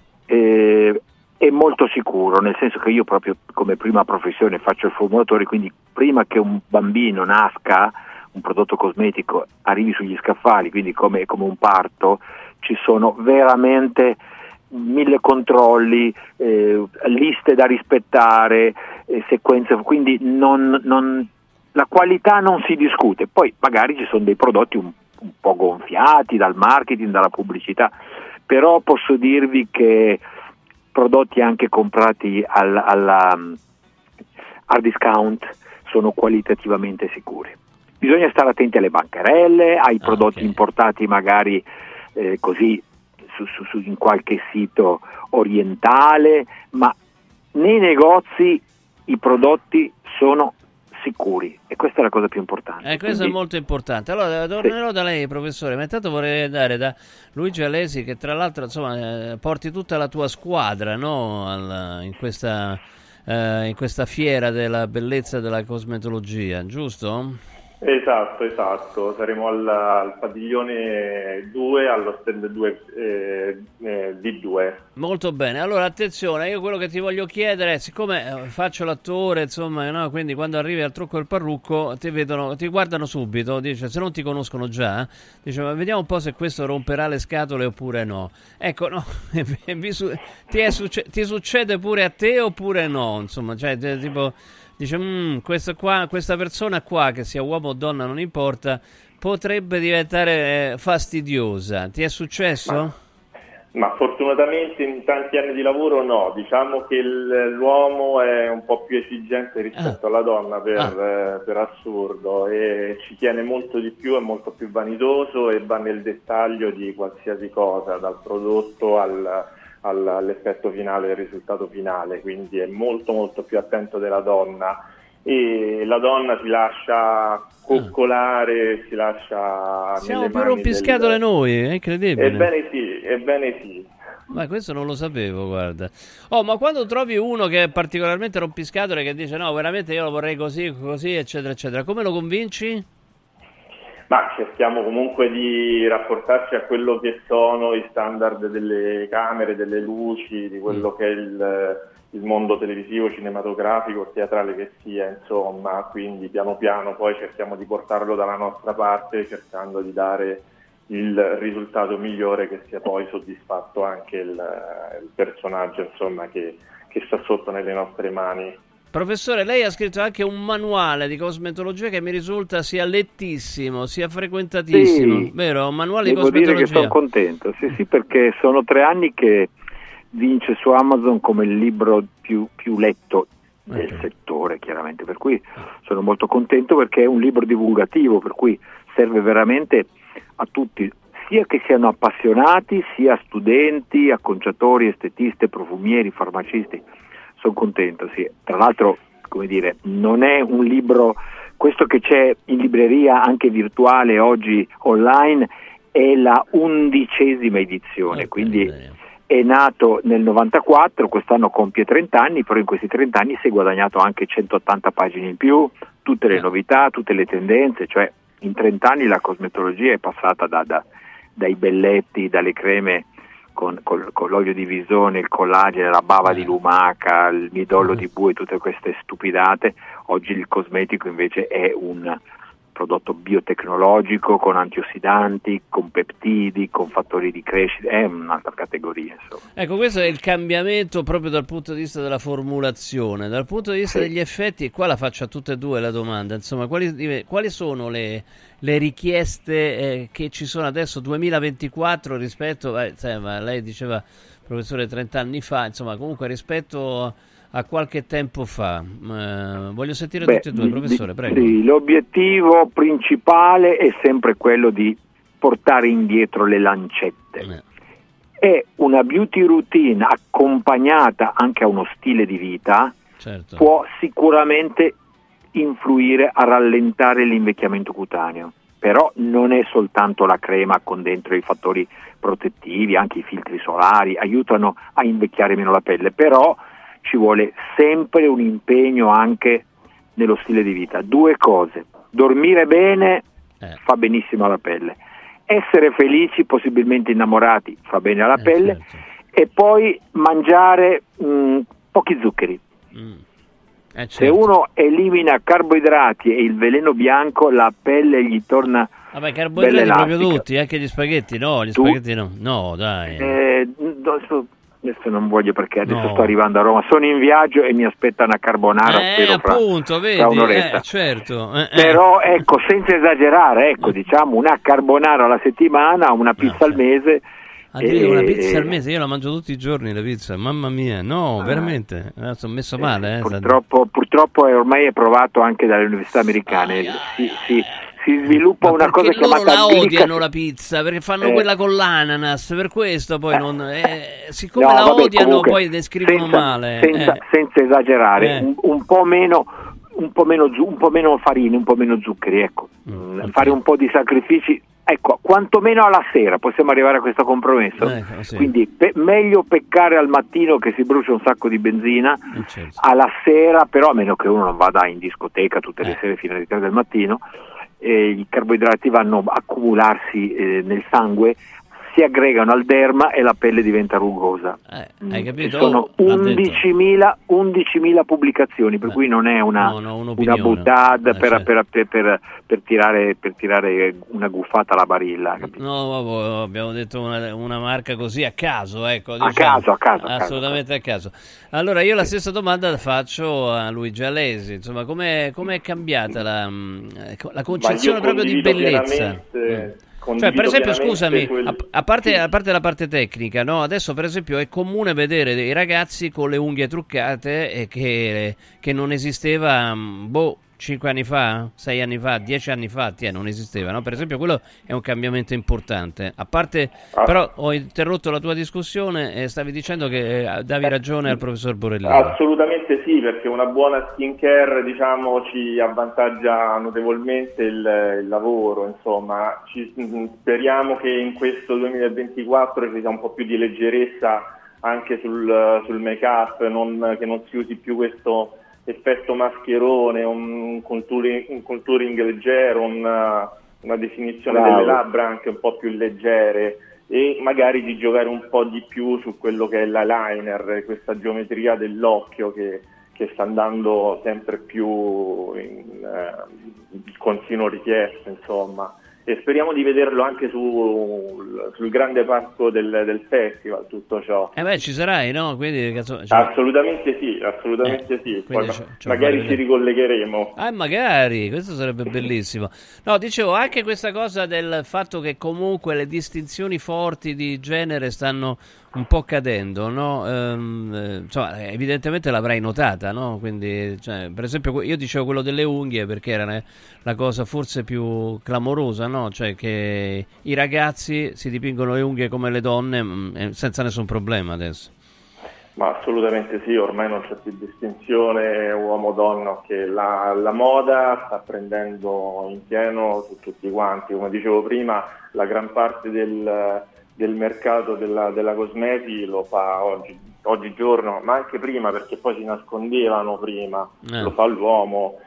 è molto sicuro, nel senso che io proprio come prima professione faccio il formulatore, quindi prima che un bambino nasca, un prodotto cosmetico arrivi sugli scaffali, quindi come un parto, ci sono veramente 1000 controlli, liste da rispettare, sequenze, quindi la qualità non si discute. Poi magari ci sono dei prodotti un po' gonfiati dal marketing, dalla pubblicità, però posso dirvi che prodotti anche comprati al discount sono qualitativamente sicuri. Bisogna stare attenti alle bancarelle, ai prodotti importati magari così in qualche sito orientale, ma nei negozi i prodotti sono sicuri, e questa è la cosa più importante. Questo è molto importante. Allora tornerò da lei, professore, ma intanto vorrei andare da Luigi Alesi, che tra l'altro insomma porti tutta la tua squadra, no? in questa fiera della bellezza e della cosmetologia, giusto? Esatto, saremo al padiglione 2, allo stand 2 D2. Molto bene, allora attenzione, io quello che ti voglio chiedere, siccome faccio l'attore, insomma, no? Quindi quando arrivi al trucco e al parrucco ti guardano subito, dice, se non ti conoscono già, dice, ma vediamo un po' se questo romperà le scatole oppure no. Ecco, no, ti succede pure a te oppure no? Insomma, cioè tipo dice, questa persona qua, che sia uomo o donna non importa, potrebbe diventare fastidiosa. Ti è successo? Ma fortunatamente in tanti anni di lavoro no, diciamo che l'uomo è un po' più esigente rispetto alla donna per assurdo, e ci tiene molto di più, è molto più vanidoso e va nel dettaglio di qualsiasi cosa, dal prodotto all'effetto finale, al risultato finale, quindi è molto molto più attento della donna, e la donna si lascia coccolare, si lascia siamo più rompiscatole noi, è incredibile. Ebbene sì. Ma questo non lo sapevo, guarda. Ma quando trovi uno che è particolarmente rompiscatole, che dice no, veramente io lo vorrei così, eccetera eccetera, come lo convinci? Ma cerchiamo comunque di rapportarci a quello che sono i standard delle camere, delle luci, di quello che è il mondo televisivo, cinematografico, teatrale che sia, insomma, quindi piano piano poi cerchiamo di portarlo dalla nostra parte, cercando di dare il risultato migliore, che sia poi soddisfatto anche il personaggio, insomma, che sta sotto nelle nostre mani. Professore, lei ha scritto anche un manuale di cosmetologia che mi risulta sia lettissimo, sia frequentatissimo, sì, vero? Un manuale di cosmetologia. Devo dire che sono contento, sì, perché sono 3 anni che vince su Amazon come il libro più letto del settore, chiaramente, per cui sono molto contento, perché è un libro divulgativo, per cui serve veramente a tutti, sia che siano appassionati, sia studenti, acconciatori, estetiste, profumieri, farmacisti. Sono contento, sì. Tra l'altro, come dire, non è un libro, questo che c'è in libreria anche virtuale oggi online è la 11ª edizione, quindi è nato nel 94, quest'anno compie 30 anni, però in questi 30 anni si è guadagnato anche 180 pagine in più, tutte le novità, tutte le tendenze, cioè in 30 anni la cosmetologia è passata dai belletti, dalle creme con l'olio di visone, il collagene, la bava di lumaca, il midollo di bue, tutte queste stupidate. Oggi il cosmetico invece è un prodotto biotecnologico con antiossidanti, con peptidi, con fattori di crescita, è un'altra categoria, insomma. Ecco, questo è il cambiamento proprio dal punto di vista della formulazione, dal punto di vista degli effetti, e qua la faccio a tutte e due la domanda, insomma, quali sono le richieste che ci sono adesso 2024 rispetto, lei diceva, professore, 30 anni fa, insomma, comunque rispetto a qualche tempo fa. Voglio sentire tutti e due, professore, prego. Sì, l'obiettivo principale è sempre quello di portare indietro le lancette. È una beauty routine accompagnata anche a uno stile di vita, certo, può sicuramente influire a rallentare l'invecchiamento cutaneo, però non è soltanto la crema con dentro i fattori protettivi, anche i filtri solari aiutano a invecchiare meno la pelle, però ci vuole sempre un impegno anche nello stile di vita. 2 cose: dormire bene fa benissimo alla pelle, essere felici, possibilmente innamorati, fa bene alla pelle, certo, e poi mangiare pochi zuccheri. Certo. Se uno elimina carboidrati e il veleno bianco, la pelle gli torna carboidrati proprio tutti, anche gli spaghetti spaghetti no, dai. Adesso non voglio, perché adesso sto arrivando a Roma, sono in viaggio e mi aspetta una carbonara, spero appunto, vedi, fra un'oretta. Certo. Però ecco, senza esagerare, diciamo una carbonara alla settimana, una pizza al mese. Una pizza al mese, io la mangio tutti i giorni la pizza, mamma mia, veramente, sono messo male. Purtroppo ormai è provato anche dalle università americane, si sviluppa una cosa chiamata loro la odiano la pizza, perché fanno quella con l'ananas, per questo poi siccome odiano, comunque, poi descrivono male. Senza esagerare, un po' meno farine, un po' meno zuccheri, fare un po' di sacrifici. Quantomeno alla sera possiamo arrivare a questo compromesso. Sì. Quindi meglio peccare al mattino, che si brucia un sacco di benzina, certo, alla sera, però a meno che uno non vada in discoteca tutte le sere fino alle 3 del mattino, i carboidrati vanno a accumularsi nel sangue, si aggregano al derma e la pelle diventa rugosa. Hai capito? Ci sono 11.000 pubblicazioni, per cui non è una boutade per tirare una guffata alla barilla. Capito? No, abbiamo detto una marca così a caso, diciamo. A caso. Assolutamente a caso. Allora io la stessa domanda la faccio a Luigi Alesi, insomma, com'è cambiata la concezione proprio di bellezza? Cioè, per esempio, scusami, a parte la parte tecnica, no? Adesso per esempio è comune vedere dei ragazzi con le unghie truccate e che non esisteva 5 anni fa, 6 anni fa, 10 anni fa, non esisteva, no? Per esempio quello è un cambiamento importante. A parte, però ho interrotto la tua discussione e stavi dicendo che davi ragione al professor Borellino. Assolutamente sì, perché una buona skincare, diciamo, ci avvantaggia notevolmente il lavoro, insomma. Speriamo che in questo 2024 ci sia un po' più di leggerezza anche sul make-up, che non si usi più questo effetto mascherone, un contouring leggero, una definizione delle labbra anche un po' più leggere, e magari di giocare un po' di più su quello che è l'eyeliner, questa geometria dell'occhio che sta andando sempre più in continuo richiesto, insomma. E speriamo di vederlo anche sul grande palco del festival, tutto ciò. Ci sarai, no? Quindi, assolutamente sì. Poi magari ci ricollegheremo. Magari, questo sarebbe bellissimo. No, dicevo, anche questa cosa del fatto che comunque le distinzioni forti di genere stanno un po' cadendo, no? Insomma, evidentemente l'avrai notata, no? Quindi, per esempio, io dicevo quello delle unghie perché era la cosa forse più clamorosa, no? Cioè che i ragazzi si dipingono le unghie come le donne senza nessun problema adesso. Ma assolutamente sì, ormai non c'è più distinzione uomo-donna, che la moda sta prendendo in pieno su tutti quanti. Come dicevo prima, la gran parte del mercato della cosmesi lo fa oggigiorno, ma anche prima, perché poi si nascondevano prima, lo fa l'uomo,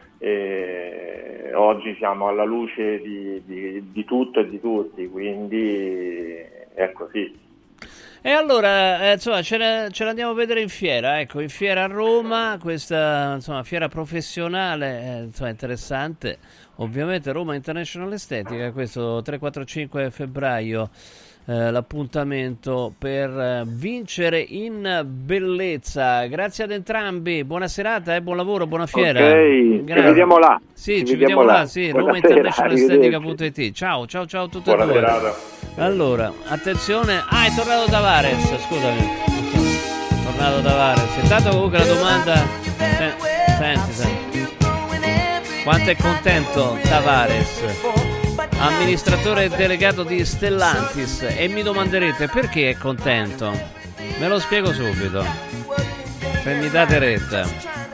e oggi siamo alla luce di tutto e di tutti, quindi è così. E allora, insomma, ce l'andiamo a vedere in fiera, in fiera a Roma, questa fiera professionale, interessante, ovviamente Roma International Estetica, questo 3-4-5 febbraio. L'appuntamento per vincere in bellezza. Grazie ad entrambi, buona serata e buon lavoro, buona fiera. Ci vediamo là. Sì, ci vediamo là, sì, RomaInternationalEstetica.it. Ciao a tutti e due. Serata. Allora, attenzione, è tornato Tavares, scusami. È tornato Tavares. Intanto comunque la domanda, senti. Quanto è contento Tavares, amministratore delegato di Stellantis, e mi domanderete perché è contento. Me lo spiego subito, se mi date retta.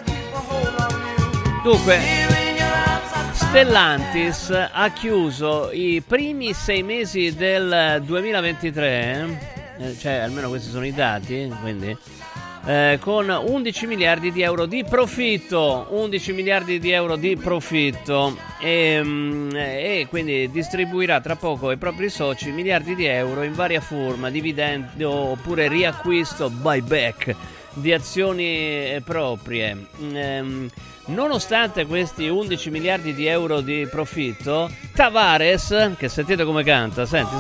Dunque, Stellantis ha chiuso i primi 6 mesi del 2023, cioè almeno questi sono i dati, quindi con 11 miliardi di euro di profitto, 11 miliardi di euro di profitto, e quindi distribuirà tra poco ai propri soci miliardi di euro in varia forma, dividendo oppure riacquisto, buyback di azioni proprie. Nonostante questi 11 miliardi di euro di profitto, Tavares, che sentite come canta, senti.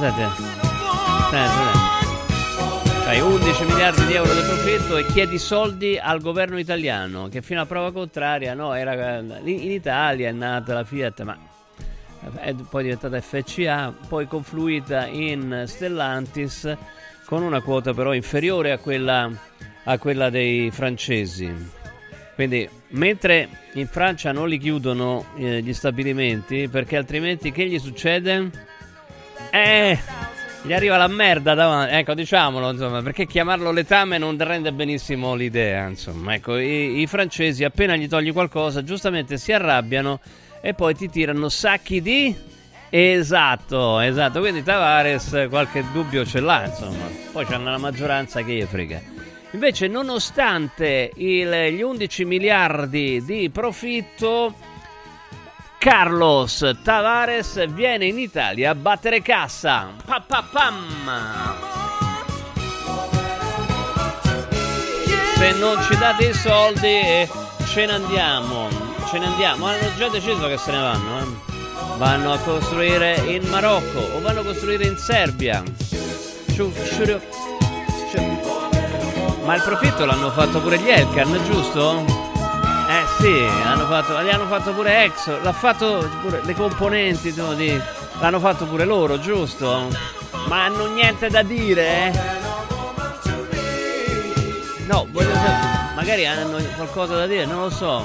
11 miliardi di euro di profitto, e chiedi soldi al governo italiano, che fino a prova contraria, era in Italia è nata la Fiat, ma è poi diventata FCA, poi confluita in Stellantis con una quota però inferiore a quella dei francesi. Quindi, mentre in Francia non li chiudono gli stabilimenti, perché altrimenti che gli succede? Gli arriva la merda davanti, ecco, diciamolo, insomma, perché chiamarlo letame non rende benissimo l'idea, insomma. Ecco, i francesi appena gli togli qualcosa giustamente si arrabbiano e poi ti tirano sacchi di... Esatto, quindi Tavares qualche dubbio ce l'ha, insomma, poi c'hanno la maggioranza che gli frega. Invece, nonostante gli 11 miliardi di profitto, Carlos Tavares viene in Italia a battere cassa. Se non ci date i soldi, ce ne andiamo. Hanno già deciso che se ne vanno. Vanno a costruire in Marocco o vanno a costruire in Serbia. Ma il profitto l'hanno fatto pure gli Elkan, giusto? Sì, gli hanno fatto pure Exxon, l'ha fatto pure le componenti L'hanno fatto pure loro, giusto? Ma hanno niente da dire? No, voglio sapere, magari hanno qualcosa da dire, non lo so.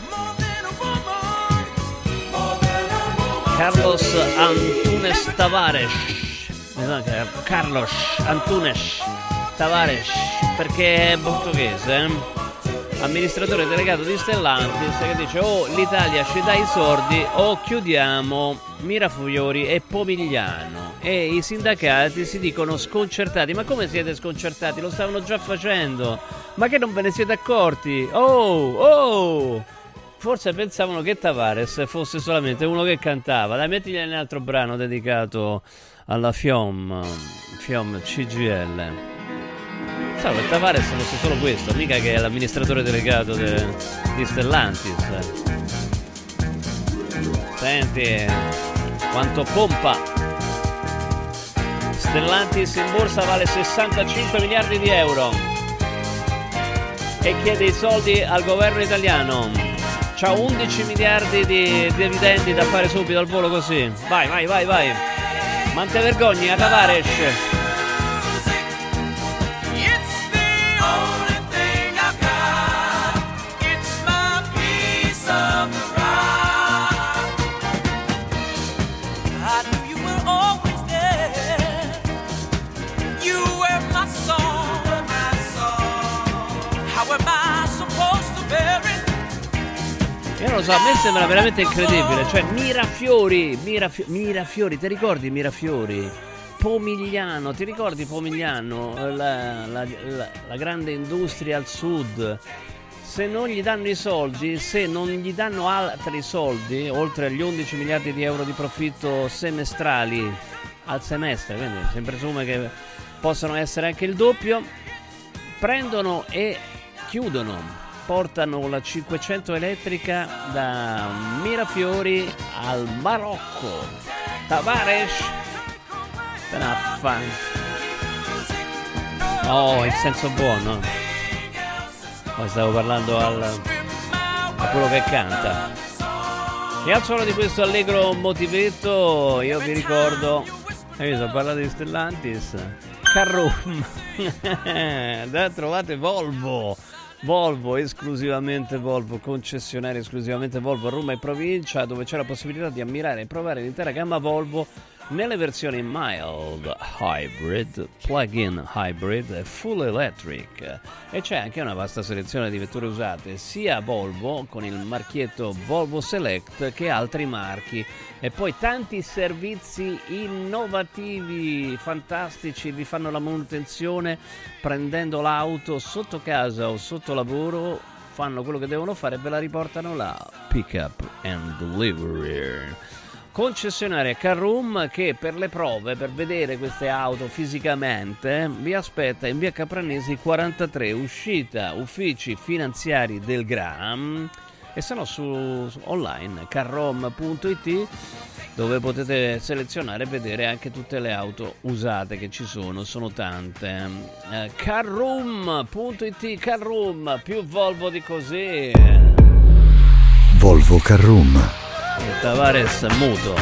Carlos Antunes Tavares. Carlos Antunes Tavares, perché è portoghese, amministratore delegato di Stellantis, che dice: oh, l'Italia ci dà i soldi o chiudiamo Mirafiori e Pomigliano. E i sindacati si dicono sconcertati. Ma come siete sconcertati? Lo stavano già facendo. Ma che non ve ne siete accorti? Oh! Forse pensavano che Tavares fosse solamente uno che cantava. Dai, mettigli un altro brano dedicato alla FIOM CGL. Pensavo che Tavares fosse solo questo, mica che è l'amministratore delegato di Stellantis. Senti quanto pompa. Stellantis in borsa vale 65 miliardi di euro e chiede i soldi al governo italiano. C'ha 11 miliardi di dividendi da fare subito al volo così. Vai. Ma te vergogni, a Tavares. Io non lo so, a me sembra veramente incredibile. Cioè Mirafiori, ti ricordi Mirafiori? Pomigliano, ti ricordi Pomigliano? La grande industria al sud. Se non gli danno i soldi, se non gli danno altri soldi, oltre agli 11 miliardi di euro di profitto semestrali al semestre, quindi si presume che possano essere anche il doppio, prendono e chiudono. Portano la 500 elettrica da Mirafiori al Marocco. Tavares Tanaffa. Oh, in senso buono. Poi stavo parlando a quello che canta. E al suono di questo allegro motivetto io vi ricordo, sto parlando di Stellantis, Carrum. Trovate Volvo, esclusivamente Volvo, concessionaria esclusivamente Volvo a Roma e provincia, dove c'è la possibilità di ammirare e provare l'intera gamma Volvo nelle versioni mild hybrid, plug-in hybrid e full electric. E c'è anche una vasta selezione di vetture usate sia Volvo con il marchietto Volvo Select che altri marchi, e poi tanti servizi innovativi fantastici. Vi fanno la manutenzione prendendo l'auto sotto casa o sotto lavoro, fanno quello che devono fare e ve la riportano là. Pick up and delivery. Concessionaria Carrum, che per le prove, per vedere queste auto fisicamente, vi aspetta in via Capranesi 43, uscita uffici finanziari del Gram, e se no su online carrom.it, dove potete selezionare e vedere anche tutte le auto usate che ci sono tante. Carrum.it, Carrum, più Volvo di così. Volvo Carrum. Il Tavares muto.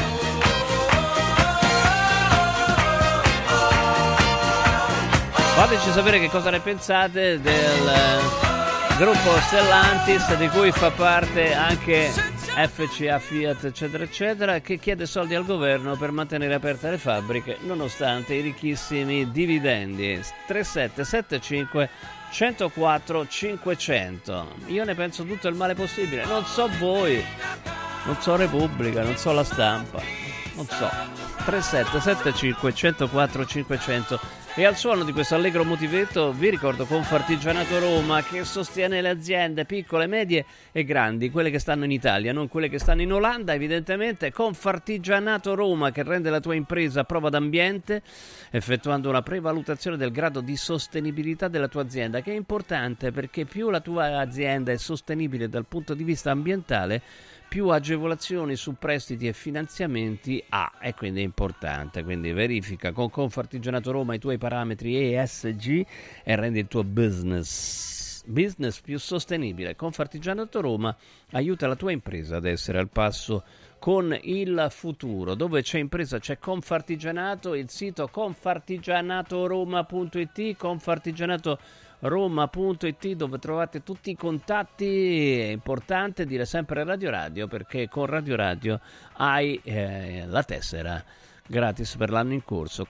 Fateci sapere che cosa ne pensate del gruppo Stellantis, di cui fa parte anche FCA, Fiat, eccetera eccetera, che chiede soldi al governo per mantenere aperte le fabbriche nonostante i ricchissimi dividendi. 3775 104 500. Io ne penso tutto il male possibile, non so voi, non so Repubblica, non so La Stampa, non so. 3775 104 500. E al suono di questo allegro motivetto vi ricordo Confartigianato Roma, che sostiene le aziende piccole, medie e grandi, quelle che stanno in Italia, non quelle che stanno in Olanda, evidentemente. Confartigianato Roma, che rende la tua impresa a prova d'ambiente, effettuando una prevalutazione del grado di sostenibilità della tua azienda, che è importante, perché più la tua azienda è sostenibile dal punto di vista ambientale, più agevolazioni su prestiti e finanziamenti ha, e quindi è importante. Quindi verifica con Confartigianato Roma i tuoi parametri ESG e rendi il tuo business business più sostenibile. Confartigianato Roma aiuta la tua impresa ad essere al passo con il futuro. Dove c'è impresa c'è Confartigianato, il sito confartigianatoroma.it, confartigianatoroma.it, dove trovate tutti i contatti. È importante dire sempre Radio Radio, perché con Radio Radio hai la tessera gratis per l'anno in corso.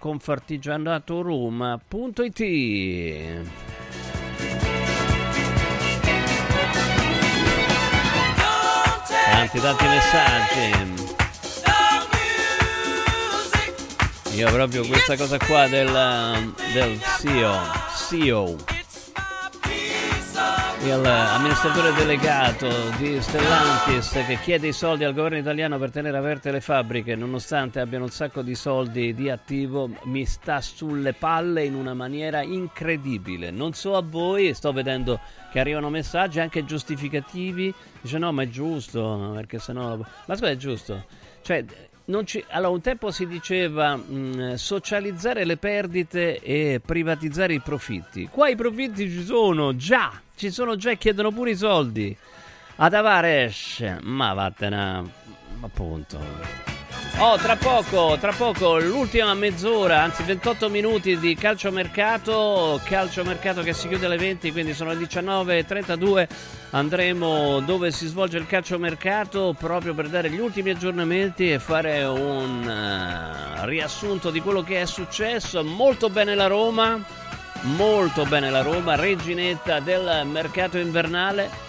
Confartigianatoroma.it. Tanti messaggi. Io proprio questa cosa qua del CEO, l'amministratore delegato di Stellantis, che chiede i soldi al governo italiano per tenere aperte le fabbriche nonostante abbiano un sacco di soldi di attivo, mi sta sulle palle in una maniera incredibile. Non so a voi, sto vedendo che arrivano messaggi anche giustificativi. Dice no, ma è giusto, perché sennò... Ma scusa, è giusto? Cioè, allora, un tempo si diceva socializzare le perdite e privatizzare i profitti. Qua i profitti ci sono già e chiedono pure i soldi ad Avares, ma vattene, appunto. Tra poco l'ultima mezz'ora, anzi 28 minuti di calciomercato che si chiude alle 20, quindi sono le 19:32. Andremo dove si svolge il calciomercato proprio per dare gli ultimi aggiornamenti e fare un riassunto di quello che è successo. Molto bene la Roma, reginetta del mercato invernale.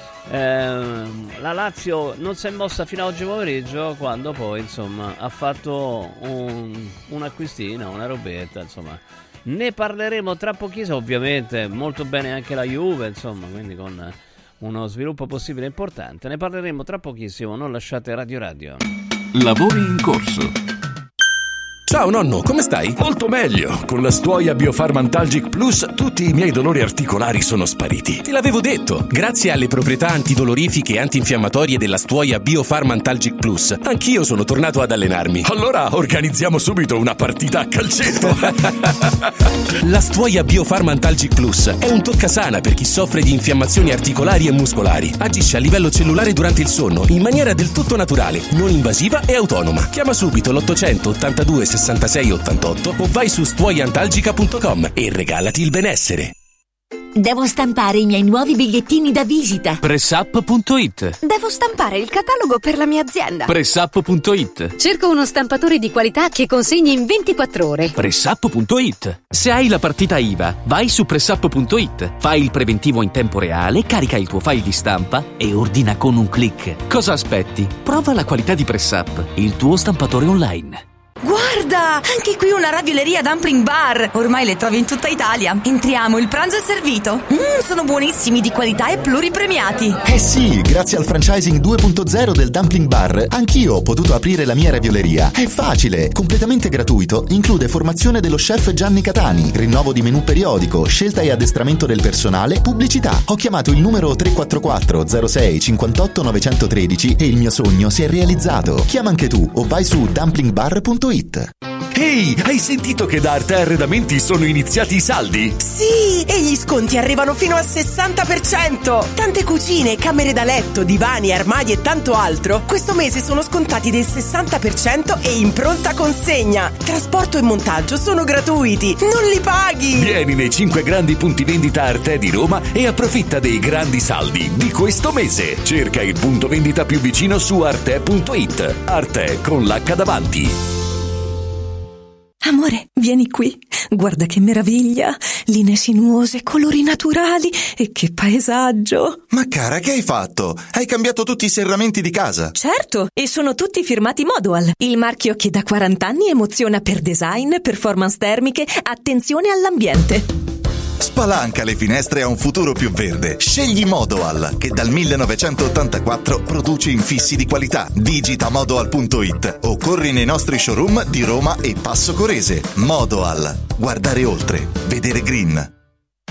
La Lazio non si è mossa fino a oggi pomeriggio, quando poi insomma ha fatto un acquistino, una robetta, insomma ne parleremo tra pochissimo. Ovviamente molto bene anche la Juve, insomma, quindi con uno sviluppo possibile importante. Ne parleremo tra pochissimo, non lasciate Radio Radio. Lavori in corso. Ciao nonno, come stai? Molto meglio. Con la Stuoia Biofarmantalgic Plus tutti i miei dolori articolari sono spariti. Te l'avevo detto. Grazie alle proprietà antidolorifiche e antinfiammatorie della Stuoia Biofarmantalgic Plus, anch'io sono tornato ad allenarmi. Allora organizziamo subito una partita a calcetto. La Stuoia Biofarmantalgic Plus è un toccasana per chi soffre di infiammazioni articolari e muscolari. Agisce a livello cellulare durante il sonno in maniera del tutto naturale, non invasiva e autonoma. Chiama subito l'882 66 88 o vai su stuoiantalgica.com e regalati il benessere. Devo stampare i miei nuovi bigliettini da visita. Pressup.it. Devo stampare il catalogo per la mia azienda. Pressup.it. Cerco uno stampatore di qualità che consegni in 24 ore. Pressup.it. Se hai la partita IVA, vai su Pressup.it. Fai il preventivo in tempo reale, carica il tuo file di stampa e ordina con un click. Cosa aspetti? Prova la qualità di Pressup, il tuo stampatore online. Guarda, anche qui una ravioleria Dumpling Bar. Ormai le trovi in tutta Italia. Entriamo, il pranzo è servito. Sono buonissimi, di qualità e pluripremiati. Eh sì, grazie al franchising 2.0 del Dumpling Bar, anch'io ho potuto aprire la mia ravioleria. È facile, completamente gratuito, include formazione dello chef Gianni Catani, rinnovo di menù periodico, scelta e addestramento del personale, pubblicità. Ho chiamato il numero 344 06 58 913 e il mio sogno si è realizzato. Chiama anche tu o vai su dumplingbar.it. Ehi, hai sentito che da Arte Arredamenti sono iniziati i saldi? Sì, e gli sconti arrivano fino al 60%. Tante cucine, camere da letto, divani, armadi e tanto altro questo mese sono scontati del 60% e in pronta consegna. Trasporto e montaggio sono gratuiti, non li paghi. Vieni nei 5 grandi punti vendita Arte di Roma e approfitta dei grandi saldi di questo mese. Cerca il punto vendita più vicino su arte.it. Arte con l'H davanti. Amore, vieni qui. Guarda che meraviglia. Linee sinuose, colori naturali e che paesaggio. Ma cara, che hai fatto? Hai cambiato tutti i serramenti di casa? Certo, e sono tutti firmati Modoal, il marchio che da 40 anni emoziona per design, performance termiche, attenzione all'ambiente. Spalanca le finestre a un futuro più verde. Scegli Modoal, che dal 1984 produce infissi di qualità. Digita modoal.it o corri nei nostri showroom di Roma e Passo Corese. Modoal. Guardare oltre. Vedere green.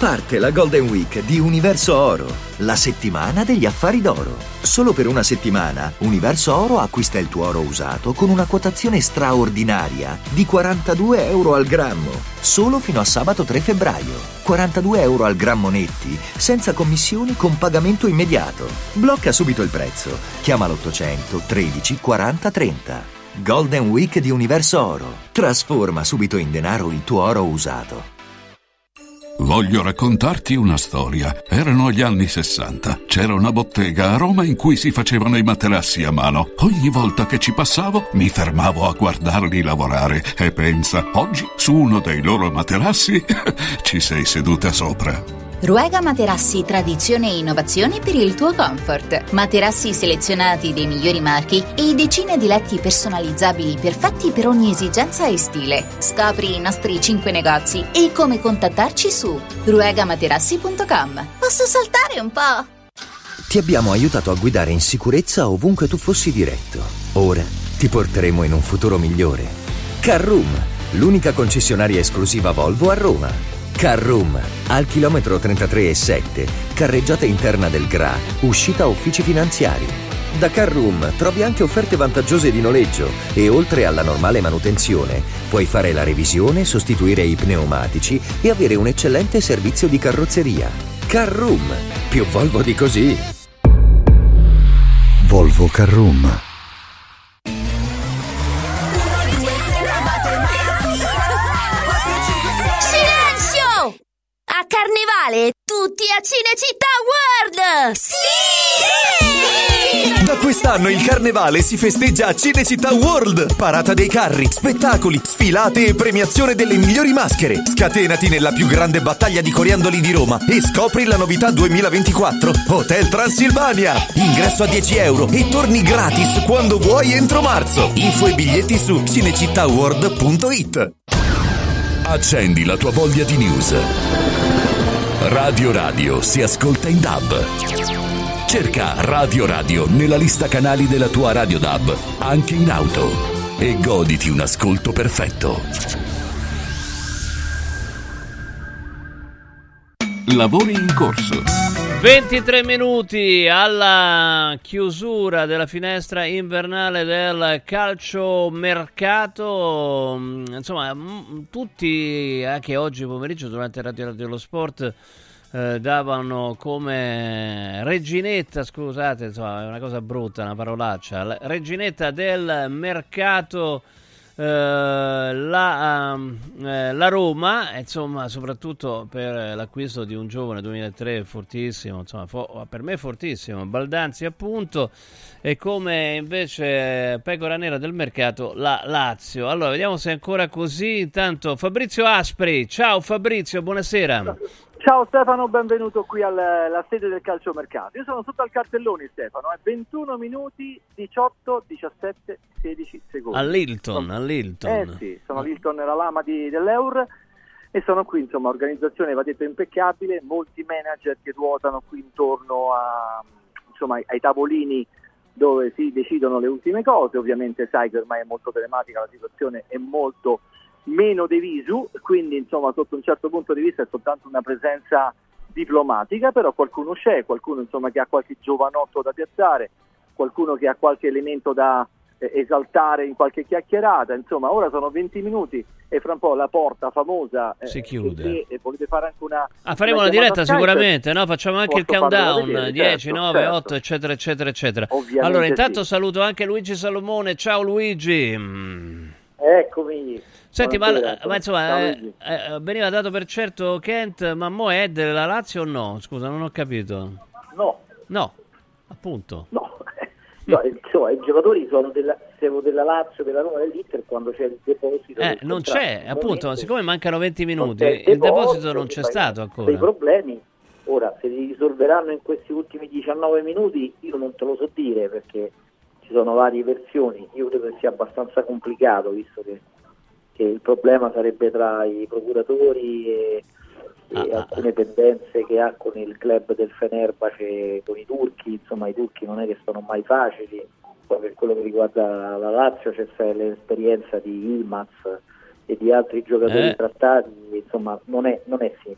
Parte la Golden Week di Universo Oro, la settimana degli affari d'oro. Solo per una settimana Universo Oro acquista il tuo oro usato con una quotazione straordinaria di 42 euro al grammo, solo fino a sabato 3 febbraio. 42 euro al grammo netti, senza commissioni, con pagamento immediato. Blocca subito il prezzo. Chiama l'800 13 40 30. Golden Week di Universo Oro. Trasforma subito in denaro il tuo oro usato. Voglio raccontarti una storia. Erano gli anni 60. C'era una bottega a Roma in cui si facevano i materassi a mano. Ogni volta che ci passavo mi fermavo a guardarli lavorare e pensa, oggi su uno dei loro materassi ci sei seduta sopra. Ruega Materassi, tradizione e innovazione per il tuo comfort. Materassi selezionati dei migliori marchi e decine di letti personalizzabili perfetti per ogni esigenza e stile. Scopri i nostri 5 negozi e come contattarci su ruegamaterassi.com. Posso saltare un po'? Ti abbiamo aiutato a guidare in sicurezza ovunque tu fossi diretto. Ora ti porteremo in un futuro migliore. Carroom, l'unica concessionaria esclusiva Volvo a Roma. Carroom, al chilometro 33,7, carreggiata interna del GRA, uscita uffici finanziari. Da Carroom trovi anche offerte vantaggiose di noleggio e oltre alla normale manutenzione puoi fare la revisione, sostituire i pneumatici e avere un eccellente servizio di carrozzeria. Carroom, più Volvo di così. Volvo Carroom. A Carnevale, tutti a Cinecittà World! Sì! Da quest'anno il Carnevale si festeggia a Cinecittà World. Parata dei carri, spettacoli, sfilate e premiazione delle migliori maschere. Scatenati nella più grande battaglia di coriandoli di Roma e scopri la novità 2024. Hotel Transilvania. Ingresso a 10 euro e torni gratis quando vuoi entro marzo. Info e biglietti su cinecittàworld.it. Accendi la tua voglia di news. Radio si ascolta in DAB. Cerca Radio nella lista canali della tua Radio DAB, anche in auto, e goditi un ascolto perfetto. Lavori in corso. 23 minuti alla chiusura della finestra invernale del calciomercato. Insomma, tutti, anche oggi pomeriggio durante Radio dello Sport, davano come reginetta, scusate, insomma, è una cosa brutta, una parolaccia, reginetta del mercato la Roma, insomma, soprattutto per l'acquisto di un giovane 2003 fortissimo, insomma, per me fortissimo, Baldanzi appunto, e come invece pecora nera del mercato la Lazio. Allora, vediamo se è ancora così. Intanto Fabrizio Aspri, ciao Fabrizio, buonasera. Ciao Stefano, benvenuto qui alla sede del calciomercato. Io sono sotto al cartellone, Stefano, 21 minuti, 18, 17, 16 secondi. All'Hilton. Sì, sono all'Hilton nella lama dell'Eur e sono qui, insomma, organizzazione, va detto, impeccabile, molti manager che ruotano qui intorno ai tavolini dove si decidono le ultime cose. Ovviamente sai che ormai è molto telematica, la situazione è molto meno de visu, quindi insomma sotto un certo punto di vista è soltanto una presenza diplomatica, però qualcuno c'è, qualcuno insomma che ha qualche giovanotto da piazzare, qualcuno che ha qualche elemento da esaltare in qualche chiacchierata. Insomma, ora sono 20 minuti e fra un po' la porta famosa si chiude. E volete fare anche faremo una diretta sicuramente, no? Facciamo anche il countdown, 10, certo, 9, certo. 8 eccetera eccetera eccetera. Ovviamente allora intanto sì. Saluto anche Luigi Salomone. Ciao Luigi. Eccomi. Senti, ma insomma, veniva dato per certo Kent, ma mo è della Lazio o no? Scusa, non ho capito. No, appunto. No, insomma, i giocatori sono della Lazio, della Roma, dell'Inter quando c'è il deposito. Non c'è, appunto, siccome mancano 20 minuti, il deposito non c'è stato ancora. Dei problemi, ora, se li risolveranno in questi ultimi 19 minuti, io non te lo so dire, perché ci sono varie versioni. Io credo che sia abbastanza complicato, visto che il problema sarebbe tra i procuratori e alcune pendenze che ha con il club del Fenerbahce, con i turchi. Insomma, i turchi non è che sono mai facili. Poi per quello che riguarda la Lazio c'è l'esperienza di Yilmaz e di altri giocatori trattati, insomma non è semplice.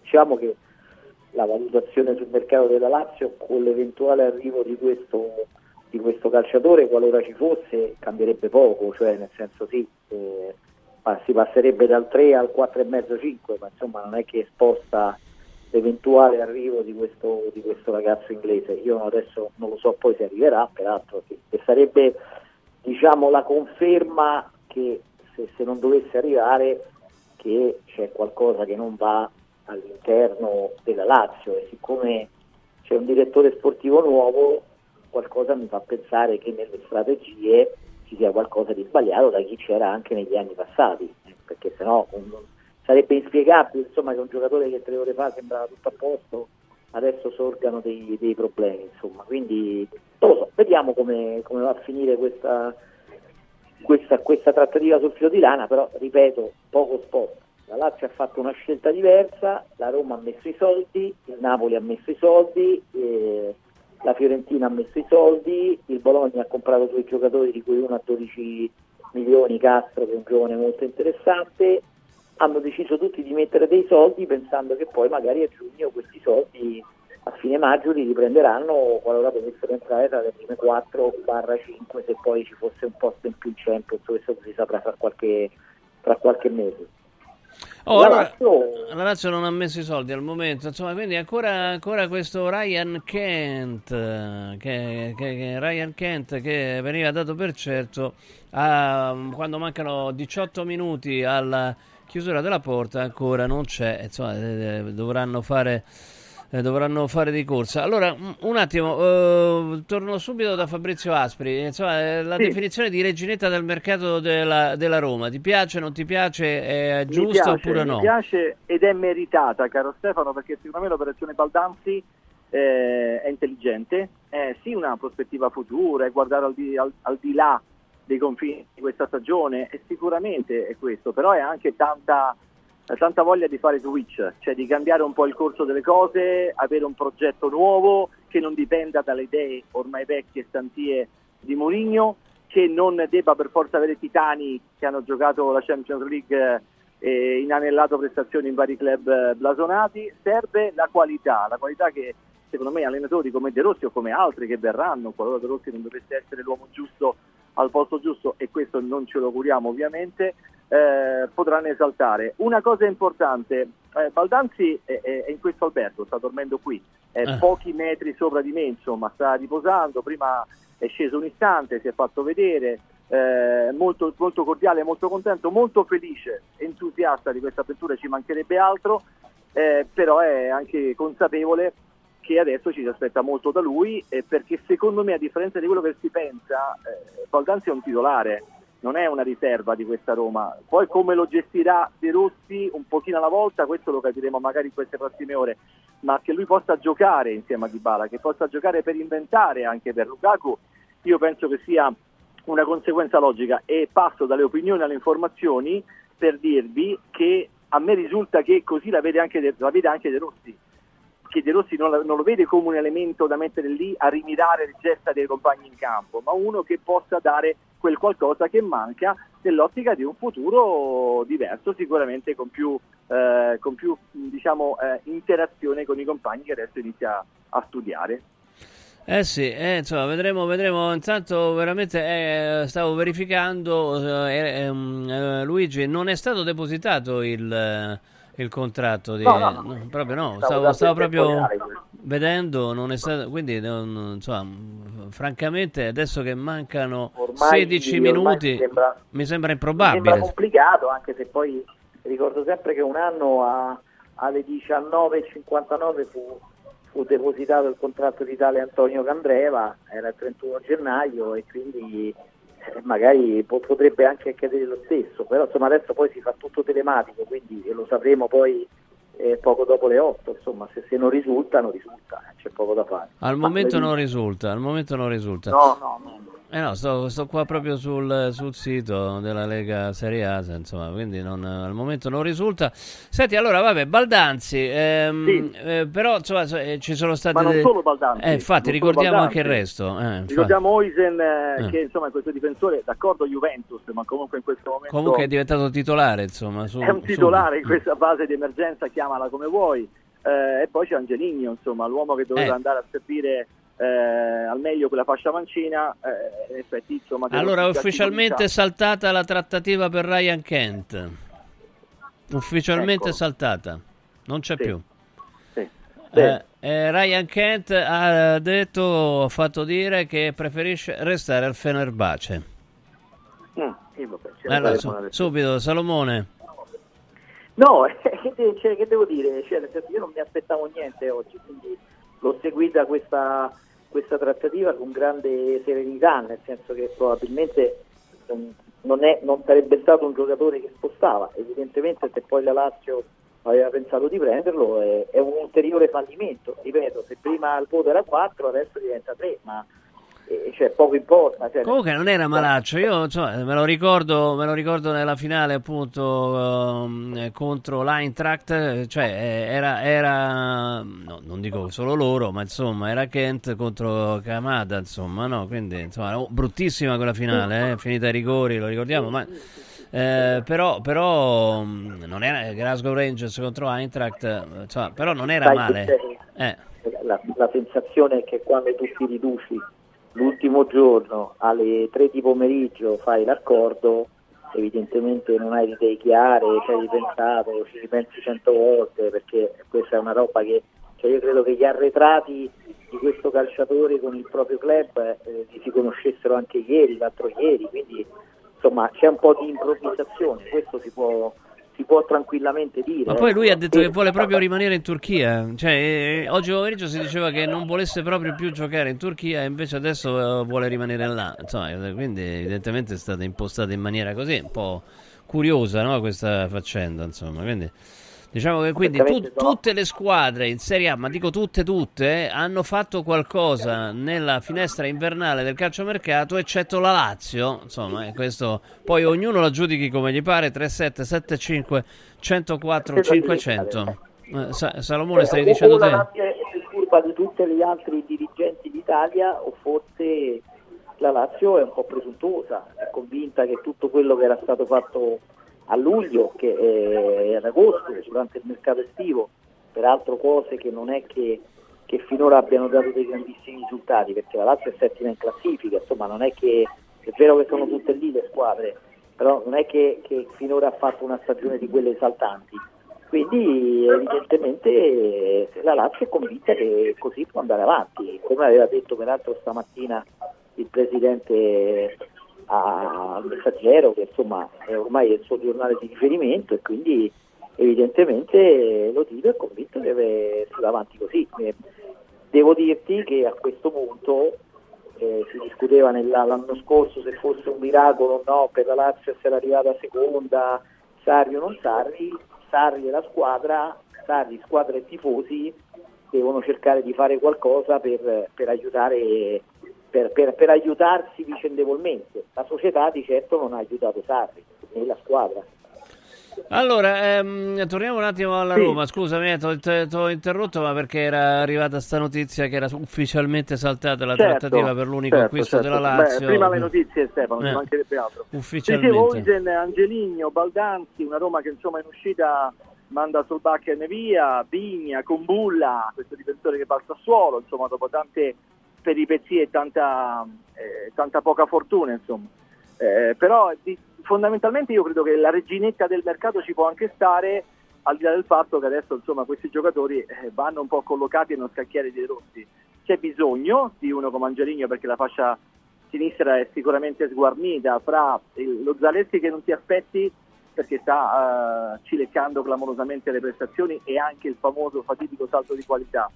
diciamo che la valutazione sul mercato della Lazio con l'eventuale arrivo di questo calciatore, qualora ci fosse, cambierebbe poco, cioè nel senso si passerebbe dal 3 al 4,5-5, ma insomma non è che sposta l'eventuale arrivo di questo ragazzo inglese. Io adesso non lo so poi se arriverà, peraltro, che sarebbe, diciamo, la conferma che se non dovesse arrivare che c'è qualcosa che non va all'interno della Lazio, e siccome c'è un direttore sportivo nuovo, qualcosa mi fa pensare che nelle strategie ci sia qualcosa di sbagliato da chi c'era anche negli anni passati, perché sennò sarebbe inspiegabile, insomma, che un giocatore che 3 ore fa sembrava tutto a posto adesso sorgano dei problemi, insomma. Quindi non lo so, vediamo come va a finire questa trattativa sul filo di lana, però ripeto, poco sport. La Lazio ha fatto una scelta diversa, la Roma ha messo i soldi, il Napoli ha messo i soldi, la Fiorentina ha messo i soldi, il Bologna ha comprato 2 giocatori, di cui uno a 12 milioni, Castro, che è un giovane molto interessante. Hanno deciso tutti di mettere dei soldi pensando che poi magari a giugno questi soldi a fine maggio li riprenderanno qualora dovessero entrare tra le prime 4/5, se poi ci fosse un posto in più in Champions. Questo si saprà tra qualche mese. La Lazio non ha messo i soldi al momento, insomma, quindi ancora questo Ryan Kent che veniva dato per certo quando mancano 18 minuti alla chiusura della porta, ancora non c'è, insomma, dovranno fare di corsa. Allora, un attimo, torno subito da Fabrizio Aspri. Insomma, la definizione di reginetta del mercato della Roma, ti piace, non ti piace, è giusta oppure no? Mi piace ed è meritata, caro Stefano, perché secondo me l'operazione Baldanzi è intelligente, è sì una prospettiva futura, è guardare al di là dei confini di questa stagione, e sicuramente è questo, però è anche tanta voglia di fare switch, cioè di cambiare un po' il corso delle cose, avere un progetto nuovo che non dipenda dalle idee ormai vecchie e stantie di Mourinho, che non debba per forza avere titani che hanno giocato la Champions League e inanellato prestazioni in vari club blasonati. Serve la qualità che secondo me allenatori come De Rossi o come altri che verranno, qualora De Rossi non dovesse essere l'uomo giusto al posto giusto, e questo non ce lo auguriamo ovviamente, potranno esaltare. Una cosa importante, Baldanzi è in questo albergo, sta dormendo qui, pochi metri sopra di me, insomma, sta riposando. Prima è sceso un istante, si è fatto vedere, molto, molto cordiale, molto contento, molto felice, entusiasta di questa avventura, ci mancherebbe altro, però è anche consapevole che adesso ci si aspetta molto da lui, perché secondo me, a differenza di quello che si pensa, Baldanzi è un titolare, non è una riserva di questa Roma. Poi come lo gestirà De Rossi un pochino alla volta, questo lo capiremo magari in queste prossime ore, ma che lui possa giocare insieme a Dybala, che possa giocare per inventare anche per Lukaku, io penso che sia una conseguenza logica, e passo dalle opinioni alle informazioni per dirvi che a me risulta che così la vede anche De Rossi, che De Rossi non lo vede come un elemento da mettere lì a rimirare le gesta dei compagni in campo, ma uno che possa dare quel qualcosa che manca nell'ottica di un futuro diverso, sicuramente con più interazione con i compagni che adesso inizia a studiare. Sì, insomma, vedremo. Intanto veramente stavo verificando, Luigi, non è stato depositato il contratto proprio no, stavo proprio vedendo, non è stato, quindi insomma, francamente adesso che mancano ormai 16 minuti mi sembra improbabile. Mi sembra complicato, anche se poi ricordo sempre che un anno alle 19:59 fu depositato il contratto di tale Antonio Candreva, era il 31 gennaio e quindi magari potrebbe anche accadere lo stesso, però insomma adesso poi si fa tutto telematico, quindi lo sapremo poi poco dopo le 8, insomma se non risulta, c'è poco da fare. Al momento non risulta. No, sto qua proprio sul sito della Lega Serie A, insomma, quindi al momento non risulta. Senti, allora vabbè, Baldanzi, però insomma ci sono stati, ma non solo Baldanzi, infatti ricordiamo anche il resto. Ricordiamo Oisen, che insomma è questo difensore, d'accordo Juventus, ma comunque in questo momento è diventato titolare, insomma. È un titolare in questa fase di emergenza, chiamala come vuoi. e poi c'è Angeligno, insomma, l'uomo che doveva andare a servire al meglio quella fascia mancina, in effetti, insomma, allora è ufficialmente saltata la trattativa per Ryan Kent, ufficialmente saltata, non c'è più. Ryan Kent ha fatto dire che preferisce restare al Fenerbahce. Subito Salomone. No, che devo dire? Io non mi aspettavo niente oggi, quindi l'ho seguita questa trattativa con grande serenità, nel senso che probabilmente non sarebbe stato un giocatore che spostava. Evidentemente, se poi la Lazio aveva pensato di prenderlo, è un ulteriore fallimento. Ripeto, se prima il voto era 4, adesso diventa 3, ma poco importa. Comunque non era malaccio, io me lo ricordo nella finale appunto contro l'Eintracht, era non dico solo loro, ma insomma era Kent contro Kamada, insomma, no? Quindi insomma bruttissima quella finale, finita ai rigori, lo ricordiamo, ma però non era Glasgow Rangers contro Eintracht, però non era male. La sensazione è che quando tu ti riduci l'ultimo giorno alle 3 di pomeriggio fai l'accordo, evidentemente non hai idee chiare, ci hai ripensato, ci ripensi 100 volte, perché questa è una roba che io credo che gli arretrati di questo calciatore con il proprio club li si conoscessero anche ieri, l'altro ieri, quindi insomma c'è un po' di improvvisazione, questo si può tranquillamente dire. Ma poi lui ha detto che vuole proprio rimanere in Turchia, oggi pomeriggio si diceva che non volesse proprio più giocare in Turchia e invece adesso vuole rimanere là, insomma, quindi evidentemente è stata impostata in maniera così un po' curiosa, no, questa faccenda, insomma, quindi diciamo che quindi tutte le squadre in Serie A, ma dico tutte, hanno fatto qualcosa nella finestra invernale del calciomercato, eccetto la Lazio, insomma, questo poi ognuno la giudichi come gli pare. 3775 104 500. Salomone, stai dicendo te? La Lazio è più furba di tutti gli altri dirigenti d'Italia, o forse la Lazio è un po' presuntuosa, è convinta che tutto quello che era stato fatto a luglio, che è ad agosto, durante il mercato estivo, peraltro cose che non è che finora abbiano dato dei grandissimi risultati, perché la Lazio è settima in classifica, insomma non è che, è vero che sono tutte lì le squadre, però non è che finora ha fatto una stagione di quelle esaltanti, quindi evidentemente la Lazio è convinta che così può andare avanti, come aveva detto peraltro stamattina il presidente al Messaggero, che insomma è ormai il suo giornale di riferimento, e quindi evidentemente lo Tito è convinto che si va avanti così. Devo dirti che a questo punto si discuteva l'anno scorso se fosse un miracolo o no per la Lazio essere arrivata seconda, Sarri o non Sarri. Sarri e la squadra, squadra e tifosi devono cercare di fare qualcosa per aiutare, per aiutarsi vicendevolmente. La società di certo non ha aiutato Sarri né la squadra. Allora, torniamo un attimo alla Roma. Scusami, ti ho interrotto, ma perché era arrivata sta notizia che era ufficialmente saltata la trattativa per l'unico acquisto della Lazio. Prima le notizie, Stefano, ci mancherebbe altro. Ufficialmente. Dicevo, Angeligno, Baldanzi, una Roma che insomma in uscita manda Solbakken via, Vigna, Kumbulla, questo difensore che va al Sassuolo, insomma dopo tante peripezie e tanta poca fortuna, insomma. Però fondamentalmente io credo che la reginetta del mercato ci può anche stare, al di là del fatto che adesso insomma questi giocatori vanno un po' collocati in uno scacchiere di rotti. C'è bisogno di uno come Angeligno, perché la fascia sinistra è sicuramente sguarnita, fra lo Zaleschi che non ti aspetti perché sta cileccando clamorosamente le prestazioni e anche il famoso fatidico salto di qualità,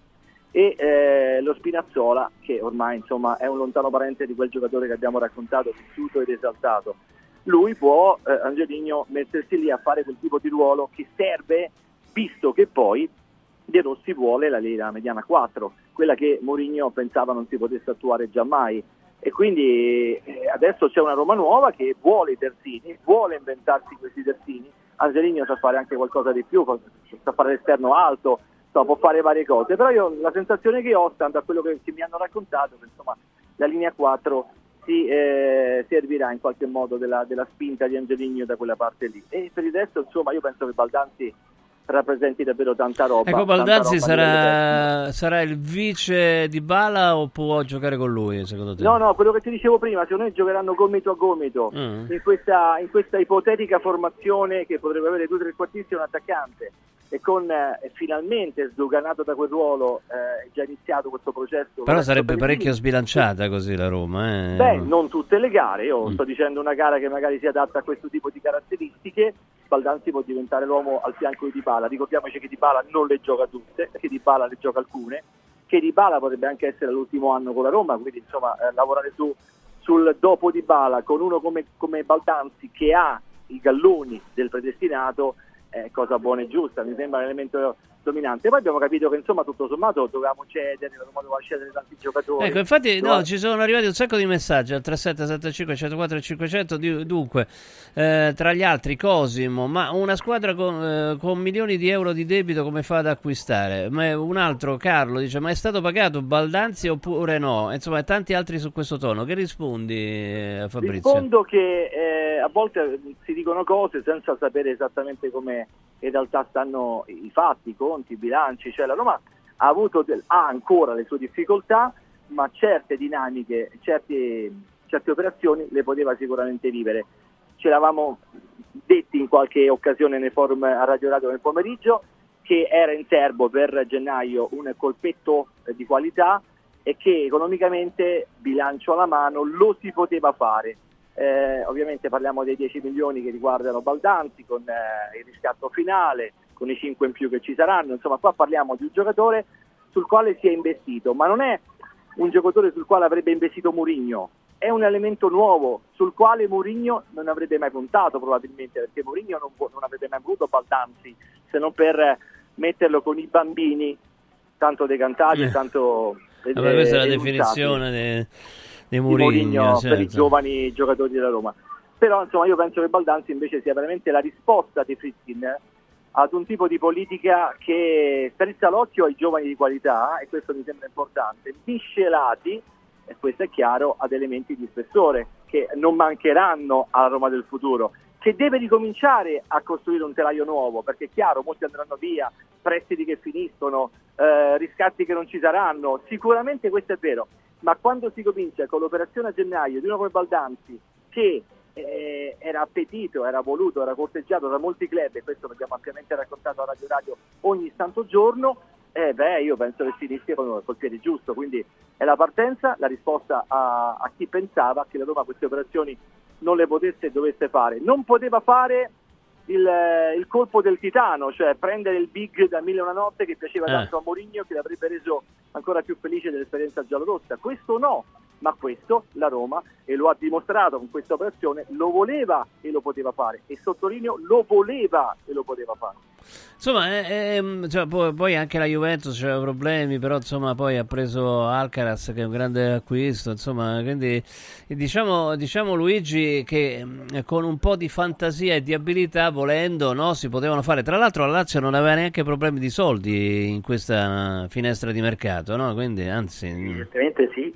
e lo Spinazzola che ormai insomma è un lontano parente di quel giocatore che abbiamo raccontato, vissuto ed esaltato. Lui può, Angeligno, mettersi lì a fare quel tipo di ruolo che serve, visto che poi De Rossi vuole la linea mediana 4, quella che Mourinho pensava non si potesse attuare giammai, e quindi adesso c'è una Roma nuova che vuole i terzini, vuole inventarsi questi terzini. Angeligno sa fare anche qualcosa di più, sa fare l'esterno alto, può fare varie cose, però io la sensazione che ho, stando a quello che mi hanno raccontato, che insomma la linea 4 si servirà in qualche modo della spinta di Angeligno da quella parte lì. E per il resto insomma io penso che Baldanzi rappresenti davvero tanta roba. Ecco, Baldanzi sarà il vice di Dybala o può giocare con lui, secondo te? No, quello che ti dicevo prima, secondo me giocheranno gomito a gomito in questa ipotetica formazione che potrebbe avere 2 trequartisti e un attaccante, e con finalmente sdoganato da quel ruolo è già iniziato questo processo. Però sarebbe parecchio sbilanciata così la Roma. Beh, non tutte le gare, io sto dicendo una gara che magari si adatta a questo tipo di caratteristiche. Baldanzi può diventare l'uomo al fianco di Dybala. Ricordiamoci che Dybala non le gioca tutte, che Dybala le gioca alcune, che Dybala potrebbe anche essere l'ultimo anno con la Roma, quindi insomma lavorare sul dopo Dybala con uno come Baldanzi, che ha i galloni del predestinato, è cosa buona e giusta, mi sembra un elemento dominante. Poi abbiamo capito che insomma tutto sommato dovevamo cedere, la Roma doveva cedere tanti giocatori. Ecco, infatti ci sono arrivati un sacco di messaggi al 3775 104 500, dunque tra gli altri Cosimo, ma una squadra con milioni di euro di debito come fa ad acquistare? Ma un altro, Carlo, dice, ma è stato pagato Baldanzi oppure no? Insomma, tanti altri su questo tono. Che rispondi a Fabrizio? Rispondo che a volte si dicono cose senza sapere esattamente come in realtà stanno i fatti, i conti, i bilanci. Cioè la Roma ha ancora le sue difficoltà, ma certe dinamiche, certe operazioni le poteva sicuramente vivere. Ce l'avamo detti in qualche occasione nei forum a Radio Radio nel pomeriggio, che era in serbo per gennaio un colpetto di qualità e che economicamente, bilancio alla mano, lo si poteva fare. Ovviamente parliamo dei 10 milioni che riguardano Baldanzi, con il riscatto finale, con i 5 in più che ci saranno. Insomma, qua parliamo di un giocatore sul quale si è investito, ma non è un giocatore sul quale avrebbe investito Mourinho, è un elemento nuovo sul quale Mourinho non avrebbe mai puntato probabilmente, perché Mourinho non avrebbe mai voluto Baldanzi se non per metterlo con i bambini tanto decantati, tanto questa è la definizione di Mourinho, certo, per i giovani giocatori della Roma. Però insomma io penso che Baldanzi invece sia veramente la risposta di Friedkin ad un tipo di politica che strizza l'occhio ai giovani di qualità, e questo mi sembra importante, miscelati, e questo è chiaro, ad elementi di spessore che non mancheranno alla Roma del futuro, che deve ricominciare a costruire un telaio nuovo, perché è chiaro, molti andranno via, prestiti che finiscono, riscatti che non ci saranno, sicuramente questo è vero, ma quando si comincia con l'operazione a gennaio di uno come Baldanzi, che era appetito, era voluto, era corteggiato da molti club, e questo l'abbiamo ampiamente raccontato a Radio Radio ogni santo giorno, io penso che si rischia col piede giusto. Quindi è la partenza, la risposta a chi pensava che la Roma queste operazioni non le potesse e dovesse fare. Non poteva fare il colpo del titano, cioè prendere il big da Mille e una notte che piaceva tanto a Mourinho, che l'avrebbe reso ancora più felice dell'esperienza giallorossa. Questo no, ma questo la Roma, e lo ha dimostrato con questa operazione, lo voleva e lo poteva fare, e sottolineo lo voleva e lo poteva fare. Insomma, cioè, poi anche la Juventus c'aveva problemi, però insomma poi ha preso Alcaraz, che è un grande acquisto, insomma, quindi diciamo Luigi che con un po' di fantasia e di abilità, volendo, no, si potevano fare. Tra l'altro la Lazio non aveva neanche problemi di soldi in questa finestra di mercato, no? Quindi anzi evidentemente sì.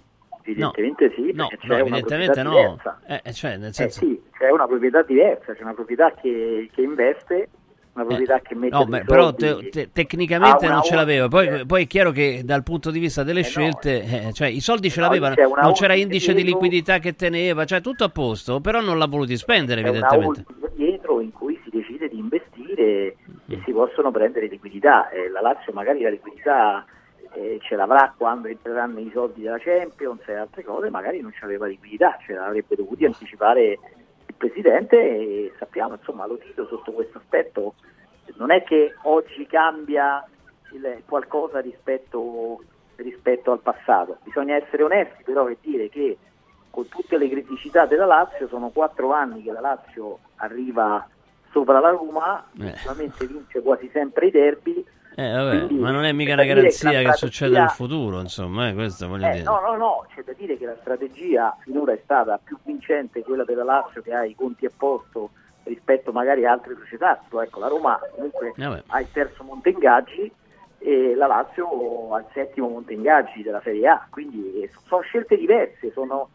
No, c'è evidentemente una no. Cioè, nel senso... sì, c'è una proprietà diversa, c'è una proprietà che investe, una proprietà che mette però tecnicamente non ce l'aveva. Poi è chiaro che dal punto di vista delle scelte, cioè i soldi ce l'avevano, non c'era indice di liquidità che teneva, cioè tutto a posto, però non l'ha voluti spendere evidentemente. C'è dietro in cui si decide di investire e si possono prendere liquidità, la Lazio magari la liquidità ce l'avrà quando entreranno i soldi della Champions e altre cose, magari non c'aveva liquidità, ce l'avrebbe dovuti anticipare il presidente, e sappiamo, insomma, lo Tito sotto questo aspetto non è che oggi cambia qualcosa rispetto al passato. Bisogna essere onesti però e dire che con tutte le criticità della Lazio sono 4 anni che la Lazio arriva sopra la Roma, solamente vince quasi sempre i derby. Quindi, ma non è mica una garanzia che succeda nel futuro, insomma, questo voglio dire. No, c'è da dire che la strategia finora è stata più vincente quella della Lazio, che ha i conti a posto rispetto magari a altre società. Ecco, la Roma comunque ha il terzo monte ingaggi e la Lazio ha il settimo monte ingaggi della Serie A, quindi sono scelte diverse, sono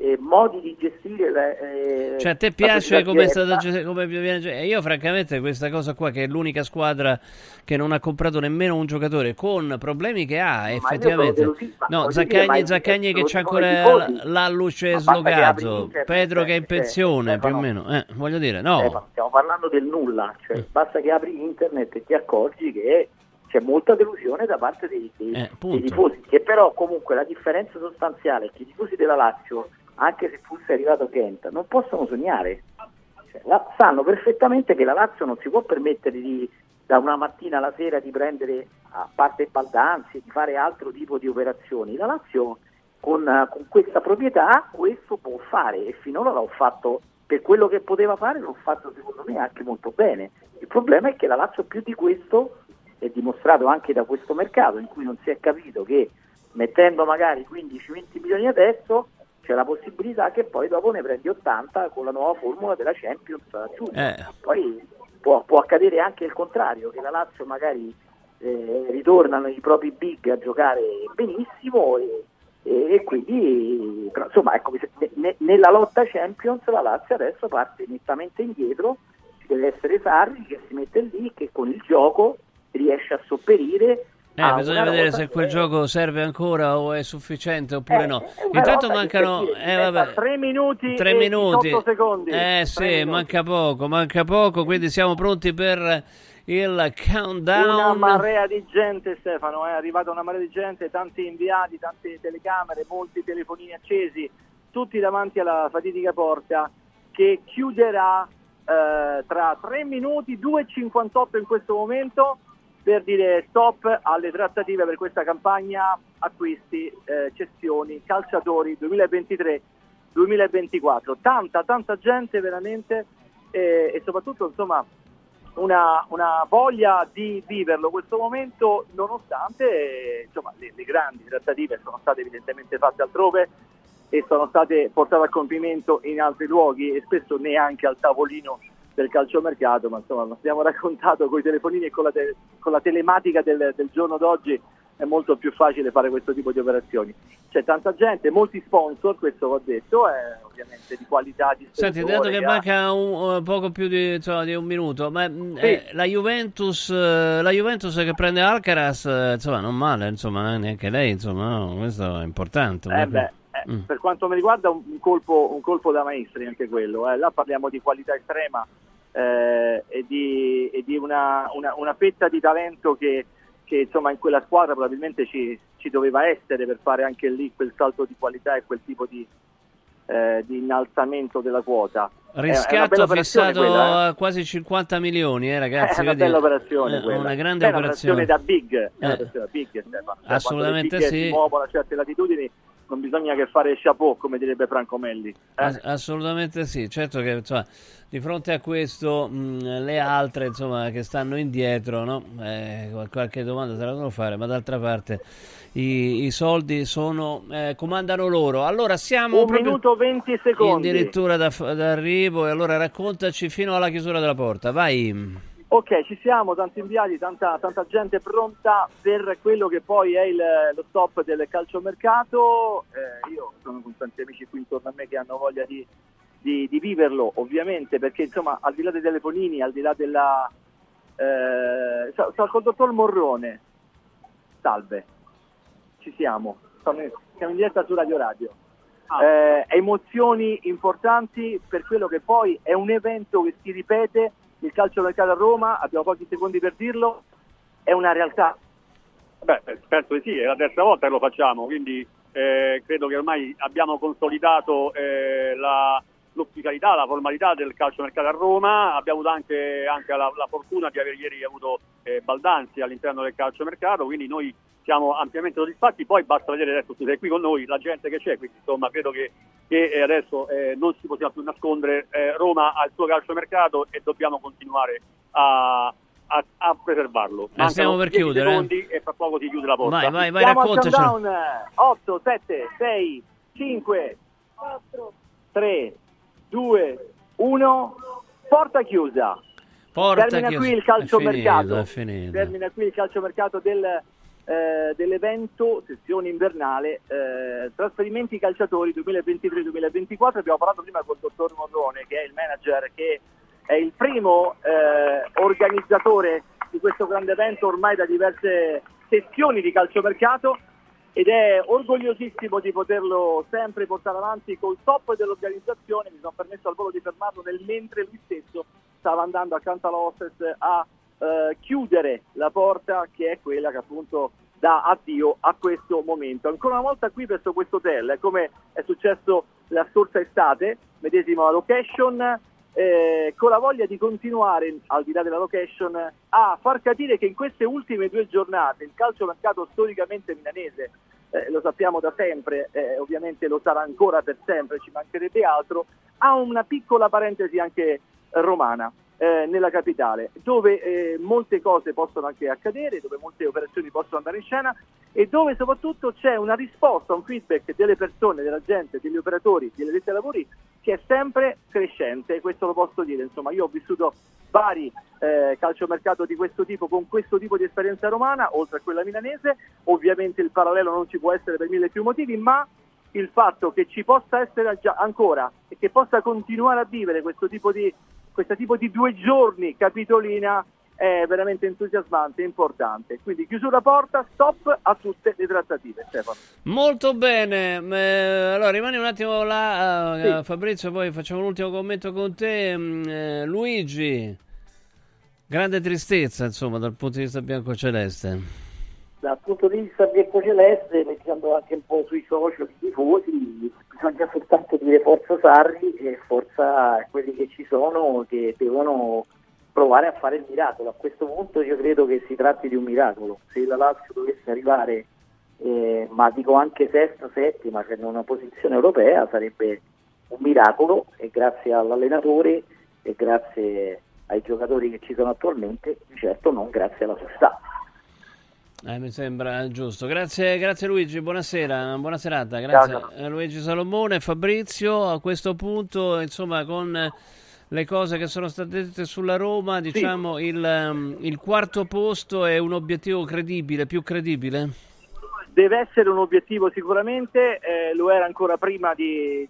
modi di gestire cioè a te piace come è stata come viene io francamente questa cosa qua, che è l'unica squadra che non ha comprato nemmeno un giocatore con problemi che ha effettivamente, Zaccagni che c'ha ancora l'alluce slogato, Pedro che è in pensione più o meno, voglio dire, no, stiamo parlando del nulla, cioè basta che apri internet e ti accorgi che c'è molta delusione da parte dei tifosi, che però comunque la differenza sostanziale è che i tifosi della Lazio, anche se fosse arrivato Kent, non possono sognare, cioè, sanno perfettamente che la Lazio non si può permettere da una mattina alla sera di prendere, a parte Baldanzi, di fare altro tipo di operazioni. La Lazio con questa proprietà questo può fare, e finora l'ho fatto, per quello che poteva fare l'ho fatto secondo me anche molto bene. Il problema è che la Lazio più di questo è dimostrato anche da questo mercato, in cui non si è capito che mettendo magari 15-20 milioni adesso c'è la possibilità che poi dopo ne prendi 80 con la nuova formula della Champions a giugno. Poi può accadere anche il contrario, che la Lazio magari ritornano i propri big a giocare benissimo e quindi insomma ecco, nella lotta Champions la Lazio adesso parte nettamente indietro. Ci deve essere Sarri che si mette lì, che con il gioco riesce a sopperire. Bisogna vedere se quel gioco serve ancora o è sufficiente oppure no. Intanto mancano 3 minuti 18 secondi. Sì, manca poco, quindi siamo pronti per il countdown. Una marea di gente, Stefano, è arrivata una marea di gente, tanti inviati, tante telecamere, molti telefonini accesi, tutti davanti alla fatidica porta che chiuderà tra 3 minuti, 2:58 in questo momento, per dire stop alle trattative per questa campagna acquisti, cessioni, calciatori 2023-2024. Tanta gente veramente, e soprattutto insomma una voglia di viverlo questo momento, nonostante insomma le grandi trattative sono state evidentemente fatte altrove e sono state portate a compimento in altri luoghi e spesso neanche al tavolino del calciomercato, ma insomma lo abbiamo raccontato con i telefonini e con la telematica del giorno d'oggi. È molto più facile fare questo tipo di operazioni. C'è tanta gente, molti sponsor, questo va detto, è ovviamente di qualità di Senti, dato che manca poco più di un minuto, ma la Juventus che prende Alcaraz, insomma non male, insomma neanche lei, insomma no, questo è importante. Per quanto mi riguarda un colpo da maestri anche quello, là parliamo di qualità estrema e di una fetta di talento che insomma in quella squadra probabilmente ci doveva essere per fare anche lì quel salto di qualità e quel tipo di innalzamento della quota. Riscatto fissato a quasi 50 milioni, ragazzi. È una bella operazione quella. Una grande operazione da big. Stefano. Assolutamente big sì. Si muovono a certe latitudini, non bisogna che fare chapeau, come direbbe Franco Melli. Assolutamente sì, certo che insomma, di fronte a questo le altre insomma che stanno indietro, no? Qualche domanda se la devono fare, ma d'altra parte i soldi comandano loro. Allora siamo 1 minuto 20 secondi addirittura d'arrivo, e allora raccontaci fino alla chiusura della porta, vai. Ok, ci siamo, tanti inviati, tanta gente pronta per quello che poi è lo stop del calciomercato. Io sono con tanti amici qui intorno a me che hanno voglia di viverlo, ovviamente, perché insomma al di là dei telefonini, al di là della... Sono col dottor Morrone. Salve, ci siamo in diretta su Radio Radio. Emozioni importanti per quello che poi è un evento che si ripete. Il calciomercato a Roma, abbiamo pochi secondi per dirlo, è una realtà. Penso di sì, è la terza volta che lo facciamo, quindi credo che ormai abbiamo consolidato l'ufficialità, la formalità del calciomercato a Roma. Abbiamo avuto anche la fortuna di aver ieri avuto Baldanzi all'interno del calciomercato, quindi noi siamo ampiamente soddisfatti. Poi basta vedere, adesso tu sei qui con noi, la gente che c'è, quindi insomma credo che adesso non ci possiamo più nascondere. Roma ha il suo calciomercato e dobbiamo continuare a preservarlo. Stiamo per chiudere secondi e fra poco si chiude la porta. Vai, raccontaci. 8, 7, 6, 5, 4, 3, 2, 1, porta chiusa. Termina qui il calciomercato. È finito. Termina qui il calciomercato del dell'evento sessione invernale trasferimenti calciatori 2023-2024. Abbiamo parlato prima col dottor Morrone, che è il manager, che è il primo organizzatore di questo grande evento ormai da diverse sessioni di calciomercato, ed è orgogliosissimo di poterlo sempre portare avanti col top dell'organizzazione. Mi sono permesso al volo di fermarlo mentre lui stesso stava andando accanto alla hostess a chiudere la porta, che è quella che appunto dà addio a questo momento. Ancora una volta qui verso questo hotel, come è successo la scorsa estate, medesima location, con la voglia di continuare, al di là della location, a far capire che in queste ultime 2 giornate il calciomercato storicamente milanese, lo sappiamo da sempre, ovviamente lo sarà ancora per sempre, ci mancherebbe altro, ha una piccola parentesi anche romana nella capitale, dove molte cose possono anche accadere, dove molte operazioni possono andare in scena e dove soprattutto c'è una risposta, un feedback delle persone, della gente, degli operatori, degli addetti ai lavori, che è sempre crescente. Questo lo posso dire, insomma, io ho vissuto vari calciomercato di questo tipo, con questo tipo di esperienza romana, oltre a quella milanese. Ovviamente il parallelo non ci può essere per 1000 più motivi, ma il fatto che ci possa essere già ancora e che possa continuare a vivere questo tipo di 2 giorni capitolina è veramente entusiasmante e importante. Quindi chiusura porta, stop a tutte le trattative. Stefano. Molto bene, allora rimani un attimo là, Sì. Fabrizio, poi facciamo l'ultimo commento con te. Luigi, grande tristezza insomma dal punto di vista biancoceleste. Dal punto di vista biancoceleste, mettendo anche un po' sui social i tifosi, bisogna soltanto dire forza Sarri e forza quelli che ci sono, che devono provare a fare il miracolo. A questo punto io credo che si tratti di un miracolo. Se la Lazio dovesse arrivare, ma dico anche sesta, settima, cioè in una posizione europea, sarebbe un miracolo, e grazie all'allenatore e grazie ai giocatori che ci sono attualmente, di certo non grazie alla società. Mi sembra giusto. Grazie Luigi, buonasera, buona serata. Grazie a Luigi Salomone. Fabrizio, a questo punto, insomma, con le cose che sono state dette sulla Roma, diciamo, sì, il quarto posto è un obiettivo credibile, più credibile? Deve essere un obiettivo sicuramente, lo era ancora prima di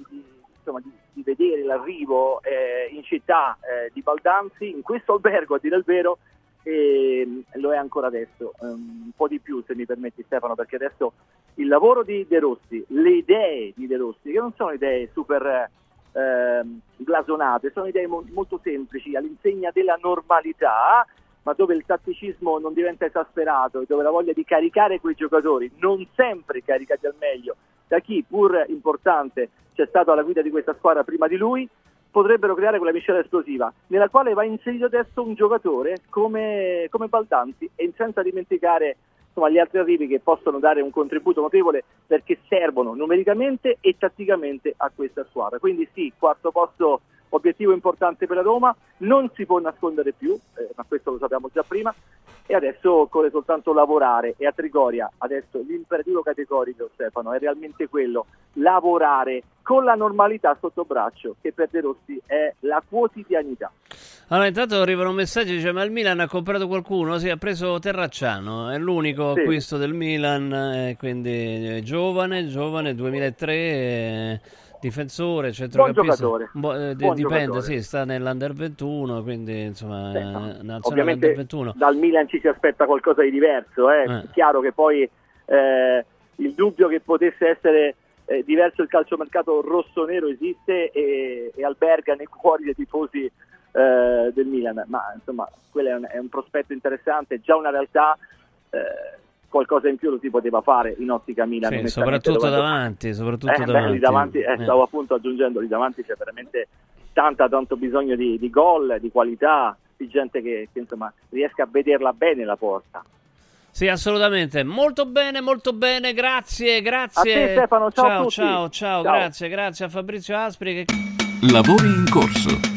vedere l'arrivo in città di Baldanzi, in questo albergo, a dire il vero, e lo è ancora adesso, un po' di più, se mi permetti Stefano, perché adesso il lavoro di De Rossi, le idee di De Rossi, che non sono idee super blasonate, sono idee molto semplici, all'insegna della normalità, ma dove il tatticismo non diventa esasperato e dove la voglia di caricare quei giocatori, non sempre caricati al meglio, da chi pur importante c'è stato alla guida di questa squadra prima di lui, potrebbero creare quella miscela esplosiva, nella quale va inserito adesso un giocatore come Baldanzi, e senza dimenticare insomma gli altri arrivi che possono dare un contributo notevole, perché servono numericamente e tatticamente a questa squadra. Quindi sì, quarto posto, obiettivo importante per la Roma, non si può nascondere più, ma questo lo sappiamo già prima, e adesso occorre soltanto lavorare. E a Trigoria adesso l'imperativo categorico, Stefano, è realmente quello: lavorare con la normalità sotto braccio, che per De Rossi è la quotidianità. Allora, intanto arrivano messaggi, dice: ma il Milan ha comprato qualcuno? Sì, ha preso Terracciano, è l'unico acquisto del Milan, quindi giovane, 2003, difensore, centrocampista. Dipende, giocatore. Sì, sta nell'Under 21, quindi insomma nazionale Under 21. Dal Milan ci si aspetta qualcosa di diverso, È chiaro che poi il dubbio che potesse essere diverso il calciomercato rossonero esiste e alberga nei cuori dei tifosi del Milan, ma insomma quello è un prospetto interessante, già una realtà. Qualcosa in più lo si poteva fare in ottica Milan, sì, soprattutto davanti. Stavo appunto aggiungendo, lì davanti c'è veramente tanto bisogno di gol, di qualità, di gente che insomma riesca a vederla bene la porta. Sì, assolutamente. Molto bene, grazie. A te Stefano, ciao a tutti. Ciao, grazie a Fabrizio Aspri. Lavori in corso.